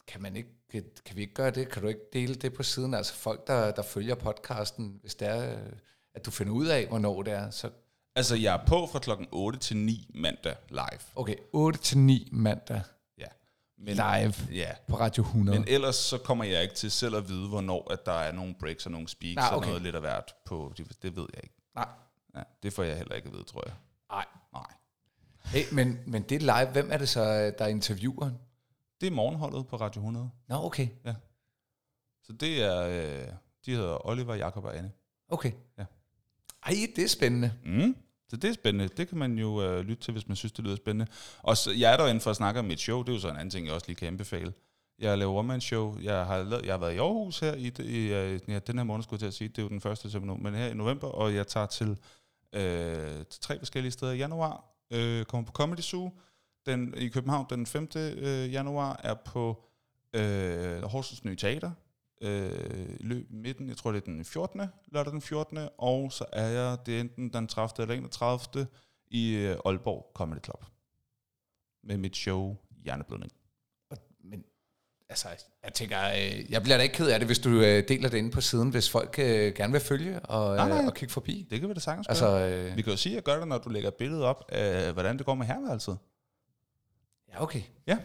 kan man ikke, kan vi ikke gøre det? Kan du ikke dele det på siden? Altså folk, der, der følger podcasten, hvis det er, at du finder ud af, hvornår det er, så... Altså, jeg er på fra klokken otte til ni mandag live. Okay, otte til ni mandag Ja. Men, live ja. på Radio hundrede. Men ellers så kommer jeg ikke til selv at vide, hvornår at der er nogle breaks og nogle speaks Nej, okay. og noget lidt af hvert på. Det, det ved jeg ikke. Nej. Ja, det får jeg heller ikke at vide, tror jeg. Nej. Nej. Hey, men, men det er live. Hvem er det så, der interviewer? Det er morgenholdet på Radio hundrede. Nå, okay. Ja. Så det er, øh, de hedder Oliver, Jakob og Anne. Okay. Ja. Ej, det er spændende. Mm. Så det er spændende. Det kan man jo øh, lytte til, hvis man synes, det lyder spændende. Og så, jeg er derinde for at snakke om mit show. Det er jo så en anden ting, jeg også lige kan anbefale. Jeg laver one-man-show. Jeg har, lavet, jeg har været i Aarhus her i, i ja, den her måned, skulle jeg til at sige. Det er jo den første september, men her i november. Og jeg tager til, øh, til tre forskellige steder i januar. Øh, kommer på Comedy Zoo den, i København den femte Øh, januar. Er på øh, Horsens Nye Teater. Øh, løb midten, jeg tror det er den fjortende lørdag den fjortende Og så er jeg, det er enten den tredivte eller enogtredivte i øh, Aalborg Comedy Club. Med mit show Hjerneblødning. Men altså, jeg tænker, øh, jeg bliver da ikke ked af det, hvis du øh, deler det inde på siden, hvis folk øh, gerne vil følge og, Nej, nej. øh, og kigge forbi. Det kan vi da sagtens Altså, gøre. øh, Vi kan jo sige, at jeg gør det, når du lægger et billede op af, hvordan det går med herværelset. ja, okay. Ja.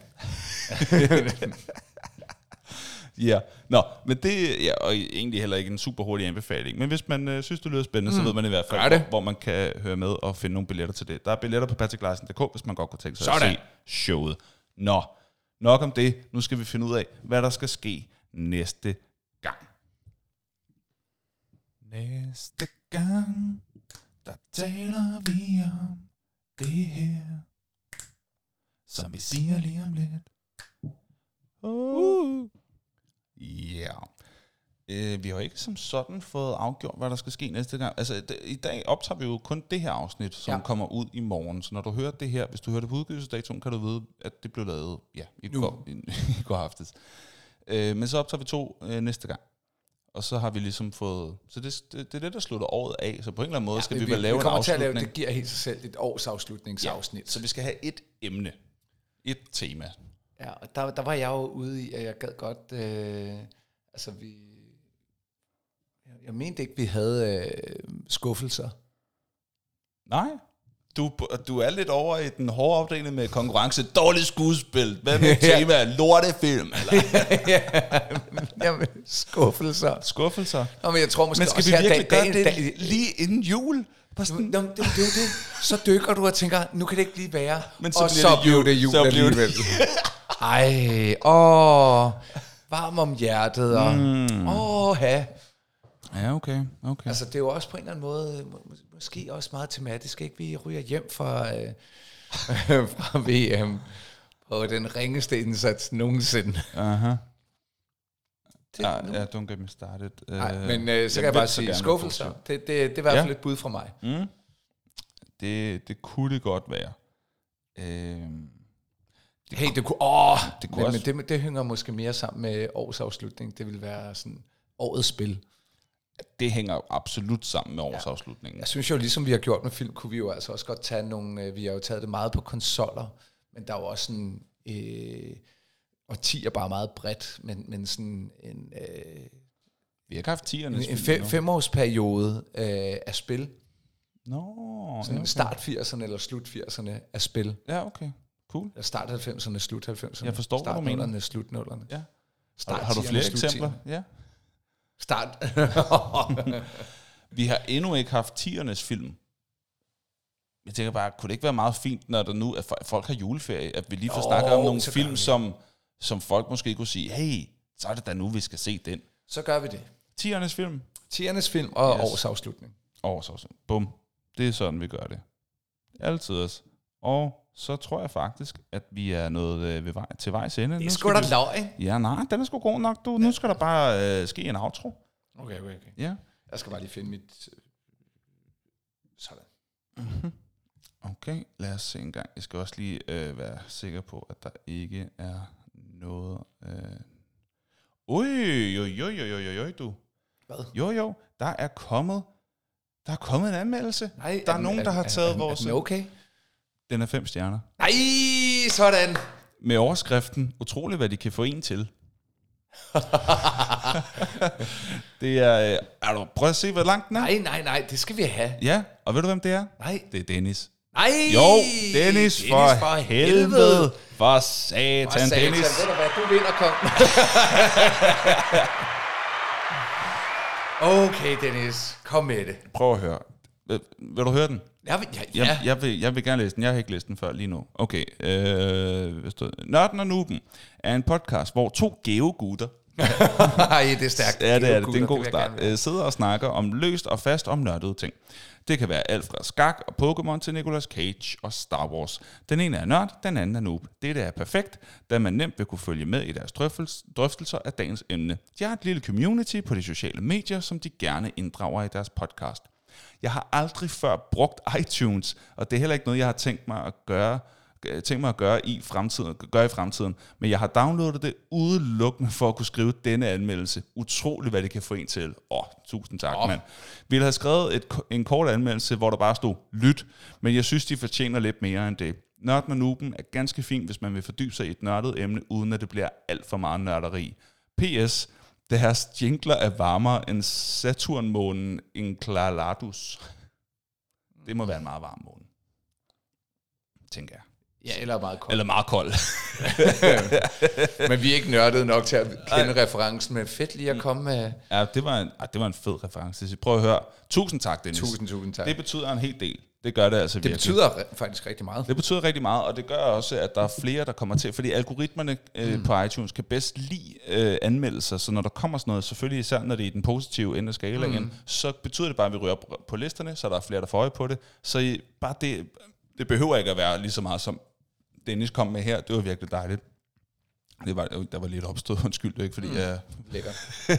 Ja, nå, men det ja, og egentlig heller ikke en super hurtig anbefaling. Men hvis man øh, synes, det lyder spændende, mm. så ved man i hvert fald, hvor, hvor man kan høre med og finde nogle billetter til det. Der er billetter på patrick larsen punktum d k, hvis man godt kunne tænke sig Sådan. at se showet. Nå, nok om det. Nu skal vi finde ud af, hvad der skal ske næste gang. Næste gang, der taler vi om det her, som vi siger lige om lidt. Uh. Ja. Øh, vi har ikke som sådan fået afgjort, hvad der skal ske næste gang. Altså, d- i dag optager vi jo kun det her afsnit, som ja. kommer ud i morgen. Så når du hører det her, hvis du hører det på udgivelsesdatoen, kan du vide, at det blev lavet ja, i, går, i, i går aftes. Øh, men så optager vi to øh, næste gang. Og så har vi ligesom fået... Så det, det, det er det, der slutter året af. Så på en eller anden måde ja, skal vi, vi vel lave vi kommer en til afslutning. at lave, det giver helt sig selv et års afslutningsafsnit. Ja, så vi skal have et emne. Et tema. Ja, og der, der var jeg jo ude i, at jeg gad godt... Øh, altså, vi... Jeg, jeg mente ikke, vi havde øh, skuffelser. Nej. Du, du er lidt over i den hårde afdeling med konkurrence. Dårligt skuespil. Hvad med tema? Lortefilm? Eller? Ja, jamen, skuffelser. Skuffelser. Nå, men jeg tror måske men skal også vi her virkelig dag, gøre dag, det dag, lige inden jul? Sådan, Nå, det, det, det, det. Så dykker du og tænker, nu kan det ikke lige være. Men så og bliver så det jul, blev det jul så blev alligevel. Ej, åh, varm om hjertet, og mm. åh, ha. Ja, okay, okay. Altså, det er jo også på en eller anden måde, må, måske også meget tematisk, ikke? Vi ryger hjem fra, øh, fra V M på den ringeste indsats nogensinde. Aha. Det, ja, ja, don't get me started. Nej, uh, men øh, så kan jeg, jeg bare sige, skuffelser, det, det, det er i hvert fald ja. et bud fra mig. Mm. Det, det kunne det godt være. Øhm. Det hey, det kunne, åh, det, kunne men, også. men det, det hænger måske mere sammen med årsafslutning. Det vil være sådan årets spil. Det hænger absolut sammen med årsafslutningen. Ja. Jeg synes jo, ligesom vi har gjort med film, kunne vi jo altså også godt tage nogle, vi har jo taget det meget på konsoller, men der er jo også sådan, øh, og ti er bare meget bredt, men, men sådan en, øh, vi har ikke haft tierne. En, en fem, femårsperiode øh, af spil. Nå, sådan okay. Start firserne eller slut firserne af spil. Ja, okay. Cool. Start halvfemserne, slut halvfemserne. Jeg forstår, hvad du mener. Start nullerne, slut nullerne. Ja. Start har, har du flere eksempler? Ja. Start. Vi har endnu ikke haft tiernes film. Jeg tænker bare, kunne det ikke være meget fint, når der nu at folk har juleferie, at vi lige får oh, snakket om nogle film, som, som folk måske kunne sige, hey, så er det da nu, vi skal se den. Så gør vi det. Tiernes film. Tiernes film og yes. årsafslutning. Årsafslutning. Bum. Det er sådan, vi gør det. Altid os. Og så tror jeg faktisk, at vi er nået øh, ved vej, til vejs ende. Det er sgu da løg, ikke? Ja, nej, den er sgu god nok. Du. Nu skal der bare øh, ske en outro. Okay, okay, okay. Ja. Jeg skal bare lige finde mit... Sådan. Mm-hmm. Okay, lad os se en gang. Jeg skal også lige øh, være sikker på, at der ikke er noget... Øh... Ui, jo, jo, jo, jo, jo, jo, du. Hvad? Jo, jo, der er kommet... Der er kommet en anmeldelse. Nej, der er, er nogen, der har taget er, vores... Er den okay? Den er fem stjerner. Nej, sådan. med overskriften, utroligt hvad de kan få en til. Det er, er du, prøv at se, hvor langt den er. Nej, nej, nej, det skal vi have. Ja, og ved du, hvem det er? Nej. Det er Dennis. Nej! Jo, Dennis, for, Dennis for helvede. helvede. For satan, For satan, Dennis. ved du hvad, du vinder, kom. Okay, Dennis, kom med det. Prøv at høre. Vil, vil du høre den? Jeg vil, ja, Jeg, ja. jeg, vil, jeg vil gerne læse den. Jeg har ikke læst den før lige nu. Okay. Øh, hvis du, Nørden og Nuben er en podcast, hvor to geogutter, Ej, det er stærkt. ja, det er det. Det er en Gutter, god vil jeg start. gerne være. Øh, sidder og snakker om løst og fast om nørdede ting. Det kan være alt fra skak og Pokémon til Nicolas Cage og Star Wars. Den ene er nørd, den anden er noob. Dette er perfekt, da man nemt vil kunne følge med i deres drøftelser af dagens emne. De har et lille community på de sociale medier, som de gerne inddrager i deres podcast. Jeg har aldrig før brugt iTunes, og det er heller ikke noget, jeg har tænkt mig at gøre, tænkt mig at gøre i fremtiden, gøre i fremtiden. Men jeg har downloadet det udelukkende for at kunne skrive denne anmeldelse. Utroligt, hvad det kan få en til. Åh, oh, tusind tak, oh. mand. Vi ville have skrevet et, en kort anmeldelse, hvor der bare stod lyt, men jeg synes, de fortjener lidt mere end det. Nørden og Nuben er ganske fint, hvis man vil fordybe sig i et nørdet emne, uden at det bliver alt for meget nørderi. P S. Deres jingler er varmere end Saturnmånen Enceladus. Det må være en meget varm måne, tænker jeg. Ja, eller meget koldt. Eller meget kold. Men vi er ikke nørdede nok til at kende Ej. referencen, men fedt lige at komme med... Ja, det var en, det var en fed reference. Prøv at høre. Tusind tak, Dennis. Tusind, tusind tak. Det betyder en hel del. Det gør det altså Det virkelig. betyder faktisk rigtig meget. Det betyder rigtig meget, og det gør også, at der er flere, der kommer til, fordi algoritmerne øh, mm. på iTunes kan bedst lide øh, anmeldelser, så når der kommer sådan noget, selvfølgelig især når det er i den positive ende af skalaen, mm. så betyder det bare, at vi ryger op på listerne, så der er flere, der får øje på det. Så I, bare det, det behøver ikke at være lige så meget, som Dennis kom med her. Det var virkelig dejligt. Det var, der var lidt opstået, undskyld, det ikke, fordi mm. jeg... Lækker.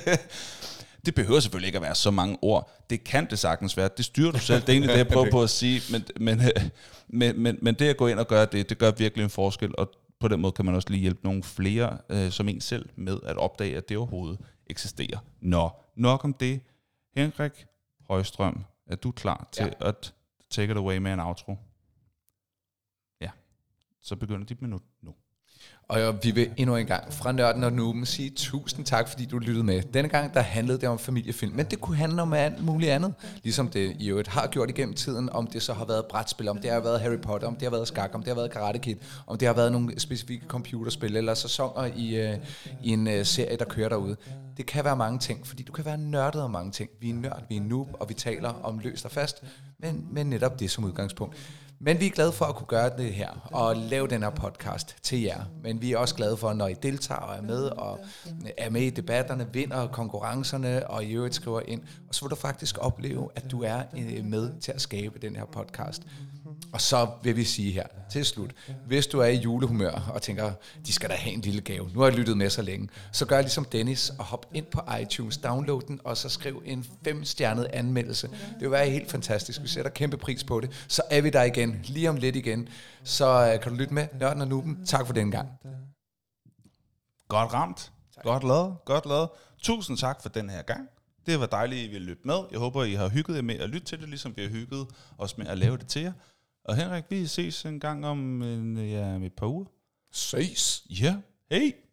Det behøver selvfølgelig ikke at være så mange ord. Det kan det sagtens være. Det styrer du selv. Det er egentlig det, jeg prøver på at sige. Men, men, men, men, men det at gå ind og gøre det, det gør virkelig en forskel. Og på den måde kan man også lige hjælpe nogle flere, øh, som en selv, med at opdage, at det overhovedet eksisterer. Nå, nok om det. Henrik Højstrøm, er du klar til ja. at take it away med en outro? Ja, så begynder dit minut nu. Og vi vil endnu en gang fra Nørden og Nuben sige tusind tak, fordi du lyttede med. Denne gang der handlede det om familiefilm, men det kunne handle om alt muligt andet. Ligesom det i øvrigt har gjort igennem tiden, om det så har været brætspil, om det har været Harry Potter, om det har været skak, om det har været Karate Kid, om det har været nogle specifikke computerspil eller sæsoner i, uh, i en uh, serie, der kører derude. Det kan være mange ting, fordi du kan være nørdet om mange ting. Vi er nørd, vi er noob, og vi taler om løst og fast, men, men netop det som udgangspunkt. Men vi er glade for at kunne gøre det her, og lave den her podcast til jer. Men vi er også glade for, når I deltager og er med, og er med i debatterne, vinder konkurrencerne, og i øvrigt skriver ind. Og så vil du faktisk opleve, at du er med til at skabe den her podcast. Og så vil vi sige her til slut, hvis du er i julehumør og tænker, de skal da have en lille gave, nu har jeg lyttet med så længe, så gør ligesom Dennis og hop ind på iTunes, download den, og så skriv en femstjernet anmeldelse. Det vil være helt fantastisk, vi sætter kæmpe pris på det. Så er vi der igen, lige om lidt igen, så kan du lytte med, Nørden og Nuben. Tak for den gang. Godt ramt. Tak. Godt lavet. Godt lavet. Tusind tak for den her gang. Det var dejligt, at I ville lytte med. Jeg håber, I har hygget jer med at lytte til det, ligesom vi har hygget os med at lave det til jer. Og Henrik, vi ses en gang om en, ja, et par uger. Ses. Ja. Hej.